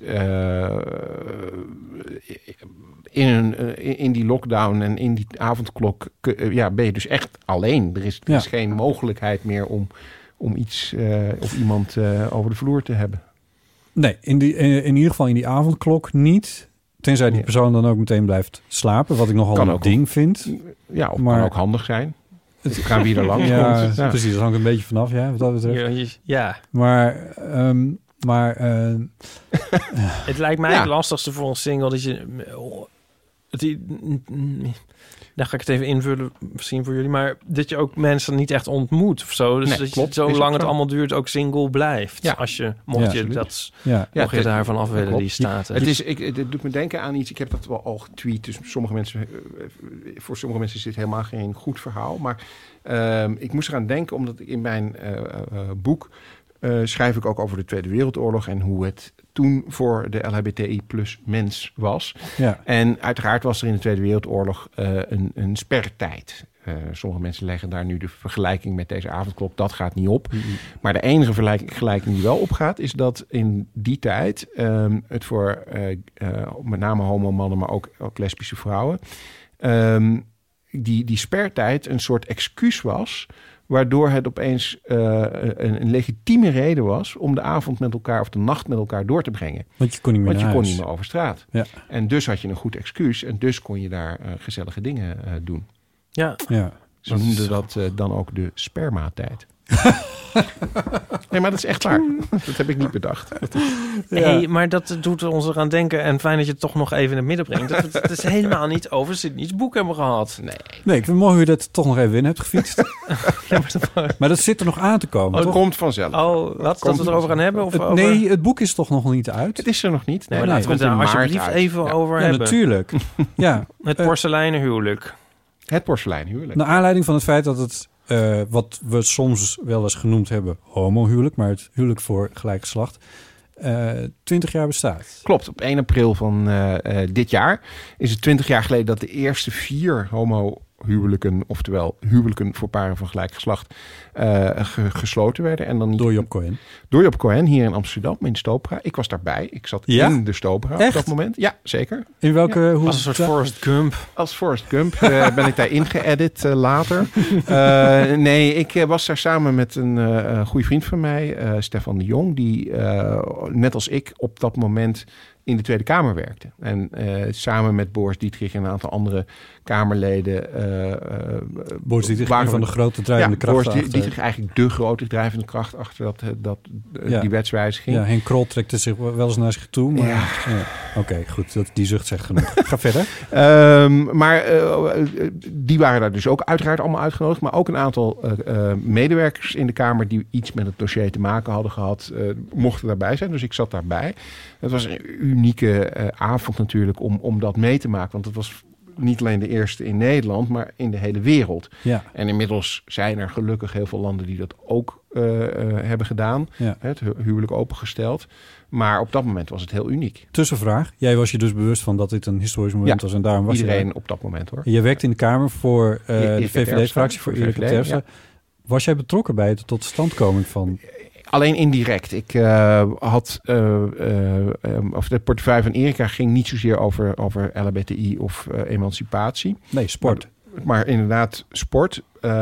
in die lockdown en in die avondklok ben je dus echt alleen. Er is geen mogelijkheid meer om iets of iemand over de vloer te hebben. Nee, in ieder geval in die avondklok niet. Tenzij die persoon dan ook meteen blijft slapen. Wat ik nogal een ding vind. Ja, of kan ook handig zijn. Het gaan wie er langs komt. Ja, precies. Dat hangt een beetje vanaf, wat dat betreft. Ja. Maar het lijkt mij het lastigste voor een single dat je... Dan ga ik het even invullen, misschien voor jullie. Maar dat je ook mensen niet echt ontmoet of zo. Dus dat je zolang het allemaal duurt ook single blijft. Ja. Mocht je daarvan af willen, die staat. Het doet me denken aan iets. Ik heb dat wel al getweet. Dus voor sommige mensen is dit helemaal geen goed verhaal. Maar ik moest eraan denken, omdat ik in mijn boek schrijf ik ook over de Tweede Wereldoorlog en hoe het toen voor de LHBTI plus mens was. Ja. En uiteraard was er in de Tweede Wereldoorlog een spertijd. Sommige mensen leggen daar nu de vergelijking met deze avondklok. Dat gaat niet op. Mm-hmm. Maar de enige vergelijking die wel opgaat is dat in die tijd het voor met name homo-mannen, maar ook lesbische vrouwen, die spertijd een soort excuus was, waardoor het opeens een legitieme reden was om de avond met elkaar of de nacht met elkaar door te brengen. Want je kon niet meer over straat. Ja. En dus had je een goed excuus en dus kon je daar gezellige dingen doen. Ja. Ze noemden dat dan ook de spermatijd. Nee, maar dat is echt waar. Dat heb ik niet bedacht. Nee, maar dat doet ons eraan denken. En fijn dat je het toch nog even in het midden brengt. Dat we het is helemaal niet over Sydney's boek hebben gehad. Nee, ik vind het mooi hoe je dat toch nog even in hebt gefietst. Maar dat zit er nog aan te komen. Het komt vanzelf. Dat we het erover gaan hebben? Of nee, het boek is toch nog niet uit? Het is er nog niet. Nee, laten we het daar alsjeblieft even over hebben. Natuurlijk. Het porseleinen huwelijk. Het porseleinen huwelijk. Naar aanleiding van het feit dat het wat we soms wel eens genoemd hebben homohuwelijk, maar het huwelijk voor gelijk geslacht, 20 jaar bestaat. Klopt, op 1 april van dit jaar is het 20 jaar geleden dat de eerste 4 homohuwelijken, oftewel huwelijken voor paren van gelijk geslacht, gesloten werden. En dan niet door Job Cohen. Door Job Cohen hier in Amsterdam, in de Stopera. Ik was daarbij. Ik zat in de Stopera op dat moment. Ja, zeker. In welke... Als een soort Forrest Gump. Als Forrest Gump ben ik daar ingeëdit later. Nee, ik was daar samen met een goede vriend van mij, Stefan de Jong, die net als ik op dat moment in de Tweede Kamer werkte. En samen met Boris Dietrich en een aantal andere Kamerleden. Boris Dietrich, een van de grote drijvende krachten. Boris Dietrich eigenlijk de grote drijvende kracht achter die wetswijziging. Ja, Henk Krol trekte zich wel eens naar zich toe. Maar Oké, goed. Die zucht zegt genoeg. Ga verder. Maar die waren daar dus ook uiteraard allemaal uitgenodigd. Maar ook een aantal medewerkers in de Kamer die iets met het dossier te maken hadden gehad, mochten daarbij zijn. Dus ik zat daarbij. Het was een unieke avond natuurlijk om dat mee te maken. Want het was niet alleen de eerste in Nederland, maar in de hele wereld. Ja. En inmiddels zijn er gelukkig heel veel landen die dat ook hebben gedaan. Ja. Het huwelijk opengesteld. Maar op dat moment was het heel uniek. Tussenvraag. Jij was je dus bewust van dat dit een historisch moment was. En daarom was iedereen op dat moment, hoor. Je werkte in de Kamer voor de VVD-fractie, voor Erika Terpstra. Was jij betrokken bij de totstandkoming van... Alleen indirect. Ik had of de portefeuille van Erika ging niet zozeer over LHBTI of emancipatie. Nee, sport. Maar inderdaad sport.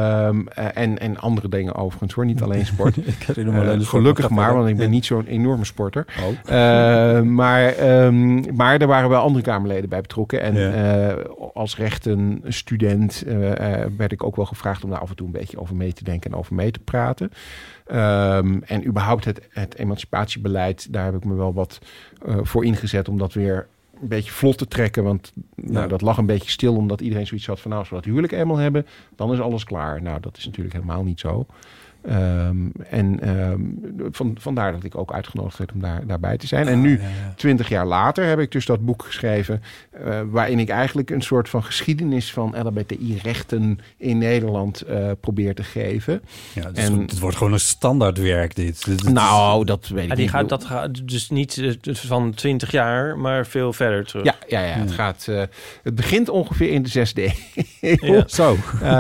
En andere dingen overigens hoor. Niet alleen sport. Ik herinner me alleen de sport. Gelukkig maar, want ik ben niet zo'n enorme sporter. Maar er waren wel andere Kamerleden bij betrokken. En als rechtenstudent werd ik ook wel gevraagd om daar af en toe een beetje over mee te denken en over mee te praten. En überhaupt het emancipatiebeleid, daar heb ik me wel wat voor ingezet om dat weer een beetje vlot te trekken. Want dat lag een beetje stil, omdat iedereen zoiets had van, als we dat huwelijk eenmaal hebben, dan is alles klaar. Nou, dat is natuurlijk helemaal niet zo. Vandaar dat ik ook uitgenodigd werd om daarbij te zijn. En nu, 20 jaar later, heb ik dus dat boek geschreven... waarin ik eigenlijk een soort van geschiedenis van LHBTI-rechten in Nederland probeer te geven. Ja, het wordt gewoon een standaardwerk, dit. Nou, dat weet ik niet. Dat gaat dus niet van 20 jaar, maar veel verder terug. Ja. Het begint ongeveer in de 6e eeuw. Ja, zo.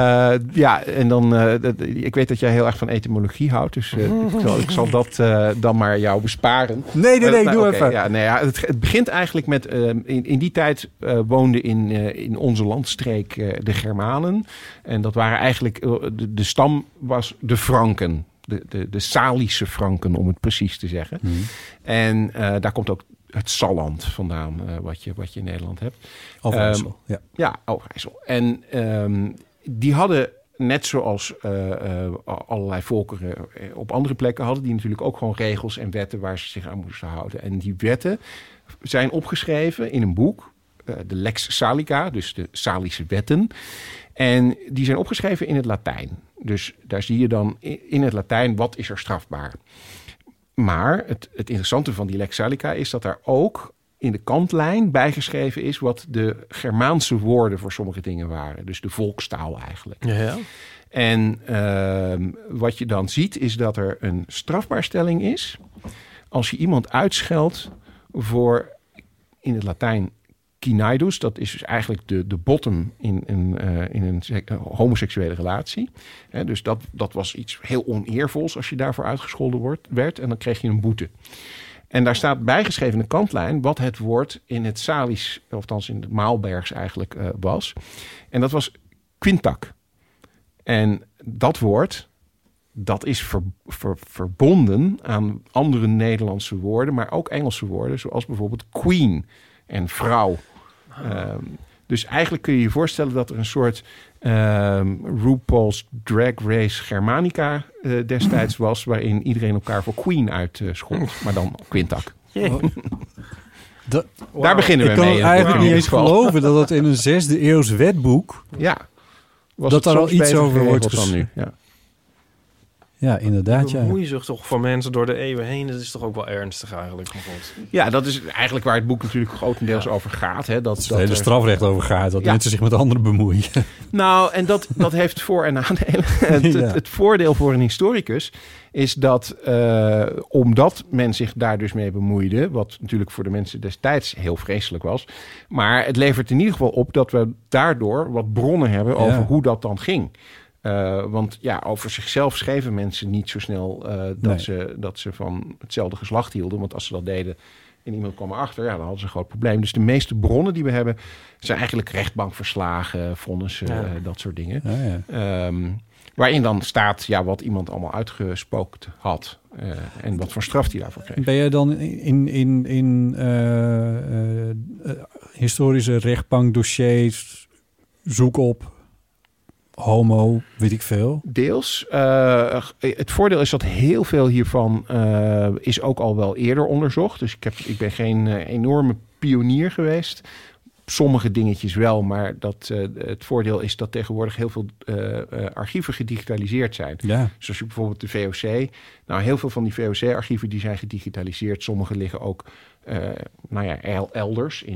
En dan... ik weet dat jij heel erg van etymologie houdt, dus ik zal dat dan maar jou besparen. Nee, doe even. Ja, het begint eigenlijk met... in die tijd woonden in onze landstreek de Germanen. En dat waren eigenlijk... de stam was de Franken. De Salische Franken, om het precies te zeggen. En daar komt ook het Salland vandaan, wat je in Nederland hebt. Overijssel, Ja, Overijssel. En die hadden... Net zoals allerlei volkeren op andere plekken hadden... die natuurlijk ook gewoon regels en wetten waar ze zich aan moesten houden. En die wetten zijn opgeschreven in een boek. De Lex Salica, dus de Salische wetten. En die zijn opgeschreven in het Latijn. Dus daar zie je dan in het Latijn wat is er strafbaar. Maar het interessante van die Lex Salica is dat daar ook... in de kantlijn bijgeschreven is wat de Germaanse woorden voor sommige dingen waren. Dus de volkstaal eigenlijk. Ja. En wat je dan ziet is dat er een strafbaarstelling is... als je iemand uitscheldt voor in het Latijn quinaidus. Dat is dus eigenlijk de bottom in een homoseksuele relatie. Dus dat was iets heel oneervols als je daarvoor uitgescholden werd. En dan kreeg je een boete. En daar staat bijgeschreven in de kantlijn wat het woord in het Salisch, of althans in het Maalbergs eigenlijk was. En dat was quintak. En dat woord, dat is verbonden aan andere Nederlandse woorden, maar ook Engelse woorden, zoals bijvoorbeeld queen en vrouw. Dus eigenlijk kun je je voorstellen dat er een soort RuPaul's Drag Race Germanica destijds was... waarin iedereen elkaar voor queen uitschold. Maar dan quintak. Daar beginnen we mee. Ik kan eigenlijk niet eens geloven dat het in een 6e eeuws wetboek... Ja. Dat daar al iets over wordt geschreven. Ja. Ja, inderdaad. De bemoeizucht toch voor mensen door de eeuwen heen... dat is toch ook wel ernstig eigenlijk. Ja, dat is eigenlijk waar het boek natuurlijk grotendeels over gaat. Hè? Dat het hele strafrecht over gaat. Dat mensen zich met anderen bemoeien. Nou, en dat heeft voor- en nadelen. Het voordeel voor een historicus is dat omdat men zich daar dus mee bemoeide... wat natuurlijk voor de mensen destijds heel vreselijk was... maar het levert in ieder geval op dat we daardoor wat bronnen hebben... over hoe dat dan ging. Want ja, over zichzelf schreven mensen niet zo snel dat ze van hetzelfde geslacht hielden. Want als ze dat deden en iemand kwam erachter, dan hadden ze een groot probleem. Dus de meeste bronnen die we hebben zijn eigenlijk rechtbankverslagen, vonnissen, dat soort dingen. Waarin dan staat wat iemand allemaal uitgespookt had. En wat voor straf hij daarvoor kreeg. Ben jij dan in historische rechtbankdossiers zoek op... homo, weet ik veel? Deels. Het voordeel is dat heel veel hiervan is ook al wel eerder onderzocht. Dus ik ben geen enorme pionier geweest. Sommige dingetjes wel, maar het voordeel is dat tegenwoordig heel veel archieven gedigitaliseerd zijn. Ja. Zoals je bijvoorbeeld de VOC. Nou, heel veel van die VOC-archieven die zijn gedigitaliseerd. Sommige liggen ook elders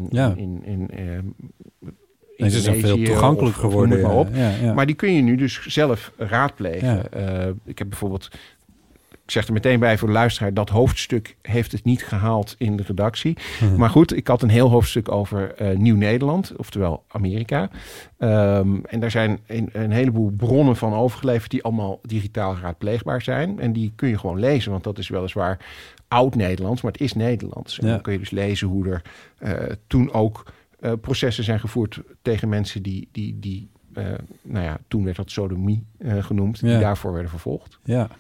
En ze zijn veel toegankelijk geworden. Maar, op. Ja. Maar die kun je nu dus zelf raadplegen. Ja. Ik heb bijvoorbeeld... Ik zeg er meteen bij voor de luisteraar... dat hoofdstuk heeft het niet gehaald in de redactie. Maar goed, ik had een heel hoofdstuk over Nieuw-Nederland. Oftewel Amerika. En daar zijn een heleboel bronnen van overgeleverd... die allemaal digitaal raadpleegbaar zijn. En die kun je gewoon lezen. Want dat is weliswaar oud-Nederlands, maar het is Nederlands. En dan kun je dus lezen hoe er toen ook... processen zijn gevoerd tegen mensen die toen werd dat sodomie genoemd, die daarvoor werden vervolgd. Ja.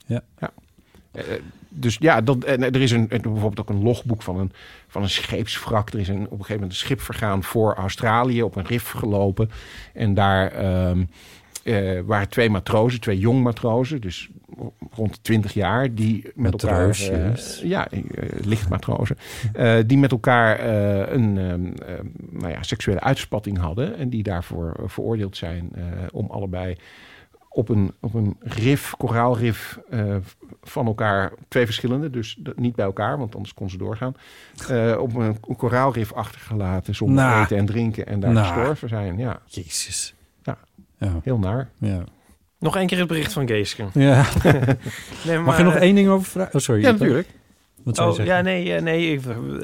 Dus ja, er is bijvoorbeeld ook een logboek van een scheepswrak. Er is op een gegeven moment een schip vergaan voor Australië, op een rif gelopen. En daar waren 2 matrozen, 2 jong matrozen, dus rond 20 jaar, die met elkaar... lichtmatrozen. Die met elkaar een seksuele uitspatting hadden. En die daarvoor veroordeeld zijn om allebei op een koraalrif van elkaar, 2 verschillende, dus niet bij elkaar, want anders kon ze doorgaan. Op een koraalrif achtergelaten zonder eten en drinken en daar gestorven zijn. Ja. Jezus. Ja, heel naar. Ja. Nog 1 keer het bericht van Geeske. Ja. Nee, maar, mag je nog 1 ding over vragen? Oh, sorry. Ja, natuurlijk. Wat zou je zeggen? Nee.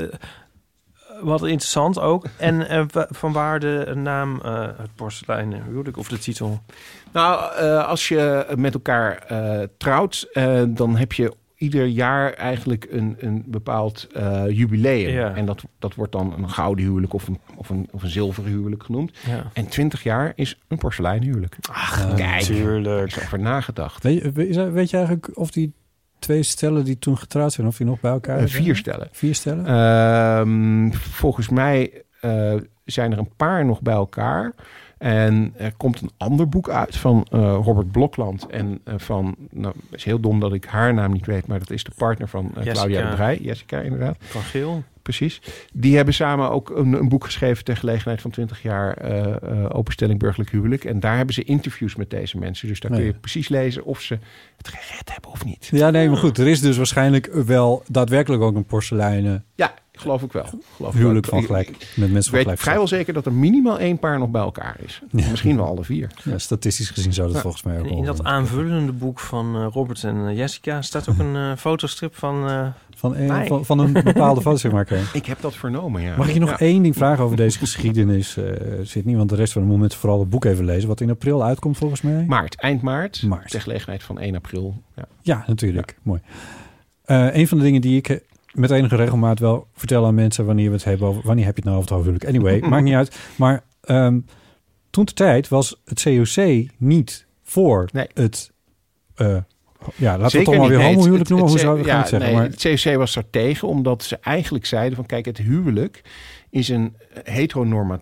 Wat interessant ook. En van waar de naam het porseleinen huwelijk of de titel? Nou, als je met elkaar trouwt, dan heb je ieder jaar eigenlijk een bepaald jubileum. Ja. En dat wordt dan een gouden huwelijk of een zilveren huwelijk genoemd. Ja. En 20 jaar is een porseleinen Ach, kijk, natuurlijk. Er is over nagedacht. Weet je eigenlijk of die 2 stellen die toen getrouwd zijn, of die nog bij elkaar 4 stellen. 4 stellen? Volgens mij zijn er een paar nog bij elkaar. En er komt een ander boek uit van Robert Blokland. En van, het is heel dom dat ik haar naam niet weet, maar dat is de partner van Claudia de Brij. Jessica, inderdaad. Van Geel. Precies. Die hebben samen ook een boek geschreven ter gelegenheid van 20 jaar openstelling burgerlijk huwelijk. En daar hebben ze interviews met deze mensen. Dus daar kun je precies lezen of ze het gered hebben of niet. Ja, nee, maar goed. Er is dus waarschijnlijk wel daadwerkelijk ook een porseleinen... Ja, geloof ik wel. Huwelijk van gelijk. Met mensen van ik gelijk. weet vrijwel zeker dat er minimaal 1 paar nog bij elkaar is. Ja. Misschien wel alle 4. Ja, statistisch gezien zou dat volgens mij ook wel. In dat aanvullende boek van Robert en Jessica staat ook een fotostrip van een bepaalde fotostripmaker. Ik heb dat vernomen, ja. Mag ik je nog 1 ding vragen over deze geschiedenis, Sydney? Want de rest van de moment vooral het boek even lezen. Wat in april uitkomt volgens mij. Eind maart. Ter gelegenheid van 1 april. Ja, natuurlijk. Ja. Mooi. Een van de dingen die ik met enige regelmaat wel vertel aan mensen wanneer we het hebben over... Wanneer heb je het nou over het huwelijk? Anyway, maakt niet uit. Maar toen de tijd was het COC niet voor het... laten we het toch maar weer homohuwelijk noemen. Hoe zou ik het zeggen? Maar het COC was daar tegen, omdat ze eigenlijk zeiden van... Kijk, het huwelijk is een heteronormatief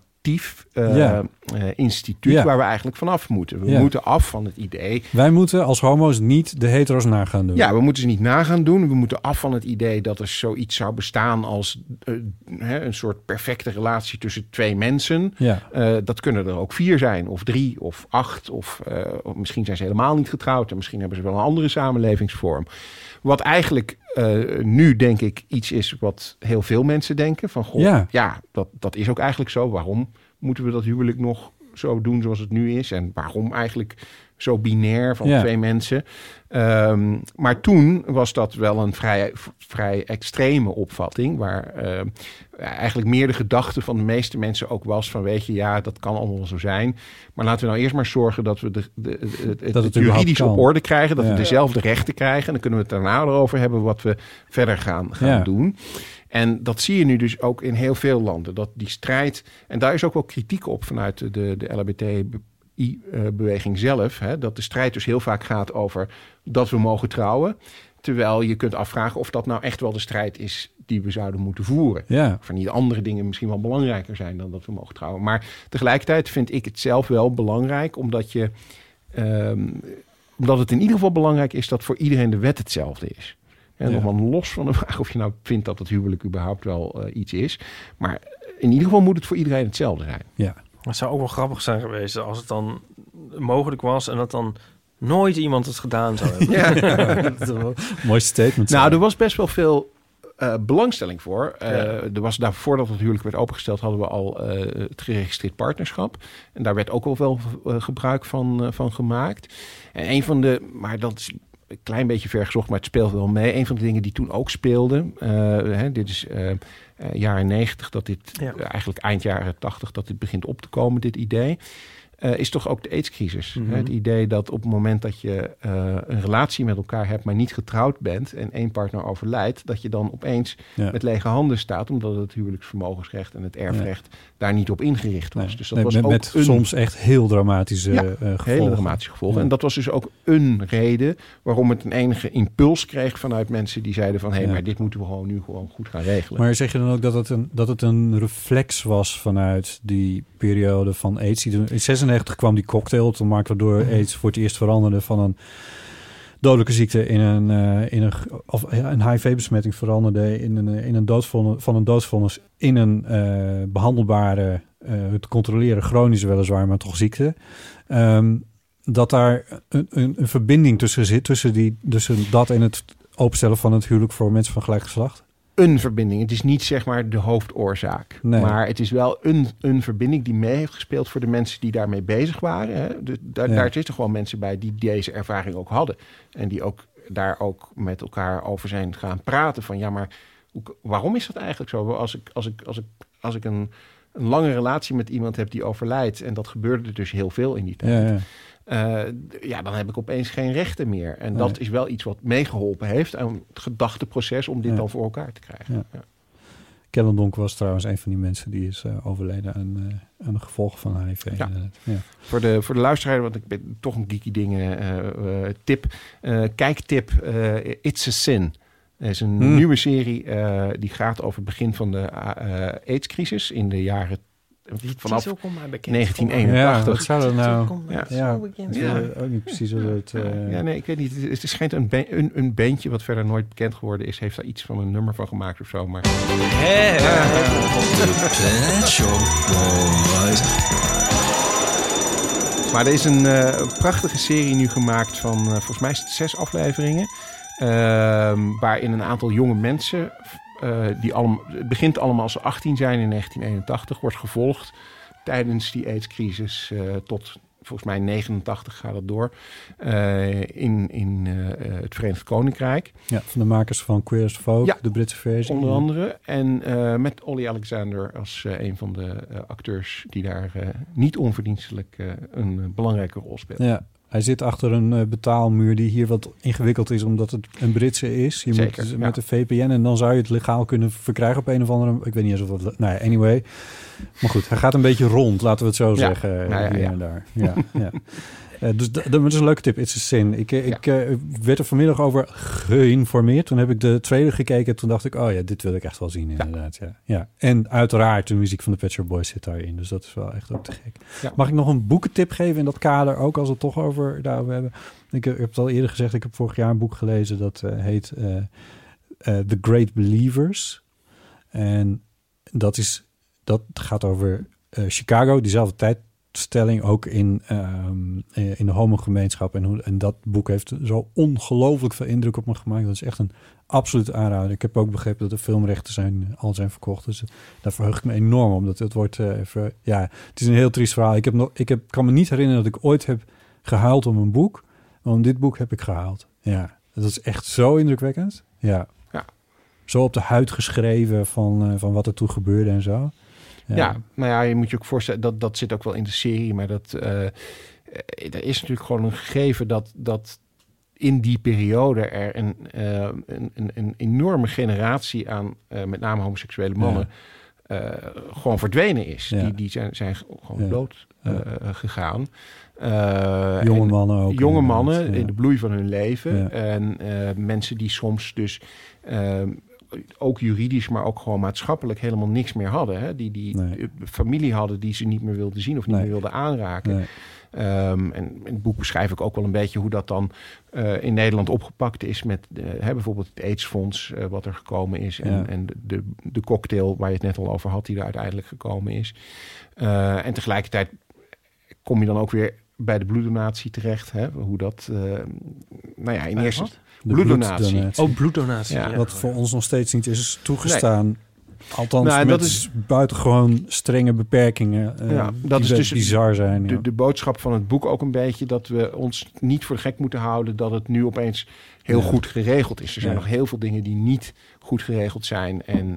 instituut waar we eigenlijk vanaf moeten. We moeten af van het idee... Wij moeten als homo's niet de hetero's na gaan doen. Ja, we moeten ze niet na gaan doen. We moeten af van het idee dat er zoiets zou bestaan als een soort perfecte relatie tussen 2 mensen. Ja. Dat kunnen er ook 4 zijn, of 3, of 8. Of misschien zijn ze helemaal niet getrouwd. En misschien hebben ze wel een andere samenlevingsvorm. Wat eigenlijk nu denk ik iets is wat heel veel mensen denken. Van goh, dat is ook eigenlijk zo. Waarom moeten we dat huwelijk nog zo doen zoals het nu is? En waarom eigenlijk zo binair van 2 mensen? Maar toen was dat wel een vrij extreme opvatting. Waar eigenlijk meer de gedachte van de meeste mensen ook was van... weet je, dat kan allemaal wel zo zijn. Maar laten we nou eerst maar zorgen dat we het juridisch op orde krijgen. Dat we dezelfde rechten krijgen. En dan kunnen we het daarna erover hebben wat we verder gaan doen. En dat zie je nu dus ook in heel veel landen. Dat die strijd... En daar is ook wel kritiek op vanuit de LHBTI-beweging zelf. Hè, dat de strijd dus heel vaak gaat over dat we mogen trouwen. Terwijl je kunt afvragen of dat nou echt wel de strijd is die we zouden moeten voeren. Ja. Of er niet andere dingen misschien wel belangrijker zijn dan dat we mogen trouwen. Maar tegelijkertijd vind ik het zelf wel belangrijk, omdat het in ieder geval belangrijk is dat voor iedereen de wet hetzelfde is. En nog los van de vraag of je nou vindt dat het huwelijk überhaupt wel iets is. Maar in ieder geval moet het voor iedereen hetzelfde zijn. Ja. Het zou ook wel grappig zijn geweest als het dan mogelijk was en dat dan nooit iemand het gedaan zou hebben. Mooi statement. Nou, er was best wel veel belangstelling voor. Er was daarvoor dat het huwelijk werd opengesteld, hadden we al het geregistreerd partnerschap. En daar werd ook al wel gebruik van gemaakt. En een van de, maar dat is een klein beetje ver gezocht, maar het speelt wel mee. Een van de dingen die toen ook speelden, dit is jaren 90, dat dit eigenlijk eind jaren 80, dat dit begint op te komen, dit idee. Is toch ook de AIDS-crisis. Mm-hmm. Het idee dat op het moment dat je een relatie met elkaar hebt, maar niet getrouwd bent en één partner overlijdt, dat je dan opeens met lege handen staat, omdat het huwelijksvermogensrecht en het erfrecht daar niet op ingericht was. Dus dat was ook soms echt heel dramatische gevolgen. Hele dramatische gevolgen. En dat was dus ook een reden waarom het een enige impuls kreeg vanuit mensen die zeiden van maar dit moeten we gewoon nu gewoon goed gaan regelen. Maar zeg je dan ook dat het een reflex was vanuit die periode van AIDS? In 96 kwam die cocktail te maken waardoor AIDS voor het eerst veranderde van een dodelijke ziekte in een HIV-besmetting veranderde in een doodsvonnis in een behandelbare, te controleren chronische weliswaar, maar toch ziekte. dat daar een verbinding tussen zit, tussen dat en het openstellen van het huwelijk voor mensen van gelijk geslacht? Een verbinding. Het is niet zeg maar de hoofdoorzaak. Nee. Maar het is wel een verbinding die mee heeft gespeeld voor de mensen die daarmee bezig waren. Hè. Dus daar zitten gewoon mensen bij die deze ervaring ook hadden. En die ook daar ook met elkaar over zijn gaan praten. Van ja, maar waarom is dat eigenlijk zo? Als ik een lange relatie met iemand heb die overlijdt. En dat gebeurde dus heel veel in die tijd. Dan heb ik opeens geen rechten meer. En dat is wel iets wat meegeholpen heeft aan het gedachteproces om dit dan voor elkaar te krijgen. Ja. Kellen Donk was trouwens een van die mensen die is overleden aan de gevolgen van HIV. Ja. Voor de luisteraar, want ik ben toch een geeky dingen tip. Kijktip, It's a Sin. Het is een nieuwe serie die gaat over het begin van de AIDS-crisis in de jaren vanaf 1981. Ja, wat zou dat nou? Ook niet precies hoe het... nee, ik weet niet. Het schijnt een bandje wat verder nooit bekend geworden is. Heeft daar iets van een nummer van gemaakt of zo. Maar... Maar er is een prachtige serie nu gemaakt van volgens mij 6 afleveringen. Waarin een aantal jonge mensen... het begint allemaal als ze 18 zijn in 1981, wordt gevolgd tijdens die AIDS-crisis tot volgens mij 89 gaat het door in het Verenigd Koninkrijk. Ja, van de makers van Queer as Folk, de Britse versie. Onder andere. En met Olly Alexander als een van de acteurs die daar niet onverdienstelijk een belangrijke rol speelt. Ja. Hij zit achter een betaalmuur die hier wat ingewikkeld is, omdat het een Britse is. Je moet met de VPN en dan zou je het legaal kunnen verkrijgen op een of andere... Ik weet niet eens of dat... Nou ja, anyway. Maar goed, hij gaat een beetje rond, laten we het zo zeggen. Hier en daar. Ja. Dus dat is een leuke tip, It's a Sin. Ik werd er vanmiddag over geïnformeerd. Toen heb ik de trailer gekeken en toen dacht ik... oh ja, dit wil ik echt wel zien inderdaad. Ja. En uiteraard de muziek van de Pet Shop Boys zit daarin. Dus dat is wel echt ook te gek. Ja. Mag ik nog een boekentip geven in dat kader? Ook als we het toch daarover hebben. Ik heb het al eerder gezegd. Ik heb vorig jaar een boek gelezen. Dat heet The Great Believers. En dat gaat over Chicago. Diezelfde tijdstelling ook in de homogemeenschap. En dat boek heeft zo ongelooflijk veel indruk op me gemaakt. Dat is echt een absolute aanrader. Ik heb ook begrepen dat de filmrechten al zijn verkocht. Dus daar verheug ik me enorm om. Dat het wordt even... Ja, het is een heel triest verhaal. Ik kan me niet herinneren dat ik ooit heb gehuild om een boek. Maar om dit boek heb ik gehuild. Ja, dat is echt zo indrukwekkend. Ja. Zo op de huid geschreven van wat er toen gebeurde en zo. Ja, nou ja, je moet je ook voorstellen, dat zit ook wel in de serie, maar er is natuurlijk gewoon een gegeven dat in die periode er een enorme generatie aan met name homoseksuele mannen gewoon verdwenen is. Ja. Die zijn gewoon dood gegaan. Jonge mannen ook. Jonge mannen in de bloei van hun leven. Ja. En mensen die soms dus... ook juridisch, maar ook gewoon maatschappelijk helemaal niks meer hadden. Hè? Die familie hadden die ze niet meer wilden zien of niet meer wilden aanraken. Nee. En in het boek beschrijf ik ook wel een beetje hoe dat dan in Nederland opgepakt is met bijvoorbeeld het AIDS-fonds wat er gekomen is. En de cocktail waar je het net al over had, die er uiteindelijk gekomen is. En tegelijkertijd kom je dan ook weer bij de bloeddonatie terecht. Hè? Hoe dat, in eerste... Bloeddonatie. Bloeddonatie. Ja. Wat voor ons nog steeds niet is toegestaan. Nee. Althans, dat is buitengewoon strenge beperkingen dat die is dus bizar zijn. De boodschap van het boek ook een beetje... dat we ons niet voor de gek moeten houden... dat het nu opeens heel goed geregeld is. Er zijn nog heel veel dingen die niet goed geregeld zijn. En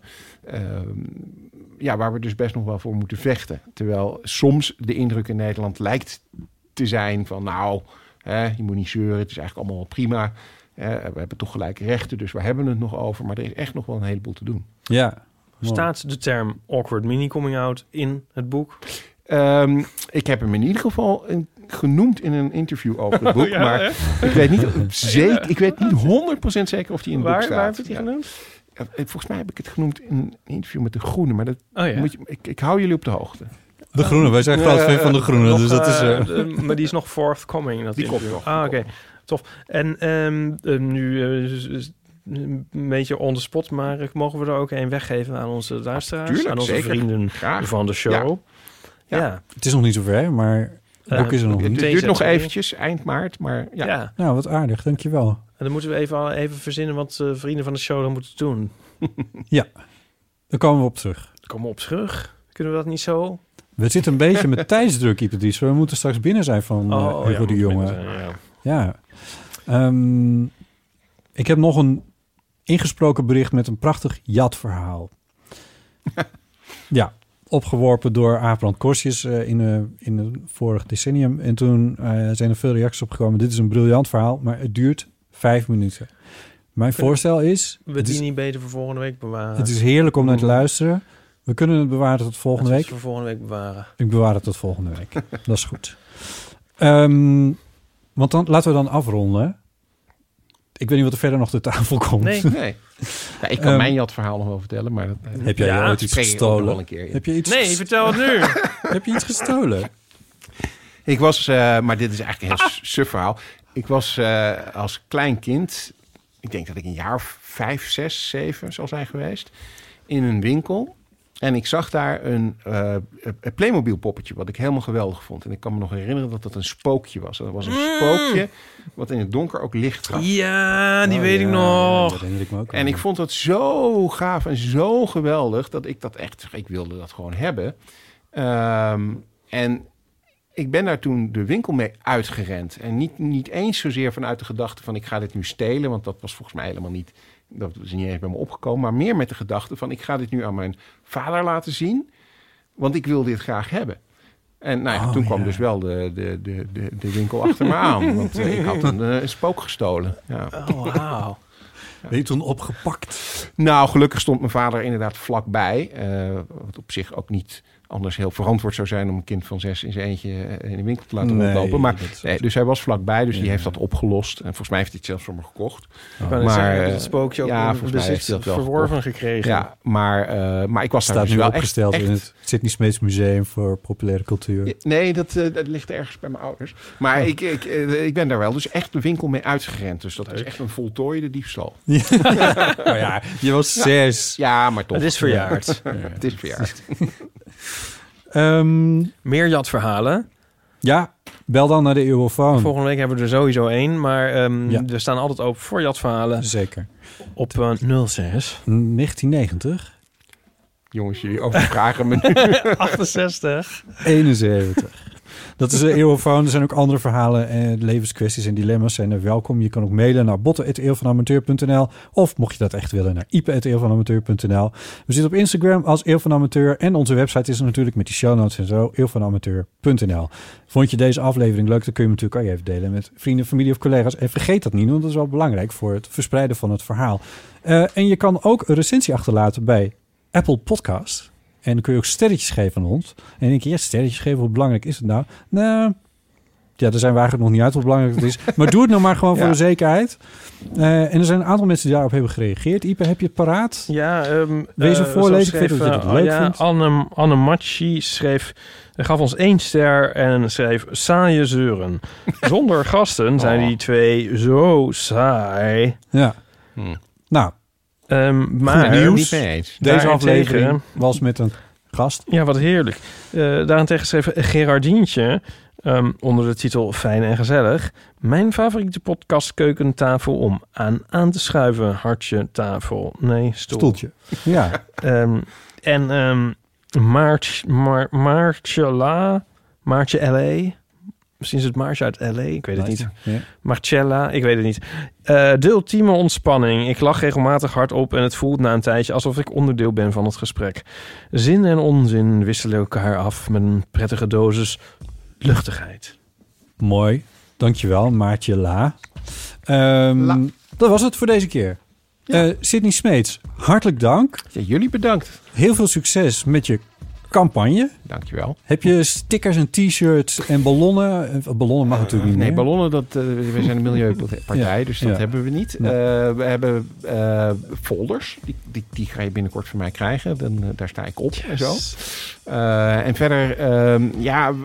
waar we dus best nog wel voor moeten vechten. Terwijl soms de indruk in Nederland lijkt te zijn van... je moet niet zeuren, het is eigenlijk allemaal wel prima. We hebben toch gelijke rechten, dus waar hebben we het nog over? Maar er is echt nog wel een heleboel te doen. Ja. Staat de term awkward mini-coming-out in het boek? Ik heb hem in ieder geval genoemd in een interview over het boek. Maar ik weet niet zeker. Ik weet niet 100% zeker of die in het boek staat. Waar heb je die genoemd? Volgens mij heb ik het genoemd in een interview met De Groene. Maar dat ik hou jullie op de hoogte. De Groene, wij zijn groot fan van De Groene. Nog, dus dat is, maar die is nog forthcoming. Die komt nog. Oké. Tof. En nu een beetje on the spot, maar mogen we er ook een weggeven aan onze luisteraars? Tuurlijk, aan onze zeker. vrienden van de show. Ja. Het is nog niet zover, maar boek is er nog niet. Het duurt nog eventjes, eind maart, maar ja. Nou, wat aardig, dankjewel. En dan moeten we even verzinnen wat vrienden van de show dan moeten doen. Ja, daar komen we op terug. Kunnen we dat niet zo? We zitten een beetje met tijdsdruk, Ipatrice. We moeten straks binnen zijn van Hugo de Jonge. Ja. Ik heb nog een ingesproken bericht met een prachtig jatverhaal. Ja, opgeworpen door Aafbrand Korsjes in het vorige decennium. En toen zijn er veel reacties opgekomen. Dit is een briljant verhaal, maar het duurt 5 minuten. Mijn voorstel is... We die niet beter voor volgende week bewaren. Het is heerlijk om naar te luisteren. We kunnen het bewaren tot volgende week. Voor volgende week bewaren. Ik bewaar het tot volgende week. Dat is goed. Want dan laten we dan afronden. Ik weet niet wat er verder nog ter tafel komt. Nee. Ja, ik kan mijn jatverhaal nog wel vertellen, maar... Heb jij ooit iets gestolen? Heb je iets vertel het nu. Heb je iets gestolen? Ik was, maar dit is eigenlijk een heel suf verhaal. Ik was als klein kind, ik denk dat ik een jaar of 5, 6, 7 zal zijn geweest, in een winkel. En ik zag daar een Playmobil poppetje, wat ik helemaal geweldig vond. En ik kan me nog herinneren dat dat een spookje was. Dat was een spookje wat in het donker ook licht gaf. Ja, die weet ik nog. Dat herinner ik me ook. En ik vond dat zo gaaf en zo geweldig dat ik wilde dat gewoon hebben. En ik ben daar toen de winkel mee uitgerend. En niet eens zozeer vanuit de gedachte van ik ga dit nu stelen, want dat was volgens mij helemaal niet... Dat is niet eens bij me opgekomen, maar meer met de gedachte van... ik ga dit nu aan mijn vader laten zien, want ik wil dit graag hebben. En toen kwam dus wel de winkel achter me aan. Want ik had een spook gestolen. Ja. Oh, wauw. Ben je toen opgepakt? Nou, gelukkig stond mijn vader inderdaad vlakbij. Wat op zich ook niet anders heel verantwoord zou zijn... om een kind van 6 in zijn eentje in de winkel te laten rondlopen. Maar dus hij was vlakbij, dus die heeft dat opgelost. En volgens mij heeft hij het zelfs voor me gekocht. Maar het spookje ook bezit verworven gekregen. Ja, maar ik was daar dus nu wel opgesteld echt in het Sydney Smeets Museum voor Populaire Cultuur. Nee, dat ligt ergens bij mijn ouders. Maar ik ben daar wel dus echt de winkel mee uitgerend. Dus dat is echt een voltooide diefstal. Ja. Oh ja, je was 6. Ja, maar toch. Het is verjaard. Het is verjaard. Meer jatverhalen? Ja, bel dan naar de Eeuwofoon. Volgende week hebben we er sowieso 1, maar we staan altijd open voor jatverhalen. Zeker. Op 06. 1990. Jongens, jullie overvragen me nu. 68. 71. Dat is de Eeuwofoon. Er zijn ook andere verhalen en levenskwesties en dilemma's zijn er welkom. Je kan ook mailen naar botten@eeuwvanamateur.nl of mocht je dat echt willen naar ipe@eeuwvanamateur.nl. We zitten op Instagram als Eeuw van Amateur en onze website is er natuurlijk met die show notes en zo, eeuwvanamateur.nl. Vond je deze aflevering leuk, dan kun je hem natuurlijk ook even delen met vrienden, familie of collega's. En vergeet dat niet, want dat is wel belangrijk voor het verspreiden van het verhaal. En je kan ook een recensie achterlaten bij Apple Podcast. En dan kun je ook sterretjes geven aan ons. En dan denk je, ja, sterretjes geven, hoe belangrijk is het nou? Nou, ja, daar zijn we eigenlijk nog niet uit hoe belangrijk het is. Maar doe het nou maar gewoon voor de zekerheid. En er zijn een aantal mensen die daarop hebben gereageerd. Ipe, heb je het paraat? Ja, wees er voorlezen. Ik weet dat je het leuk vindt. Anne Machi gaf ons 1 ster en schreef saaie zeuren. Zonder gasten zijn die 2 zo saai. Ja. Nou, maar nieuws. Deze aflevering was met een gast. Ja, wat heerlijk. Daarentegen schreef Gerardientje onder de titel Fijn en Gezellig. Mijn favoriete podcast Keukentafel om aan te schuiven. Hartje, tafel. Nee, Stoeltje. Ja. Maartje L.A. Misschien is het Maartje uit L.A. Ik weet het niet. Ja. Marcella, ik weet het niet. De ultieme ontspanning. Ik lach regelmatig hardop en het voelt na een tijdje alsof ik onderdeel ben van het gesprek. Zin en onzin wisselen elkaar af met een prettige dosis luchtigheid. Mooi. Dankjewel, Maartje La. Dat was het voor deze keer. Ja. Sydney Smeets, hartelijk dank. Ja, jullie bedankt. Heel veel succes met je campagne. Dankjewel. Heb je stickers en t-shirts en ballonnen? Ballonnen mag natuurlijk niet meer. Nee, ballonnen, we zijn een milieupartij, dus dat hebben we niet. Nee. We hebben folders, die ga je binnenkort van mij krijgen. Daar sta ik op en zo. En verder,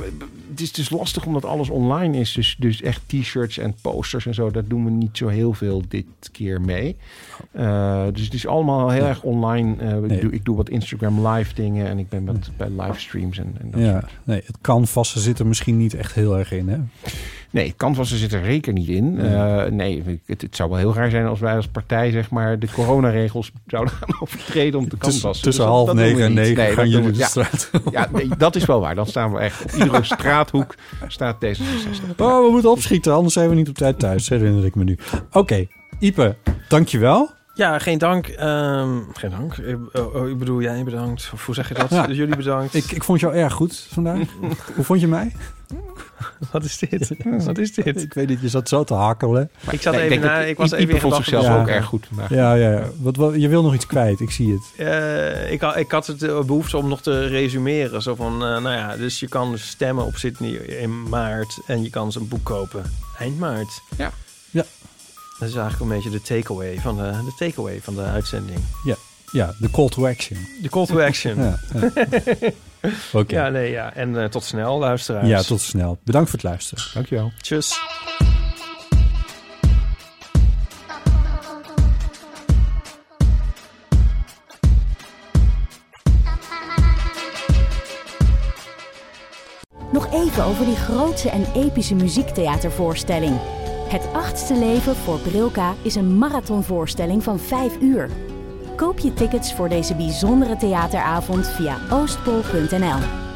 het is dus lastig omdat alles online is. Dus echt t-shirts en posters en zo, daar doen we niet zo heel veel dit keer mee. Dus het is allemaal heel erg online. Ik doe wat Instagram live dingen en ik ben wat bij livestreams en dat soort. Nee, het canvassen zit er misschien niet echt heel erg in, hè? Nee, het canvassen zit er zeker niet in. Het zou wel heel raar zijn als wij als partij zeg maar de coronaregels zouden gaan overtreden om te canvassen. Tussen 8:30 en 9 gaan jullie de straat op. Ja, nee, dat is wel waar. Dan staan we echt op iedere straathoek staat D66. Oh, we moeten opschieten, anders zijn we niet op tijd thuis, herinner ik me nu. Oké, Ipe, dankjewel. Ja, geen dank. Geen dank. Ik bedoel, jij bedankt. Of hoe zeg je dat? Ja. Jullie bedankt. Ik vond jou erg goed vandaag. Hoe vond je mij? Wat is dit? Wat is dit? Ik weet niet, je zat zo te hakkelen. Ik zat even na. Ik was even in vond gedachten. zichzelf ook erg goed vandaag. Ja. Je wil nog iets kwijt, ik zie het. Ik had het behoefte om nog te resumeren. Zo van, dus je kan stemmen op Sydney in maart. En je kan zijn boek kopen eind maart. Ja. Dat is eigenlijk een beetje de takeaway van de uitzending. Ja, de call to action. De call to action. Oké. Ja, nee, ja. En tot snel, luisteraars. Ja, tot snel. Bedankt voor het luisteren. Dankjewel. Tjus. Nog even over die grootse en epische muziektheatervoorstelling. Het 8e leven voor Brilka is een marathonvoorstelling van 5 uur. Koop je tickets voor deze bijzondere theateravond via oostpol.nl.